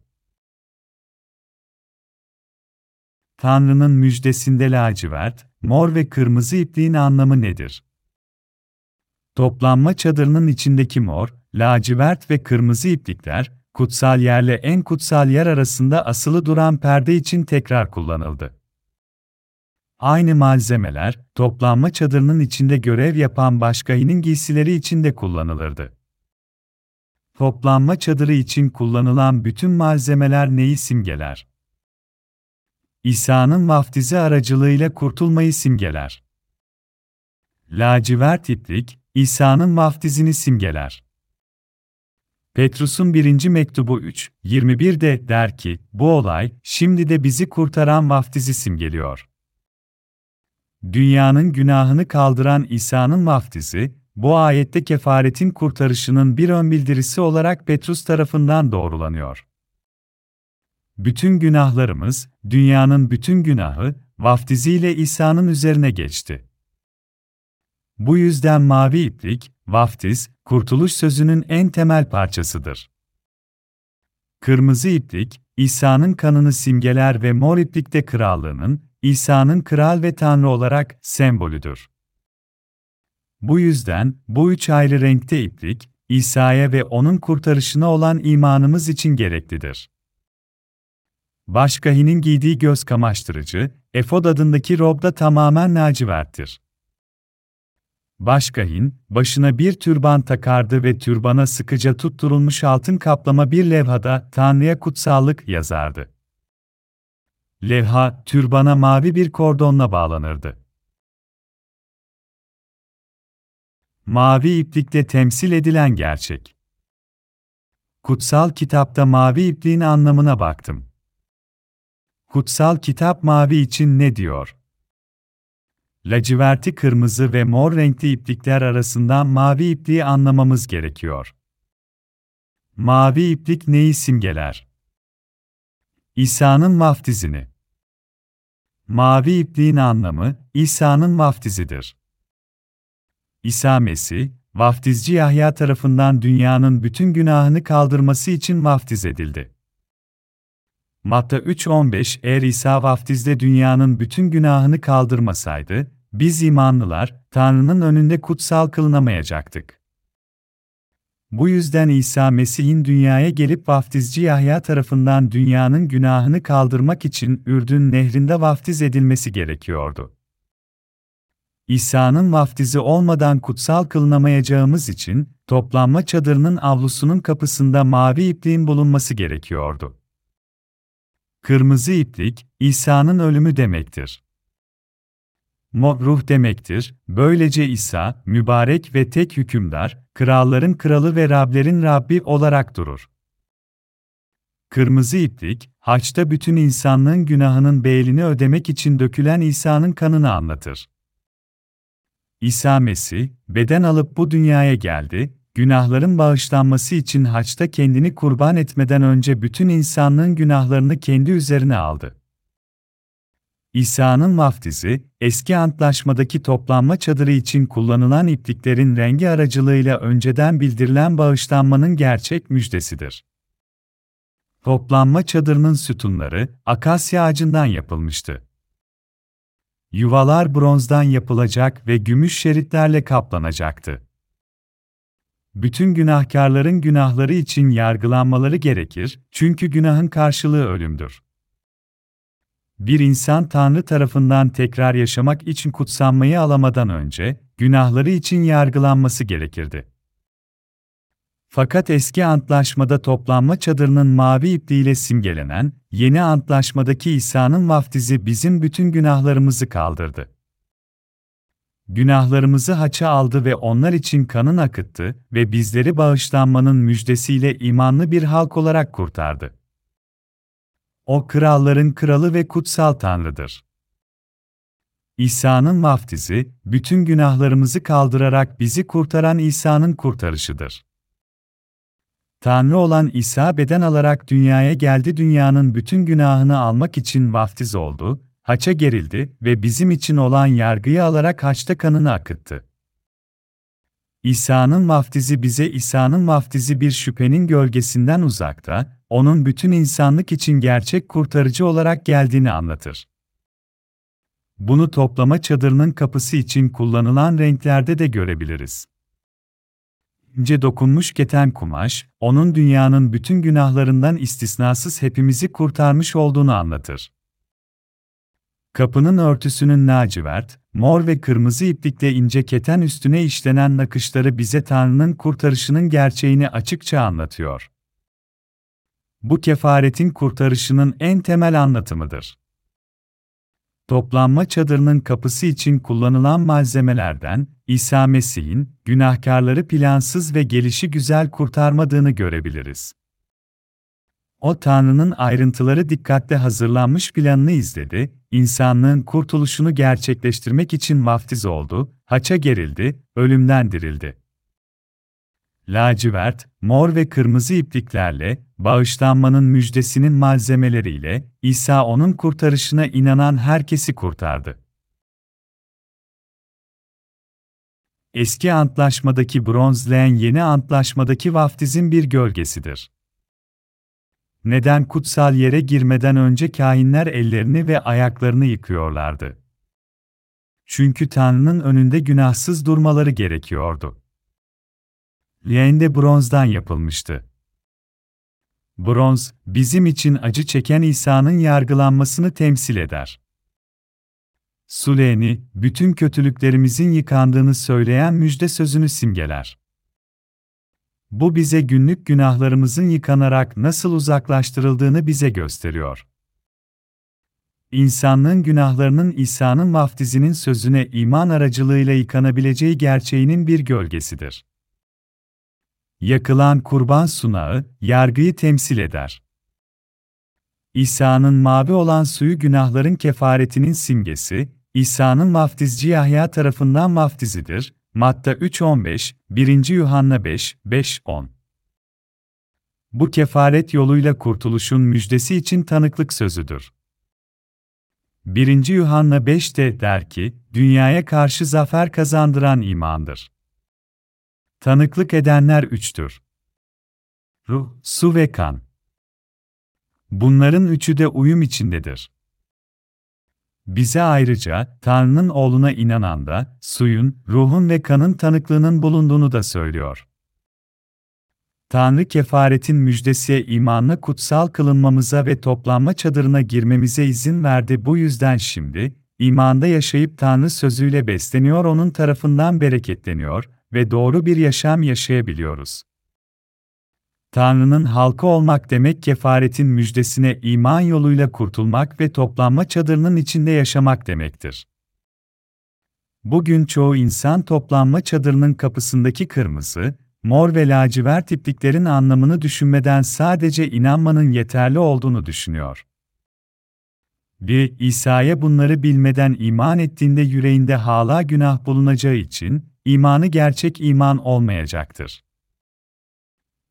Tanrı'nın müjdesinde lacivert, mor ve kırmızı ipliğin anlamı nedir? Toplanma çadırının içindeki mor, lacivert ve kırmızı iplikler, kutsal yerle en kutsal yer arasında asılı duran perde için tekrar kullanıldı. Aynı malzemeler, toplanma çadırının içinde görev yapan başkahinin giysileri için de kullanılırdı. Toplanma çadırı için kullanılan bütün malzemeler neyi simgeler? İsa'nın vaftizi aracılığıyla kurtulmayı simgeler. Lacivert iplik, İsa'nın vaftizini simgeler. Petrus'un birinci mektubu üç yirmi bir'de der ki, bu olay, şimdi de bizi kurtaran vaftizi simgeliyor. Dünyanın günahını kaldıran İsa'nın vaftizi, bu ayette kefaretin kurtarışının bir önbildirisi olarak Petrus tarafından doğrulanıyor. Bütün günahlarımız, dünyanın bütün günahı, vaftiziyle İsa'nın üzerine geçti. Bu yüzden mavi iplik, vaftiz, kurtuluş sözünün en temel parçasıdır. Kırmızı iplik, İsa'nın kanını simgeler ve mor iplik de krallığının, İsa'nın kral ve Tanrı olarak sembolüdür. Bu yüzden, bu üç ayrı renkte iplik, İsa'ya ve onun kurtarışına olan imanımız için gereklidir. Başkahinin giydiği göz kamaştırıcı, efod adındaki rob da tamamen laciverttir. Başkahin, başına bir türban takardı ve türbana sıkıca tutturulmuş altın kaplama bir levhada Tanrı'ya kutsallık yazardı. Levha, türbana mavi bir kordonla bağlanırdı. Mavi iplikle temsil edilen gerçek. Kutsal kitapta mavi ipliğin anlamına baktım. Kutsal kitap mavi için ne diyor? Laciverti kırmızı ve mor renkli iplikler arasından mavi ipliği anlamamız gerekiyor. Mavi iplik neyi simgeler? İsa'nın vaftizini. Mavi ipliğin anlamı, İsa'nın vaftizidir. İsa Mesih, vaftizci Yahya tarafından dünyanın bütün günahını kaldırması için vaftiz edildi. Matta üç on beş Eğer İsa vaftizle dünyanın bütün günahını kaldırmasaydı, biz imanlılar, Tanrı'nın önünde kutsal kılınamayacaktık. Bu yüzden İsa Mesih'in dünyaya gelip vaftizci Yahya tarafından dünyanın günahını kaldırmak için Ürdün Nehri'nde vaftiz edilmesi gerekiyordu. İsa'nın vaftizi olmadan kutsal kılınamayacağımız için, toplanma çadırının avlusunun kapısında mavi ipliğin bulunması gerekiyordu. Kırmızı iplik, İsa'nın ölümü demektir. Mor ruh demektir, böylece İsa, mübarek ve tek hükümdar, kralların kralı ve Rablerin Rabbi olarak durur. Kırmızı iplik, haçta bütün insanlığın günahının bedelini ödemek için dökülen İsa'nın kanını anlatır. İsa Mesih, beden alıp bu dünyaya geldi, günahların bağışlanması için haçta kendini kurban etmeden önce bütün insanlığın günahlarını kendi üzerine aldı. İsa'nın vaftizi, eski antlaşmadaki toplanma çadırı için kullanılan ipliklerin rengi aracılığıyla önceden bildirilen bağışlanmanın gerçek müjdesidir. Toplanma çadırının sütunları, akasya ağacından yapılmıştı. Yuvalar bronzdan yapılacak ve gümüş şeritlerle kaplanacaktı. Bütün günahkarların günahları için yargılanmaları gerekir, çünkü günahın karşılığı ölümdür. Bir insan Tanrı tarafından tekrar yaşamak için kutsanmayı alamadan önce, günahları için yargılanması gerekirdi. Fakat eski antlaşmada toplanma çadırının mavi ipliğiyle simgelenen, yeni antlaşmadaki İsa'nın vaftizi bizim bütün günahlarımızı kaldırdı. Günahlarımızı haça aldı ve onlar için kanını akıttı ve bizleri bağışlanmanın müjdesiyle imanlı bir halk olarak kurtardı. O kralların kralı ve kutsal Tanrı'dır. İsa'nın vaftizi, bütün günahlarımızı kaldırarak bizi kurtaran İsa'nın kurtarışıdır. Tanrı olan İsa beden alarak dünyaya geldi, dünyanın bütün günahını almak için vaftiz oldu, haça gerildi ve bizim için olan yargıyı alarak haçta kanını akıttı. İsa'nın vaftizi bize İsa'nın vaftizi bir şüphenin gölgesinden uzakta, onun bütün insanlık için gerçek kurtarıcı olarak geldiğini anlatır. Bunu toplama çadırının kapısı için kullanılan renklerde de görebiliriz. İnce dokunmuş keten kumaş, onun dünyanın bütün günahlarından istisnasız hepimizi kurtarmış olduğunu anlatır. Kapının örtüsünün lacivert, mor ve kırmızı iplikle ince keten üstüne işlenen nakışları bize Tanrı'nın kurtarışının gerçeğini açıkça anlatıyor. Bu kefaretin kurtarışının en temel anlatımıdır. Toplanma çadırının kapısı için kullanılan malzemelerden, İsa Mesih'in, günahkarları plansız ve gelişigüzel kurtarmadığını görebiliriz. O Tanrı'nın ayrıntıları dikkatle hazırlanmış planını izledi, insanlığın kurtuluşunu gerçekleştirmek için vaftiz oldu, haça gerildi, ölümden dirildi. Lacivert, mor ve kırmızı ipliklerle, bağışlanmanın müjdesinin malzemeleriyle, İsa onun kurtarışına inanan herkesi kurtardı. Eski antlaşmadaki bronz leğen yeni antlaşmadaki vaftizin bir gölgesidir. Neden kutsal yere girmeden önce kâhinler ellerini ve ayaklarını yıkıyorlardı? Çünkü Tanrı'nın önünde günahsız durmaları gerekiyordu. Leğen de bronzdan yapılmıştı. Bronz, bizim için acı çeken İsa'nın yargılanmasını temsil eder. Su leğeni, bütün kötülüklerimizin yıkandığını söyleyen müjde sözünü simgeler. Bu bize günlük günahlarımızın yıkanarak nasıl uzaklaştırıldığını bize gösteriyor. İnsanlığın günahlarının İsa'nın vaftizinin sözüne iman aracılığıyla yıkanabileceği gerçeğinin bir gölgesidir. Yakılan kurban sunağı, yargıyı temsil eder. İsa'nın mavi olan suyu günahların kefaretinin simgesi, İsa'nın vaftizci Yahya tarafından vaftizidir. Matta üç on beş, birinci Yuhanna beş, beş on. Bu kefaret yoluyla kurtuluşun müjdesi için tanıklık sözüdür. birinci Yuhanna beşte der ki, dünyaya karşı zafer kazandıran imandır. Tanıklık edenler üçtür. Ruh, su ve kan. Bunların üçü de uyum içindedir. Bize ayrıca, Tanrı'nın oğluna inanan da, suyun, ruhun ve kanın tanıklığının bulunduğunu da söylüyor. Tanrı kefaretin müjdesiye imanla kutsal kılınmamıza ve toplanma çadırına girmemize izin verdi. Bu yüzden şimdi, imanda yaşayıp Tanrı sözüyle besleniyor, onun tarafından bereketleniyor ve doğru bir yaşam yaşayabiliyoruz. Tanrı'nın halkı olmak demek kefaretin müjdesine iman yoluyla kurtulmak ve toplanma çadırının içinde yaşamak demektir. Bugün çoğu insan toplanma çadırının kapısındaki kırmızı, mor ve lacivert ipliklerin anlamını düşünmeden sadece inanmanın yeterli olduğunu düşünüyor. Ve İsa'ya bunları bilmeden iman ettiğinde yüreğinde hala günah bulunacağı için, imanı gerçek iman olmayacaktır.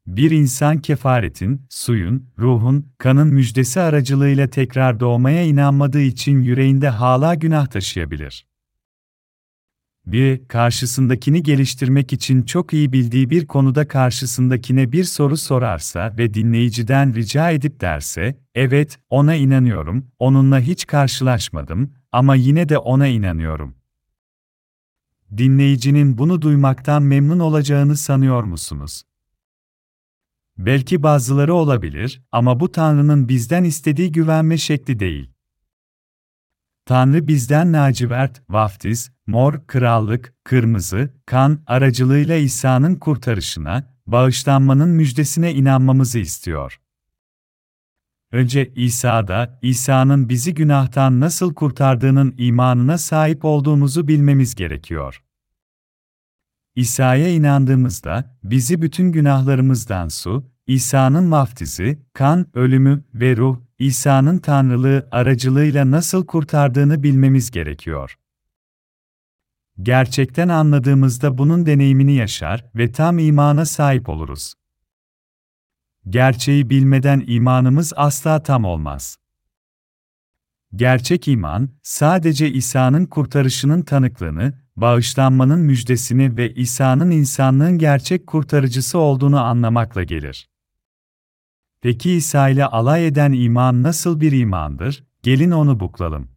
Bir insan kefaretin, suyun, ruhun, kanın müjdesi aracılığıyla tekrar doğmaya inanmadığı için yüreğinde hala günah taşıyabilir. Bir, karşısındakini geliştirmek için çok iyi bildiği bir konuda karşısındakine bir soru sorarsa ve dinleyiciden rica edip derse, evet, ona inanıyorum, onunla hiç karşılaşmadım ama yine de ona inanıyorum. Dinleyicinin bunu duymaktan memnun olacağını sanıyor musunuz? Belki bazıları olabilir ama bu Tanrı'nın bizden istediği güvenme şekli değil. Tanrı bizden lacivert, vaftiz, mor, krallık, kırmızı, kan aracılığıyla İsa'nın kurtarışına, bağışlanmanın müjdesine inanmamızı istiyor. Önce İsa'da, İsa'nın bizi günahtan nasıl kurtardığının imanına sahip olduğumuzu bilmemiz gerekiyor. İsa'ya inandığımızda, bizi bütün günahlarımızdan su, İsa'nın vaftizi, kan, ölümü ve ruh, İsa'nın Tanrılığı aracılığıyla nasıl kurtardığını bilmemiz gerekiyor. Gerçekten anladığımızda bunun deneyimini yaşar ve tam imana sahip oluruz. Gerçeği bilmeden imanımız asla tam olmaz. Gerçek iman, sadece İsa'nın kurtarışının tanıklığını, bağışlanmanın müjdesini ve İsa'nın insanlığın gerçek kurtarıcısı olduğunu anlamakla gelir. Peki İsa ile alay eden iman nasıl bir imandır? Gelin onu bulalım.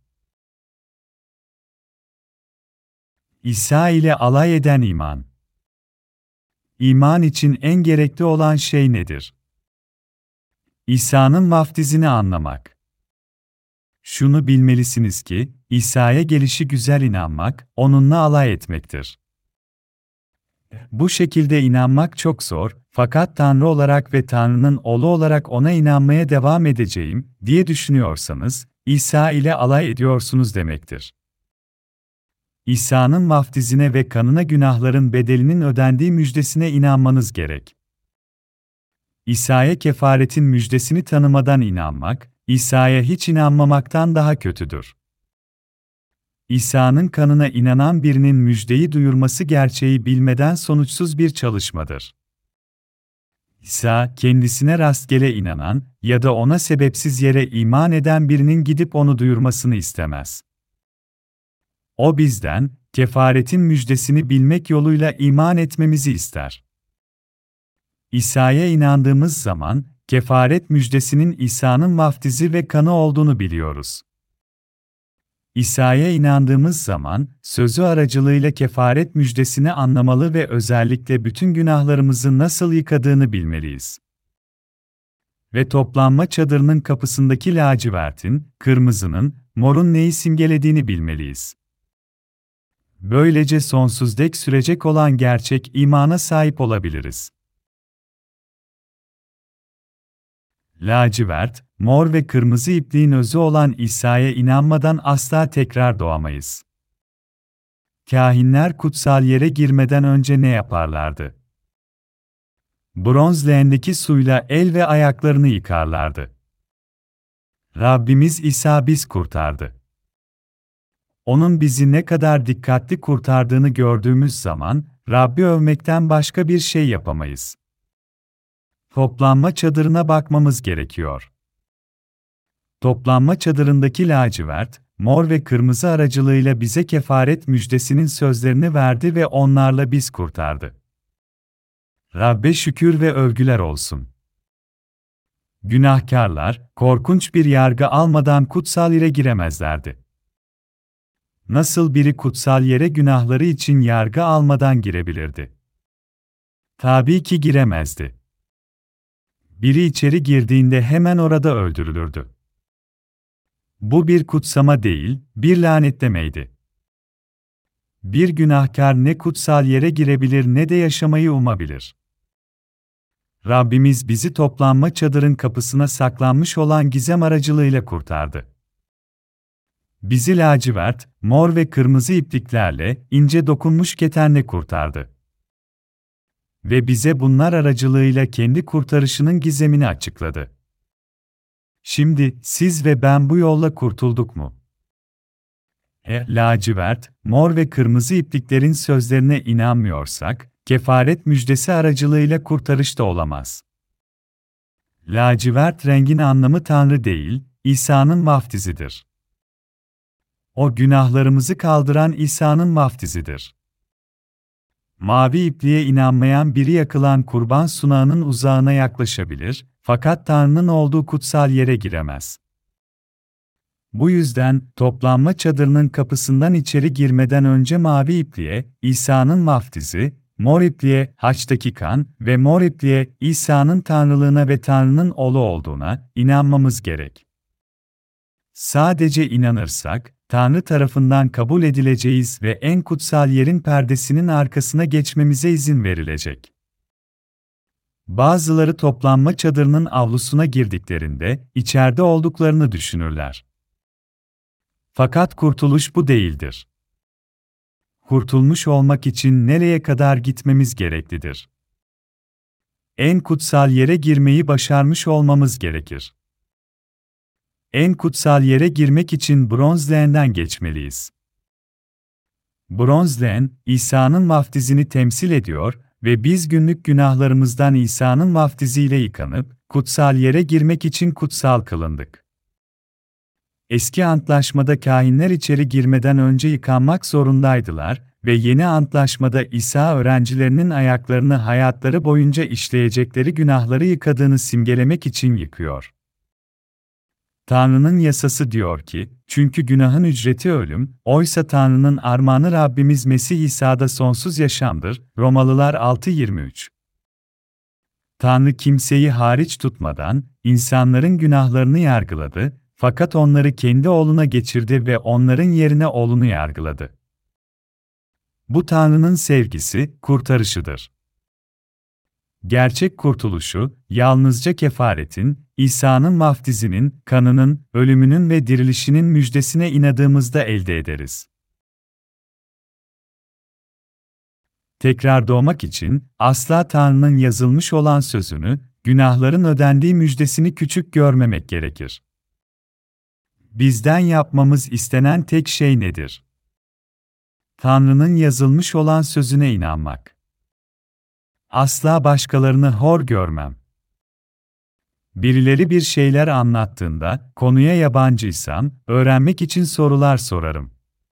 İsa ile alay eden iman. İman için en gerekli olan şey nedir? İsa'nın vaftizini anlamak. Şunu bilmelisiniz ki, İsa'ya gelişi güzel inanmak, onunla alay etmektir. Bu şekilde inanmak çok zor, fakat Tanrı olarak ve Tanrı'nın oğlu olarak ona inanmaya devam edeceğim, diye düşünüyorsanız, İsa ile alay ediyorsunuz demektir. İsa'nın vaftizine ve kanına günahların bedelinin ödendiği müjdesine inanmanız gerek. İsa'ya kefaretin müjdesini tanımadan inanmak, İsa'ya hiç inanmamaktan daha kötüdür. İsa'nın kanına inanan birinin müjdeyi duyurması gerçeği bilmeden sonuçsuz bir çalışmadır. İsa, kendisine rastgele inanan ya da ona sebepsiz yere iman eden birinin gidip onu duyurmasını istemez. O bizden, kefaretin müjdesini bilmek yoluyla iman etmemizi ister. İsa'ya inandığımız zaman, kefaret müjdesinin İsa'nın vaftizi ve kanı olduğunu biliyoruz. İsa'ya inandığımız zaman, sözü aracılığıyla kefaret müjdesini anlamalı ve özellikle bütün günahlarımızı nasıl yıkadığını bilmeliyiz. Ve toplanma çadırının kapısındaki lacivertin, kırmızının, morun neyi simgelediğini bilmeliyiz. Böylece sonsuz dek sürecek olan gerçek imana sahip olabiliriz. Lacivert, mor ve kırmızı ipliğin özü olan İsa'ya inanmadan asla tekrar doğamayız. Kâhinler kutsal yere girmeden önce ne yaparlardı? Bronz leğendeki suyla el ve ayaklarını yıkarlardı. Rabbimiz İsa biz kurtardı. Onun bizi ne kadar dikkatli kurtardığını gördüğümüz zaman, Rabbi övmekten başka bir şey yapamayız. Toplanma çadırına bakmamız gerekiyor. Toplanma çadırındaki lacivert, mor ve kırmızı aracılığıyla bize kefaret müjdesinin sözlerini verdi ve onlarla biz kurtardı. Rabbe şükür ve övgüler olsun. Günahkarlar, korkunç bir yargı almadan kutsal yere giremezlerdi. Nasıl biri kutsal yere günahları için yargı almadan girebilirdi? Tabii ki giremezdi. Biri içeri girdiğinde hemen orada öldürülürdü. Bu bir kutsama değil, bir lanetlemeydi. Bir günahkar ne kutsal yere girebilir ne de yaşamayı umabilir. Rabbimiz bizi toplanma çadırın kapısına saklanmış olan gizem aracılığıyla kurtardı. Bizi lacivert, mor ve kırmızı ipliklerle, ince dokunmuş ketenle kurtardı. Ve bize bunlar aracılığıyla kendi kurtarışının gizemini açıkladı. Şimdi, siz ve ben bu yolla kurtulduk mu? E, lacivert, mor ve kırmızı ipliklerin sözlerine inanmıyorsak, kefaret müjdesi aracılığıyla kurtarış da olamaz. Lacivert rengin anlamı Tanrı değil, İsa'nın vaftizidir. O günahlarımızı kaldıran İsa'nın vaftizidir. Mavi ipliğe inanmayan biri yakılan kurban sunağının uzağına yaklaşabilir, fakat Tanrı'nın olduğu kutsal yere giremez. Bu yüzden, toplanma çadırının kapısından içeri girmeden önce mavi ipliğe, İsa'nın vaftizi, mor ipliğe, haçtaki kan ve mor ipliğe, İsa'nın Tanrılığına ve Tanrı'nın oğlu olduğuna inanmamız gerek. Sadece inanırsak, Tanrı tarafından kabul edileceğiz ve en kutsal yerin perdesinin arkasına geçmemize izin verilecek. Bazıları toplanma çadırının avlusuna girdiklerinde, içeride olduklarını düşünürler. Fakat kurtuluş bu değildir. Kurtulmuş olmak için nereye kadar gitmemiz gereklidir? En kutsal yere girmeyi başarmış olmamız gerekir. En kutsal yere girmek için bronz leğenden geçmeliyiz. Bronz leğen, İsa'nın vaftizini temsil ediyor ve biz günlük günahlarımızdan İsa'nın vaftiziyle yıkanıp, kutsal yere girmek için kutsal kılındık. Eski antlaşmada kâhinler içeri girmeden önce yıkanmak zorundaydılar ve yeni antlaşmada İsa öğrencilerinin ayaklarını hayatları boyunca işleyecekleri günahları yıkadığını simgelemek için yıkıyor. Tanrı'nın yasası diyor ki, çünkü günahın ücreti ölüm, oysa Tanrı'nın armağanı Rabbimiz Mesih İsa'da sonsuz yaşamdır. Romalılar altı yirmi üç. Tanrı kimseyi hariç tutmadan, insanların günahlarını yargıladı, fakat onları kendi oğluna geçirdi ve onların yerine oğlunu yargıladı. Bu Tanrı'nın sevgisi, kurtarışıdır. Gerçek kurtuluşu, yalnızca kefaretin, İsa'nın vaftizinin, kanının, ölümünün ve dirilişinin müjdesine inadığımızda elde ederiz. Tekrar doğmak için, asla Tanrı'nın yazılmış olan sözünü, günahların ödendiği müjdesini küçük görmemek gerekir. Bizden yapmamız istenen tek şey nedir? Tanrı'nın yazılmış olan sözüne inanmak. Asla başkalarını hor görmem. Birileri bir şeyler anlattığında, konuya yabancıysam, öğrenmek için sorular sorarım.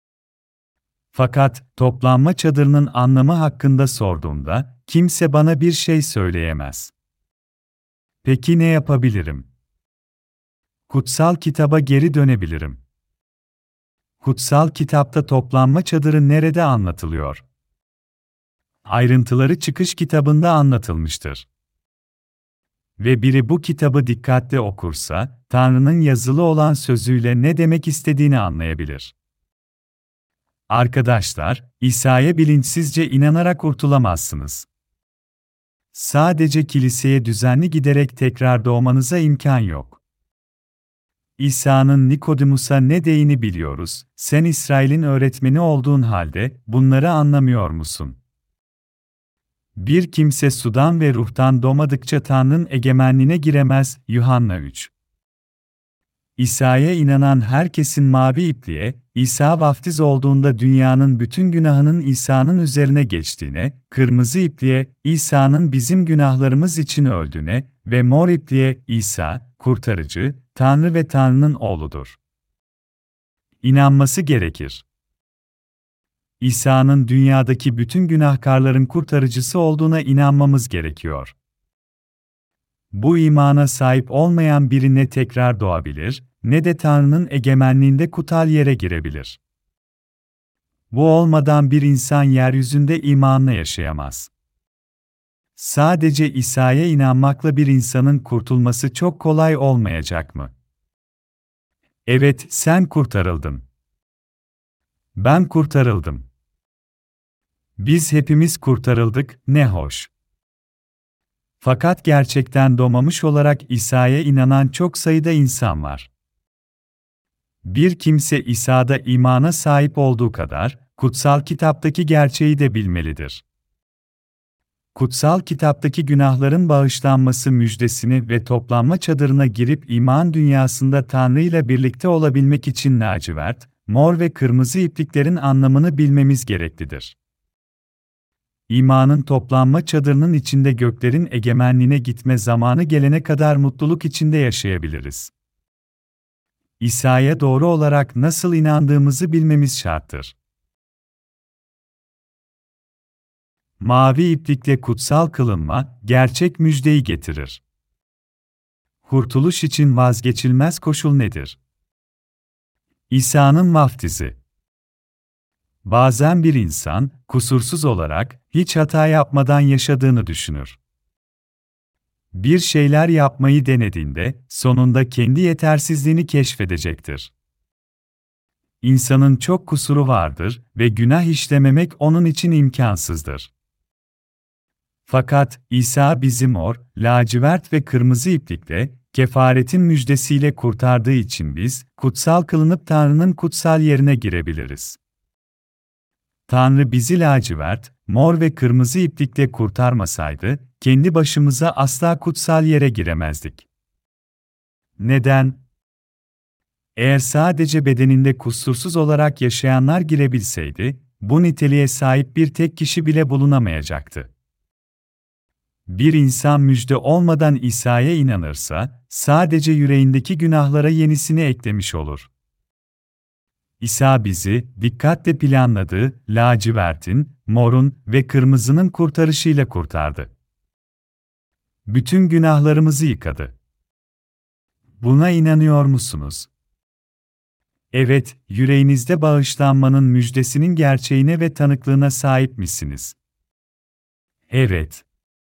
Fakat, toplanma çadırının anlamı hakkında sorduğumda, kimse bana bir şey söyleyemez. Peki ne yapabilirim? Kutsal kitaba geri dönebilirim. Kutsal kitapta toplanma çadırı nerede anlatılıyor? Ayrıntıları Çıkış kitabında anlatılmıştır. Ve biri bu kitabı dikkatle okursa, Tanrı'nın yazılı olan sözüyle ne demek istediğini anlayabilir. Arkadaşlar, İsa'ya bilinçsizce inanarak kurtulamazsınız. Sadece kiliseye düzenli giderek tekrar doğmanıza imkan yok. İsa'nın Nikodemus'a ne dediğini biliyoruz, sen İsrail'in öğretmeni olduğun halde bunları anlamıyor musun? Bir kimse sudan ve ruhtan doğmadıkça Tanrı'nın egemenliğine giremez. Yuhanna üç. İsa'ya inanan herkesin mavi ipliğe, İsa vaftiz olduğunda dünyanın bütün günahının İsa'nın üzerine geçtiğine, kırmızı ipliğe, İsa'nın bizim günahlarımız için öldüğüne ve mor ipliğe, İsa, kurtarıcı, Tanrı ve Tanrı'nın oğludur. İnanması gerekir. İsa'nın dünyadaki bütün günahkarların kurtarıcısı olduğuna inanmamız gerekiyor. Bu imana sahip olmayan biri ne tekrar doğabilir, ne de Tanrı'nın egemenliğinde kutsal yere girebilir. Bu olmadan bir insan yeryüzünde imanla yaşayamaz. Sadece İsa'ya inanmakla bir insanın kurtulması çok kolay olmayacak mı? Evet, sen kurtarıldın. Ben kurtarıldım. Biz hepimiz kurtarıldık, ne hoş. Fakat gerçekten doğmamış olarak İsa'ya inanan çok sayıda insan var. Bir kimse İsa'da imana sahip olduğu kadar, kutsal kitaptaki gerçeği de bilmelidir. Kutsal kitaptaki günahların bağışlanması müjdesini ve toplanma çadırına girip iman dünyasında Tanrı ile birlikte olabilmek için lacivert, mor ve kırmızı ipliklerin anlamını bilmemiz gereklidir. İmanın toplanma çadırının içinde göklerin egemenliğine gitme zamanı gelene kadar mutluluk içinde yaşayabiliriz. İsa'ya doğru olarak nasıl inandığımızı bilmemiz şarttır. Mavi iplikle kutsal kılınma, gerçek müjdeyi getirir. Kurtuluş için vazgeçilmez koşul nedir? İsa'nın vaftizi. Bazen bir insan, kusursuz olarak, hiç hata yapmadan yaşadığını düşünür. Bir şeyler yapmayı denediğinde, sonunda kendi yetersizliğini keşfedecektir. İnsanın çok kusuru vardır ve günah işlememek onun için imkansızdır. Fakat İsa bizi mor, lacivert ve kırmızı iplikle, kefaretin müjdesiyle kurtardığı için biz, kutsal kılınıp Tanrı'nın kutsal yerine girebiliriz. Tanrı bizi lacivert, mor ve kırmızı iplikle kurtarmasaydı, kendi başımıza asla kutsal yere giremezdik. Neden? Eğer sadece bedeninde kusursuz olarak yaşayanlar girebilseydi, bu niteliğe sahip bir tek kişi bile bulunamayacaktı. Bir insan müjde olmadan İsa'ya inanırsa, sadece yüreğindeki günahlara yenisini eklemiş olur. İsa bizi, dikkatle planladığı, lacivertin, morun ve kırmızının kurtarışıyla kurtardı. Bütün günahlarımızı yıkadı. Buna inanıyor musunuz? Evet, yüreğinizde bağışlanmanın müjdesinin gerçeğine ve tanıklığına sahip misiniz? Evet.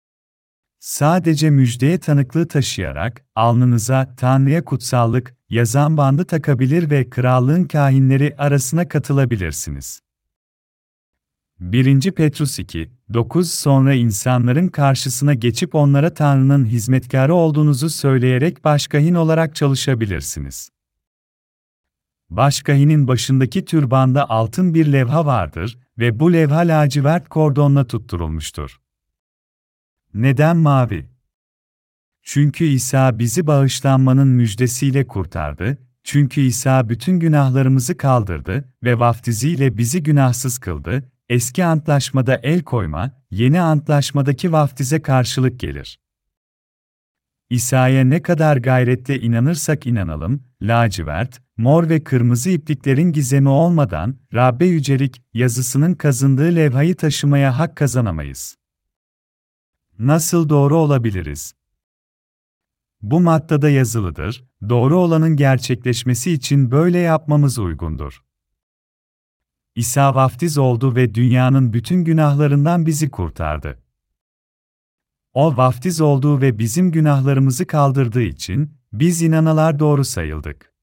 Sadece müjdeye tanıklığı taşıyarak, alnınıza Tanrı'ya kutsallık yazan bandı takabilir ve krallığın kâhinleri arasına katılabilirsiniz. birinci Petrus iki dokuz Sonra insanların karşısına geçip onlara Tanrı'nın hizmetkarı olduğunuzu söyleyerek başkahin olarak çalışabilirsiniz. Başkahinin başındaki türbanda altın bir levha vardır ve bu levha lacivert kordonla tutturulmuştur. Neden mavi? Çünkü İsa bizi bağışlanmanın müjdesiyle kurtardı, çünkü İsa bütün günahlarımızı kaldırdı ve vaftiziyle bizi günahsız kıldı, eski antlaşmada el koyma, yeni antlaşmadaki vaftize karşılık gelir. İsa'ya ne kadar gayretle inanırsak inanalım, lacivert, mor ve kırmızı ipliklerin gizemi olmadan, Rabbe yücelik yazısının kazındığı levhayı taşımaya hak kazanamayız. Nasıl doğru olabiliriz? Bu maddede yazılıdır, doğru olanın gerçekleşmesi için böyle yapmamız uygundur. İsa vaftiz oldu ve dünyanın bütün günahlarından bizi kurtardı. O vaftiz olduğu ve bizim günahlarımızı kaldırdığı için, biz inanalar doğru sayıldık.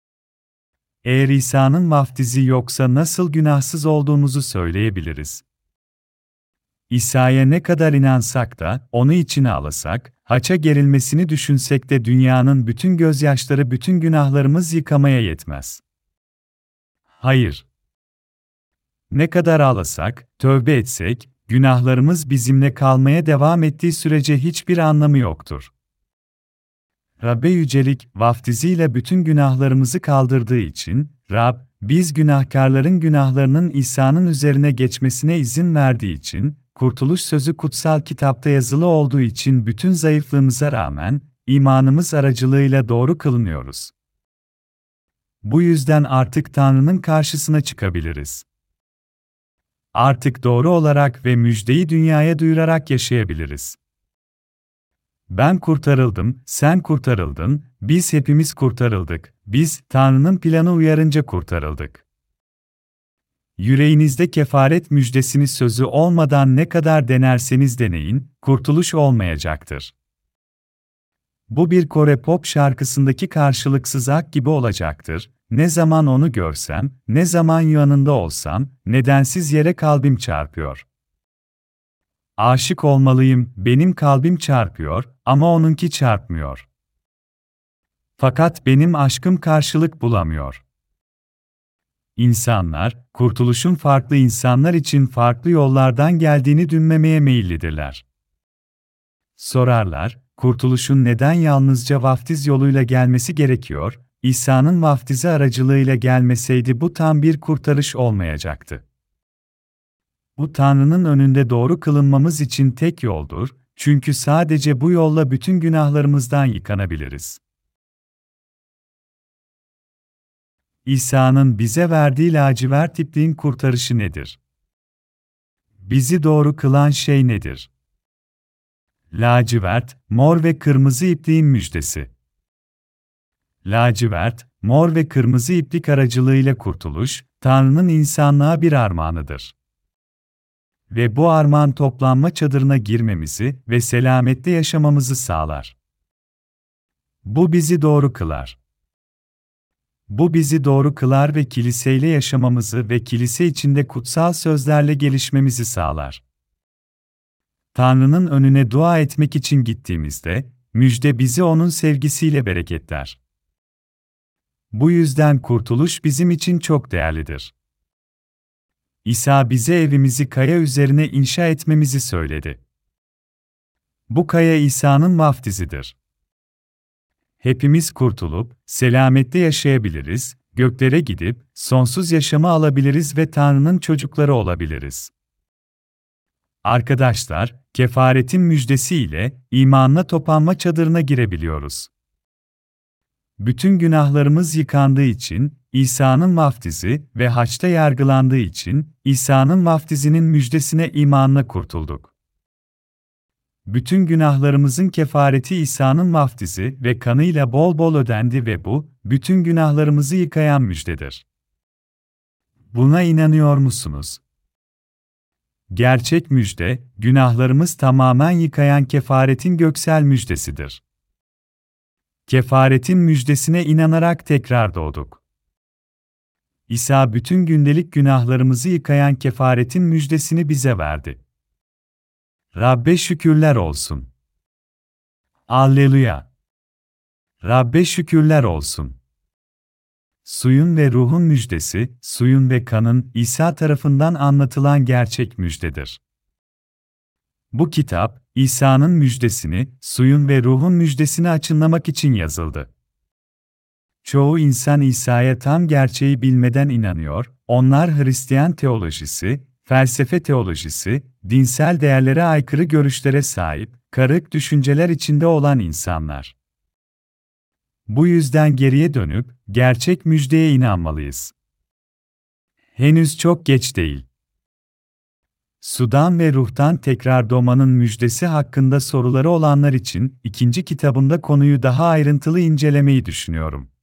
Eğer İsa'nın vaftizi yoksa nasıl günahsız olduğumuzu söyleyebiliriz? İsa'ya ne kadar inansak da, onu içine alasak, haça gerilmesini düşünsek de dünyanın bütün gözyaşları bütün günahlarımız yıkamaya yetmez. Hayır. Ne kadar ağlasak, tövbe etsek, günahlarımız bizimle kalmaya devam ettiği sürece hiçbir anlamı yoktur. Rabbe yücelik, vaftiziyle bütün günahlarımızı kaldırdığı için, Rab, biz günahkarların günahlarının İsa'nın üzerine geçmesine izin verdiği için, Kurtuluş sözü kutsal kitapta yazılı olduğu için bütün zayıflığımıza rağmen, imanımız aracılığıyla doğru kılınıyoruz. Bu yüzden artık Tanrı'nın karşısına çıkabiliriz. Artık doğru olarak ve müjdeyi dünyaya duyurarak yaşayabiliriz. Ben kurtarıldım, sen kurtarıldın, biz hepimiz kurtarıldık, biz Tanrı'nın planı uyarınca kurtarıldık. Yüreğinizde kefaret müjdesini sözü olmadan ne kadar denerseniz deneyin, kurtuluş olmayacaktır. Bu bir Kore pop şarkısındaki karşılıksız ak gibi olacaktır. Ne zaman onu görsem, ne zaman yanında olsam, nedensiz yere kalbim çarpıyor. Aşık olmalıyım, benim kalbim çarpıyor ama onunki çarpmıyor. Fakat benim aşkım karşılık bulamıyor. İnsanlar, kurtuluşun farklı insanlar için farklı yollardan geldiğini düşünmeye meyillidirler. Sorarlar, kurtuluşun neden yalnızca vaftiz yoluyla gelmesi gerekiyor, İsa'nın vaftizi aracılığıyla gelmeseydi bu tam bir kurtarış olmayacaktı. Bu Tanrı'nın önünde doğru kılınmamız için tek yoldur, çünkü sadece bu yolla bütün günahlarımızdan yıkanabiliriz. İsa'nın bize verdiği lacivert ipliğin kurtarışı nedir? Bizi doğru kılan şey nedir? Lacivert, mor ve kırmızı ipliğin müjdesi. Lacivert, mor ve kırmızı iplik aracılığıyla kurtuluş, Tanrı'nın insanlığa bir armağanıdır. Ve bu armağan toplanma çadırına girmemizi ve selamette yaşamamızı sağlar. Bu bizi doğru kılar. Bu bizi doğru kılar ve kiliseyle yaşamamızı ve kilise içinde kutsal sözlerle gelişmemizi sağlar. Tanrı'nın önüne dua etmek için gittiğimizde, müjde bizi onun sevgisiyle bereketler. Bu yüzden kurtuluş bizim için çok değerlidir. İsa bize evimizi kaya üzerine inşa etmemizi söyledi. Bu kaya İsa'nın vaftizidir. Hepimiz kurtulup, selamette yaşayabiliriz, göklere gidip, sonsuz yaşamı alabiliriz ve Tanrı'nın çocukları olabiliriz. Arkadaşlar, kefaretin müjdesiyle, imanla topanma çadırına girebiliyoruz. Bütün günahlarımız yıkandığı için, İsa'nın vaftizi ve haçta yargılandığı için, İsa'nın vaftizinin müjdesine imanla kurtulduk. Bütün günahlarımızın kefareti İsa'nın vaftizi ve kanıyla bol bol ödendi ve bu, bütün günahlarımızı yıkayan müjdedir. Buna inanıyor musunuz? Gerçek müjde, günahlarımız tamamen yıkayan kefaretin göksel müjdesidir. Kefaretin müjdesine inanarak tekrar doğduk. İsa bütün gündelik günahlarımızı yıkayan kefaretin müjdesini bize verdi. Rabbe şükürler olsun. Alleluya. Rabbe şükürler olsun. Suyun ve ruhun müjdesi, suyun ve kanın İsa tarafından anlatılan gerçek müjdedir. Bu kitap, İsa'nın müjdesini, suyun ve ruhun müjdesini açıklamak için yazıldı. Çoğu insan İsa'ya tam gerçeği bilmeden inanıyor, onlar Hristiyan teolojisi, felsefe teolojisi, dinsel değerlere aykırı görüşlere sahip, karık düşünceler içinde olan insanlar. Bu yüzden geriye dönüp, gerçek müjdeye inanmalıyız. Henüz çok geç değil. Sudan ve ruhtan tekrar doğmanın müjdesi hakkında soruları olanlar için ikinci kitabımda konuyu daha ayrıntılı incelemeyi düşünüyorum.